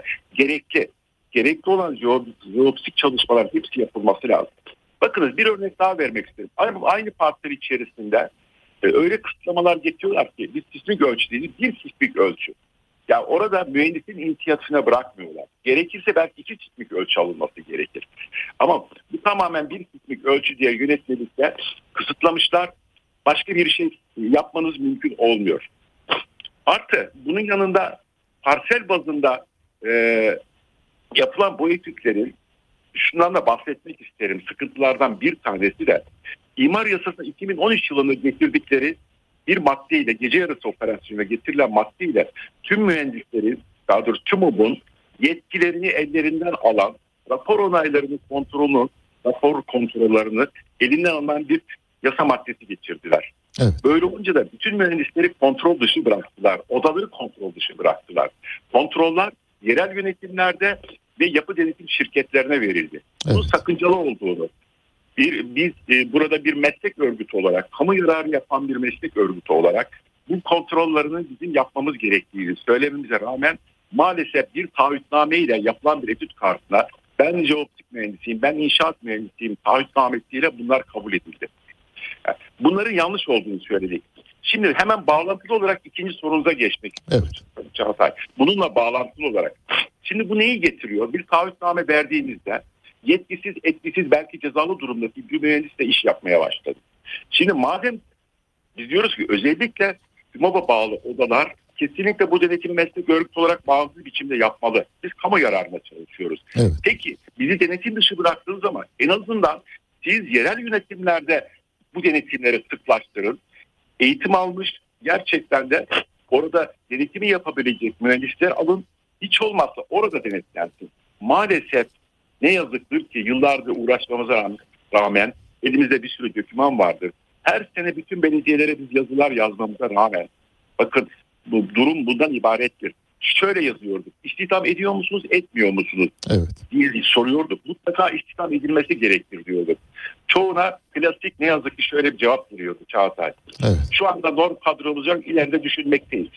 gerekli olan jeopsik çalışmalar hepsi yapılması lazım. Bakınız bir örnek daha vermek isterim. Aynı parsel içerisinde öyle kısıtlamalar getiriyorlar ki bir sismik ölçü değil, bir sismik ölçü. Yani orada mühendisin inisiyatifine bırakmıyorlar. Gerekirse belki 2 sismik ölçü alınması gerekir. Ama bu tamamen bir sismik ölçü diye yönetmelikte kısıtlamışlar. Başka bir şey yapmanız mümkün olmuyor. Artı bunun yanında parsel bazında yapılan bu etütlerin şundan da bahsetmek isterim. Sıkıntılardan bir tanesi de İmar Yasası 2013 yılında getirdikleri bir maddeyle, gece yarısı operasyonuna getirilen maddeyle tüm mühendislerin, daha doğrusu TÜMOB'un yetkilerini ellerinden alan, rapor onaylarını rapor kontrollerini elinden alan bir yasa maddesi geçirdiler. Evet. Böyle olunca da bütün mühendisleri kontrol dışı bıraktılar. Odaları kontrol dışı bıraktılar. Kontroller yerel yönetimlerde ve yapı denetim şirketlerine verildi. Bunun sakıncalı olduğunu, biz burada bir meslek örgütü olarak, kamu yararı yapan bir meslek örgütü olarak bu kontrollerini bizim yapmamız gerektiğini söylememize rağmen maalesef bir taahhütname ile yapılan bir etüt kartına ben jeoptik mühendisiyim, ben inşaat mühendisiyim taahhütnamesiyle bunlar kabul edildi. Bunların yanlış olduğunu söyledik. Şimdi hemen bağlantılı olarak ikinci sorunuza geçmek istiyorum. Evet. Çağatay. Bununla bağlantılı olarak. Şimdi bu neyi getiriyor? Bir taahhütname verdiğinizde yetkisiz, etkisiz belki cezalı durumdaki bir mühendisle iş yapmaya başladı. Şimdi madem biz diyoruz ki özellikle TÜMOB'a bağlı odalar kesinlikle bu denetim meslek örgütü olarak bağımsız biçimde yapmalı. Biz kamu yararına çalışıyoruz. Evet. Peki bizi denetim dışı bıraktığınız zaman en azından siz yerel yönetimlerde bu denetimleri sıklaştırın. Eğitim almış gerçekten de orada denetimi yapabilecek mühendisler alın. Hiç olmazsa orada denetlensin. Maalesef ne yazıktır ki yıllardır uğraşmamıza rağmen elimizde bir sürü doküman vardır. Her sene bütün belediyelere biz yazılar yazmamıza rağmen bakın bu durum bundan ibarettir. Şöyle yazıyorduk. İstihdam ediyor musunuz, etmiyor musunuz? Evet. diye soruyorduk. Mutlaka istihdam edilmesi gerektir diyorduk. Çoğuna klasik ne yazık ki şöyle bir cevap veriyordu Çağatay. Evet. Şu anda norm kadro olacak, ileride düşünmekteyiz.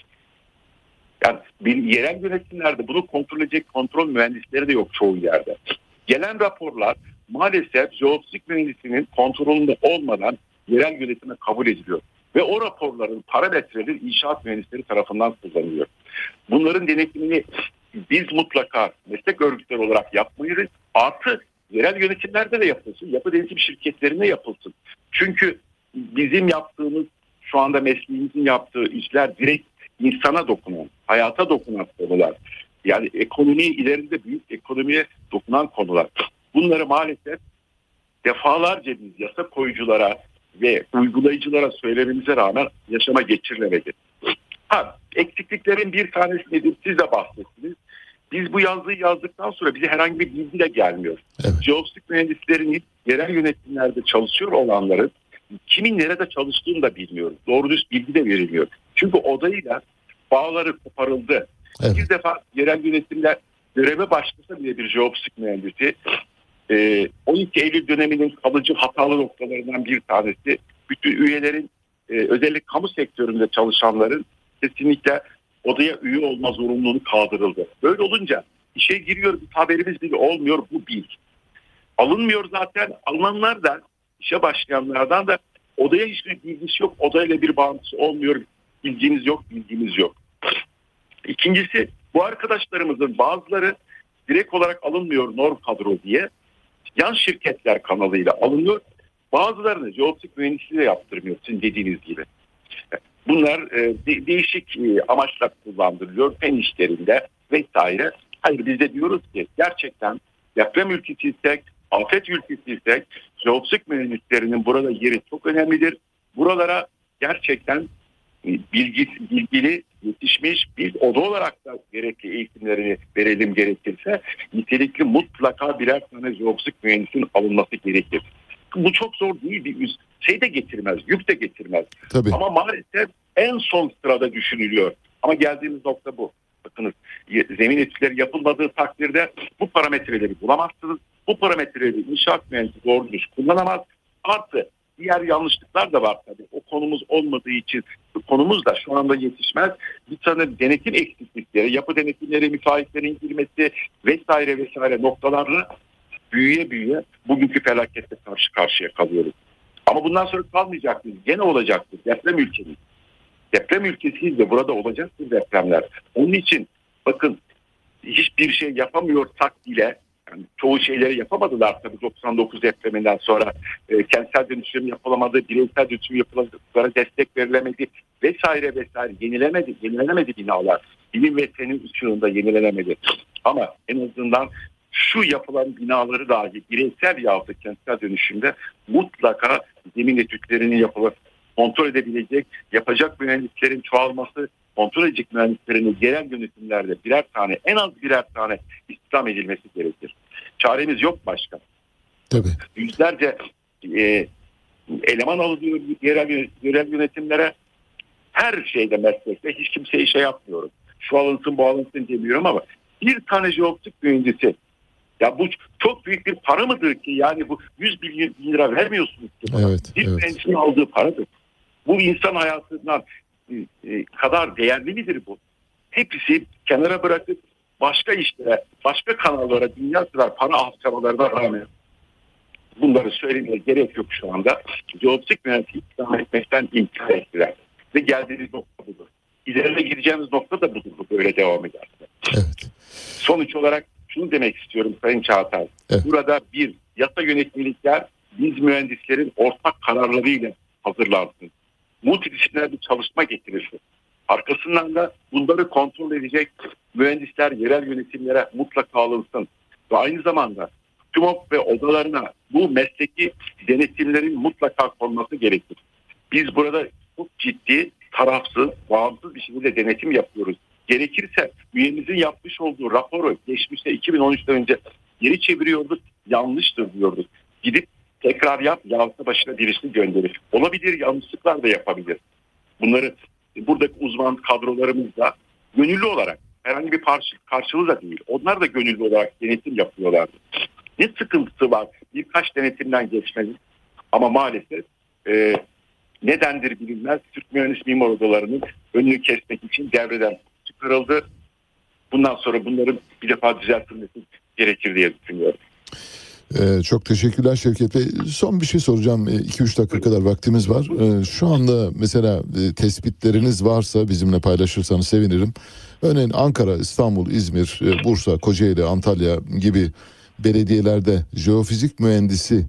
Yani yerel yönetimlerde bunu kontrol edecek kontrol mühendisleri de yok çoğu yerde. Gelen raporlar maalesef jeopsik mühendisinin kontrolünde olmadan yerel yönetime kabul ediliyor. Ve o raporların parametreleri inşaat mühendisleri tarafından kullanılıyor. Bunların denetimini biz mutlaka meslek örgütleri olarak yapmayız. Artı yerel yönetimlerde de yapılsın. Yapı denetim şirketlerine yapılsın. Çünkü bizim yaptığımız şu anda mesleğimizin yaptığı işler direkt insana dokunan, hayata dokunan konular. Yani ekonomiye ileride büyük ekonomiye dokunan konular. Bunları maalesef defalarca biz yasa koyuculara ve uygulayıcılara söylememize rağmen yaşama geçirilemedi. Eksikliklerin bir tanesi nedir? Siz de bahsettiniz. Biz bu yazıyı yazdıktan sonra bize herhangi bir bilgi de gelmiyor. Evet. Jeopsik mühendislerinin yerel yönetimlerde çalışıyor olanların kimin nerede çalıştığını da bilmiyoruz. Doğru düz bilgi de verilmiyor. Çünkü odayla bağları koparıldı. Evet. Bir defa yerel yönetimler göreve başlasa bile bir jeopsik mühendisi 12 Eylül döneminin kalıcı hatalı noktalarından bir tanesi bütün üyelerin özellikle kamu sektöründe çalışanların kesinlikle odaya üye olma zorunluluğu kaldırıldı. Böyle olunca işe giriyor bir haberimiz bile olmuyor, bu bir. Alınmıyor zaten, alınanlar da işe başlayanlardan da odaya hiçbir bilgisi yok, odayla bir bağıntısı olmuyor, bilgimiz yok. İkincisi bu arkadaşlarımızın bazıları direkt olarak alınmıyor norm kadro diye yan şirketler kanalıyla alınıyor. Bazılarını jeopsik mühendisliği de yaptırmıyor sizin dediğiniz gibi. Bunlar değişik amaçla kullandırılıyor fen işlerinde vesaire. Hayır biz de diyoruz ki gerçekten deprem ülkesiysek, afet ülkesiysek jeopsik mühendislerinin burada yeri çok önemlidir. Buralara gerçekten bilgili, yetişmiş bir oda olarak da gerekli eğitimlerini verelim gerekirse nitelikli mutlaka birer tane jeopsik mühendisin alınması gerekir. Bu çok zor değil, bir şey de getirmez, yük de getirmez. Tabii. Ama maalesef en son sırada düşünülüyor. Ama geldiğimiz nokta bu. Bakınız zemin etütleri yapılmadığı takdirde bu parametreleri bulamazsınız. Bu parametreleri inşaat mühendisi doğru düz kullanamaz. Artı diğer yanlışlıklar da var tabii. O konumuz olmadığı için konumuz da şu anda yetişmez. Bir tane denetim eksiklikleri, yapı denetimleri, müteahhitlerin girmesi vesaire noktalarla büyüye bugünkü felaketle karşı karşıya kalıyoruz. Ama bundan sonra kalmayacaktır. Gene olacaktır. Deprem ülkesi. Deprem ülkesiyiz de burada olacaktır depremler. Onun için bakın hiçbir şey yapamıyorsak bile, yani çoğu şeyleri yapamadılar tabii 99 depreminden sonra, kentsel dönüşüm yapılamadı, bireysel dönüşüm yapılamadıklara destek verilemedi vesaire yenilenemedi binalar. Bilim ve senin ışığında yenilenemedi. Ama en azından şu yapılan binaları dahi bireysel yahut kentsel dönüşümde mutlaka zemin etütlerinin yapılıp kontrol edebilecek, yapacak mühendislerin çoğalması, kontrol edecek mühendislerin yerel yönetimlerde en az birer tane istihdam edilmesi gerekir. Çaremiz yok başka. Tabii. Yüzlerce eleman alınıyor yerel yönetimlere. Her şeyde meslekte hiç kimseye şey yapmıyorum. Şu alınsın bu alınsın demiyorum ama bir tane jeoptik mühendisi, ya bu çok büyük bir para mıdır ki? Yani bu 100 bin lira vermiyorsunuz ki. Evet, bir mühendisin aldığı paradır. Bu insan hayatından kadar değerli midir bu? Hepsi kenara bırakıp başka işlere, başka kanallara, dünya kadar para harcamalarına rağmen bunları söylemeye gerek yok şu anda. Jeoptik mühendisliği istihdam etmekten inkar ettiler. Ve geldiğiniz nokta budur. İleride gideceğimiz nokta da budur. Bu böyle devam eder. Evet. Sonuç olarak şunu demek istiyorum Sayın Çağatay. Evet. Burada bir yasa yönetmelikler biz mühendislerin ortak kararlarıyla hazırlansın. Multidisipliner bir çalışma getirilsin. Arkasından da bunları kontrol edecek mühendisler yerel yönetimlere mutlaka alınsın. Ve aynı zamanda TÜMOP ve odalarına bu mesleki denetimlerin mutlaka konması gerekir. Biz burada çok ciddi, tarafsız, bağımsız bir şekilde denetim yapıyoruz. Gerekirse üyemizin yapmış olduğu raporu geçmişte 2013'ten önce geri çeviriyorduk, yanlıştır diyorduk. Gidip tekrar yap, yahut başına birisi gönderir. Olabilir, yanlışlıklar da yapabilir. Bunları buradaki uzman kadrolarımızla gönüllü olarak, herhangi bir karşılığı da değil, onlar da gönüllü olarak denetim yapıyorlardı. Ne sıkıntısı var? Birkaç denetimden geçmeli. Ama maalesef nedendir bilinmez, Türk Mühendis Mimar Odalarının önünü kesmek için devreden çıkarıldı. Bundan sonra bunların bir defa düzeltilmesi gerekir diye düşünüyorum. Çok teşekkürler Şevket Bey. Son bir şey soracağım. 2-3 dakika kadar vaktimiz var. Şu anda mesela tespitleriniz varsa bizimle paylaşırsanız sevinirim. Örneğin Ankara, İstanbul, İzmir, Bursa, Kocaeli, Antalya gibi belediyelerde jeofizik mühendisi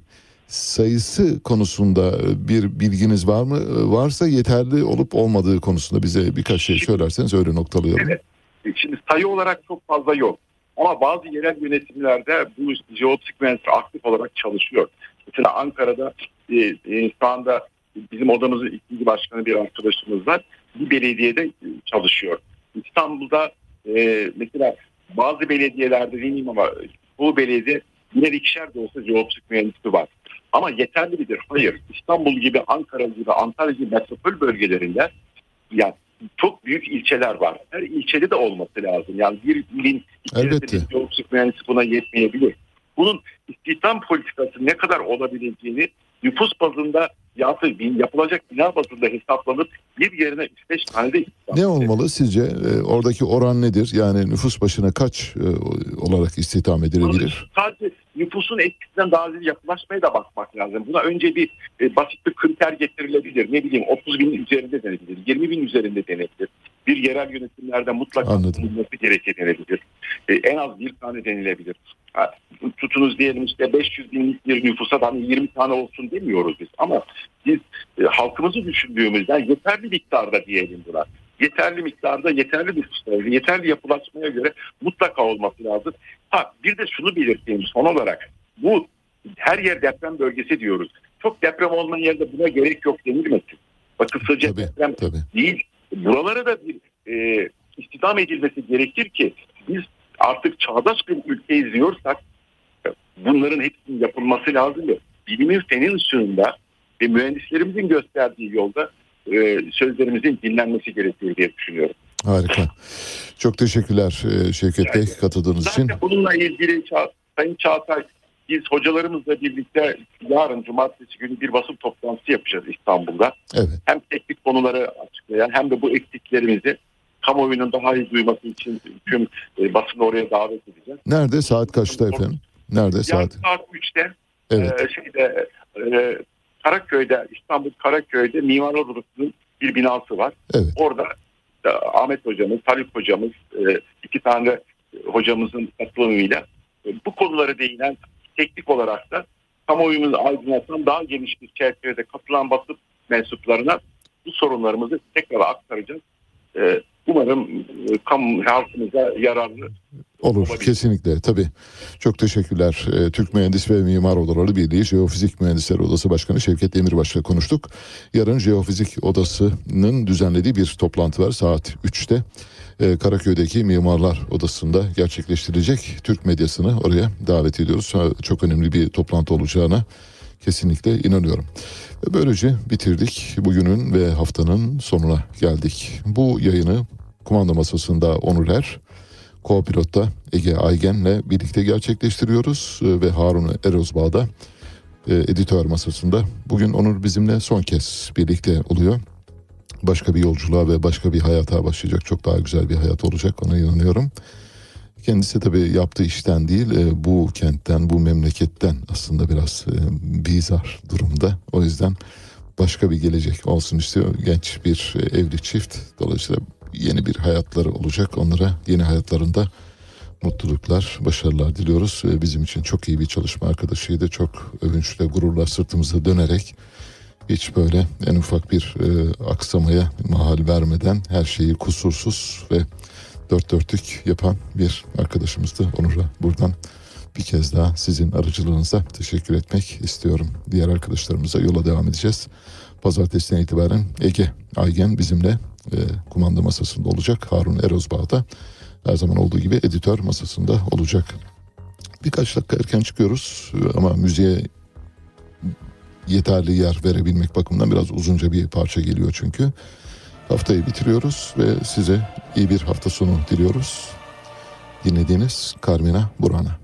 sayısı konusunda bir bilginiz var mı? Varsa yeterli olup olmadığı konusunda bize birkaç şey söylerseniz öyle noktalayalım. Evet. Şimdi sayı olarak çok fazla yok. Ama bazı yerel yönetimlerde bu jeoptik mühendisleri aktif olarak çalışıyor. Mesela Ankara'da şu anda bizim odamızın ikinci başkanı bir arkadaşımız var. Bir belediyede çalışıyor. İstanbul'da mesela bazı belediyelerde bilmiyorum ama bu belediye birer ikişer de olsa jeoptik mühendisi var. Ama yeterli midir? Hayır. İstanbul gibi, Ankara gibi, Antalya gibi metropol bölgelerinde yani çok büyük ilçeler var. Her ilçede de olması lazım. Yani bir ilin içerisinde bir jeoptik mühendisi buna yetmeyebilir. Bunun istihdam politikası ne kadar olabileceğini nüfus bazında yapılacak bina bazında hesaplanıp bir yerine 3-5 tane de istihdam. Ne olmalı sizce? Oradaki oran nedir? Yani nüfus başına kaç olarak istihdam edilebilir? Sadece nüfusun etkisinden daha ziyade yapılaşmaya da bakmak lazım. Buna önce bir basit bir kriter getirilebilir. Ne bileyim 30 bin üzerinde denebilir. 20 bin üzerinde denebilir. Bir yerel yönetimlerde mutlaka bulunması gerekir denebilir. En az bir tane denilebilir. Tutunuz diyelim işte 500 binlik bir nüfusa da 20 tane olsun demiyoruz biz. Ama biz halkımızı düşündüğümüzden yeterli miktarda diyelim buna. Yeterli miktarda, yeterli nüfusta, yeterli yapılaşmaya göre mutlaka olması lazım. Bir de şunu belirteyim son olarak. Bu her yer deprem bölgesi diyoruz. Çok deprem olmayan yerde buna gerek yok denilmesin. Bakın sadece deprem değil. Buralara da bir istihdam edilmesi gerekir ki biz artık çağdaş bir ülke izliyorsak bunların hepsinin yapılması lazım. Bilimin fenin ışığında ve mühendislerimizin gösterdiği yolda sözlerimizin dinlenmesi gerekiyor diye düşünüyorum. Harika. Çok teşekkürler Şevket Bey katıldığınız için. Zaten bununla ilgili Sayın Çağatay, biz hocalarımızla birlikte yarın cumartesi günü bir basın toplantısı yapacağız İstanbul'da. Evet. Hem teknik konuları açıklayan hem de bu eksiklerimizi kamuoyunun daha iyi duyması için tüm basını oraya davet edeceğiz. Nerede? Saat kaçta efendim? Nerede? Saat 3'te Evet. Karaköy'de, İstanbul Karaköy'de Mimarlar Odası'nın bir binası var. Evet. Orada Ahmet hocamız, Haluk hocamız, iki tane hocamızın katılımıyla bu konulara değinen, teknik olarak da kamuoyumuzu aydınlatan daha geniş bir çerçevede katılan basın mensuplarına bu sorunlarımızı tekrar aktaracağız. Umarım kamu halkımıza yararlı olur. Kesinlikle tabii. Çok teşekkürler. Türk Mühendis ve Mimar Odaları Birliği Jeofizik Mühendisleri Odası Başkanı Şevket Demirbaş'la konuştuk. Yarın Jeofizik Odası'nın düzenlediği bir toplantı var saat 3'te. Karaköy'deki Mimarlar Odası'nda gerçekleştirilecek. Türk medyasını oraya davet ediyoruz. Çok önemli bir toplantı olacağına kesinlikle inanıyorum. Ve böylece bitirdik. Bugünün ve haftanın sonuna geldik. Bu yayını kumanda masasında Onur Er, co-pilotta Ege Aygen'le birlikte gerçekleştiriyoruz. Ve Harun Erozbağ'da editör masasında. Bugün Onur bizimle son kez birlikte oluyor. Başka bir yolculuğa ve başka bir hayata başlayacak. Çok daha güzel bir hayat olacak, ona inanıyorum. Kendisi tabii yaptığı işten değil, bu kentten, bu memleketten aslında biraz bizar durumda. O yüzden başka bir gelecek olsun istiyor. Genç bir evli çift. Dolayısıyla yeni bir hayatları olacak. Onlara yeni hayatlarında mutluluklar, başarılar diliyoruz. Bizim için çok iyi bir çalışma arkadaşıydı. Çok övünçle, gururla sırtımıza dönerek hiç böyle en ufak bir aksamaya mahal vermeden her şeyi kusursuz ve dört dörtlük yapan bir arkadaşımızdı. Onur'a buradan bir kez daha sizin aracılığınızla teşekkür etmek istiyorum. Diğer arkadaşlarımıza yola devam edeceğiz. Pazartesiden itibaren Ege Aygen bizimle kumanda masasında olacak. Harun Erozbağ da her zaman olduğu gibi editör masasında olacak. Birkaç dakika erken çıkıyoruz ama müziğe yeterli yer verebilmek bakımından biraz uzunca bir parça geliyor çünkü. Haftayı bitiriyoruz ve size iyi bir hafta sonu diliyoruz. Dinlediğiniz Carmina Burana.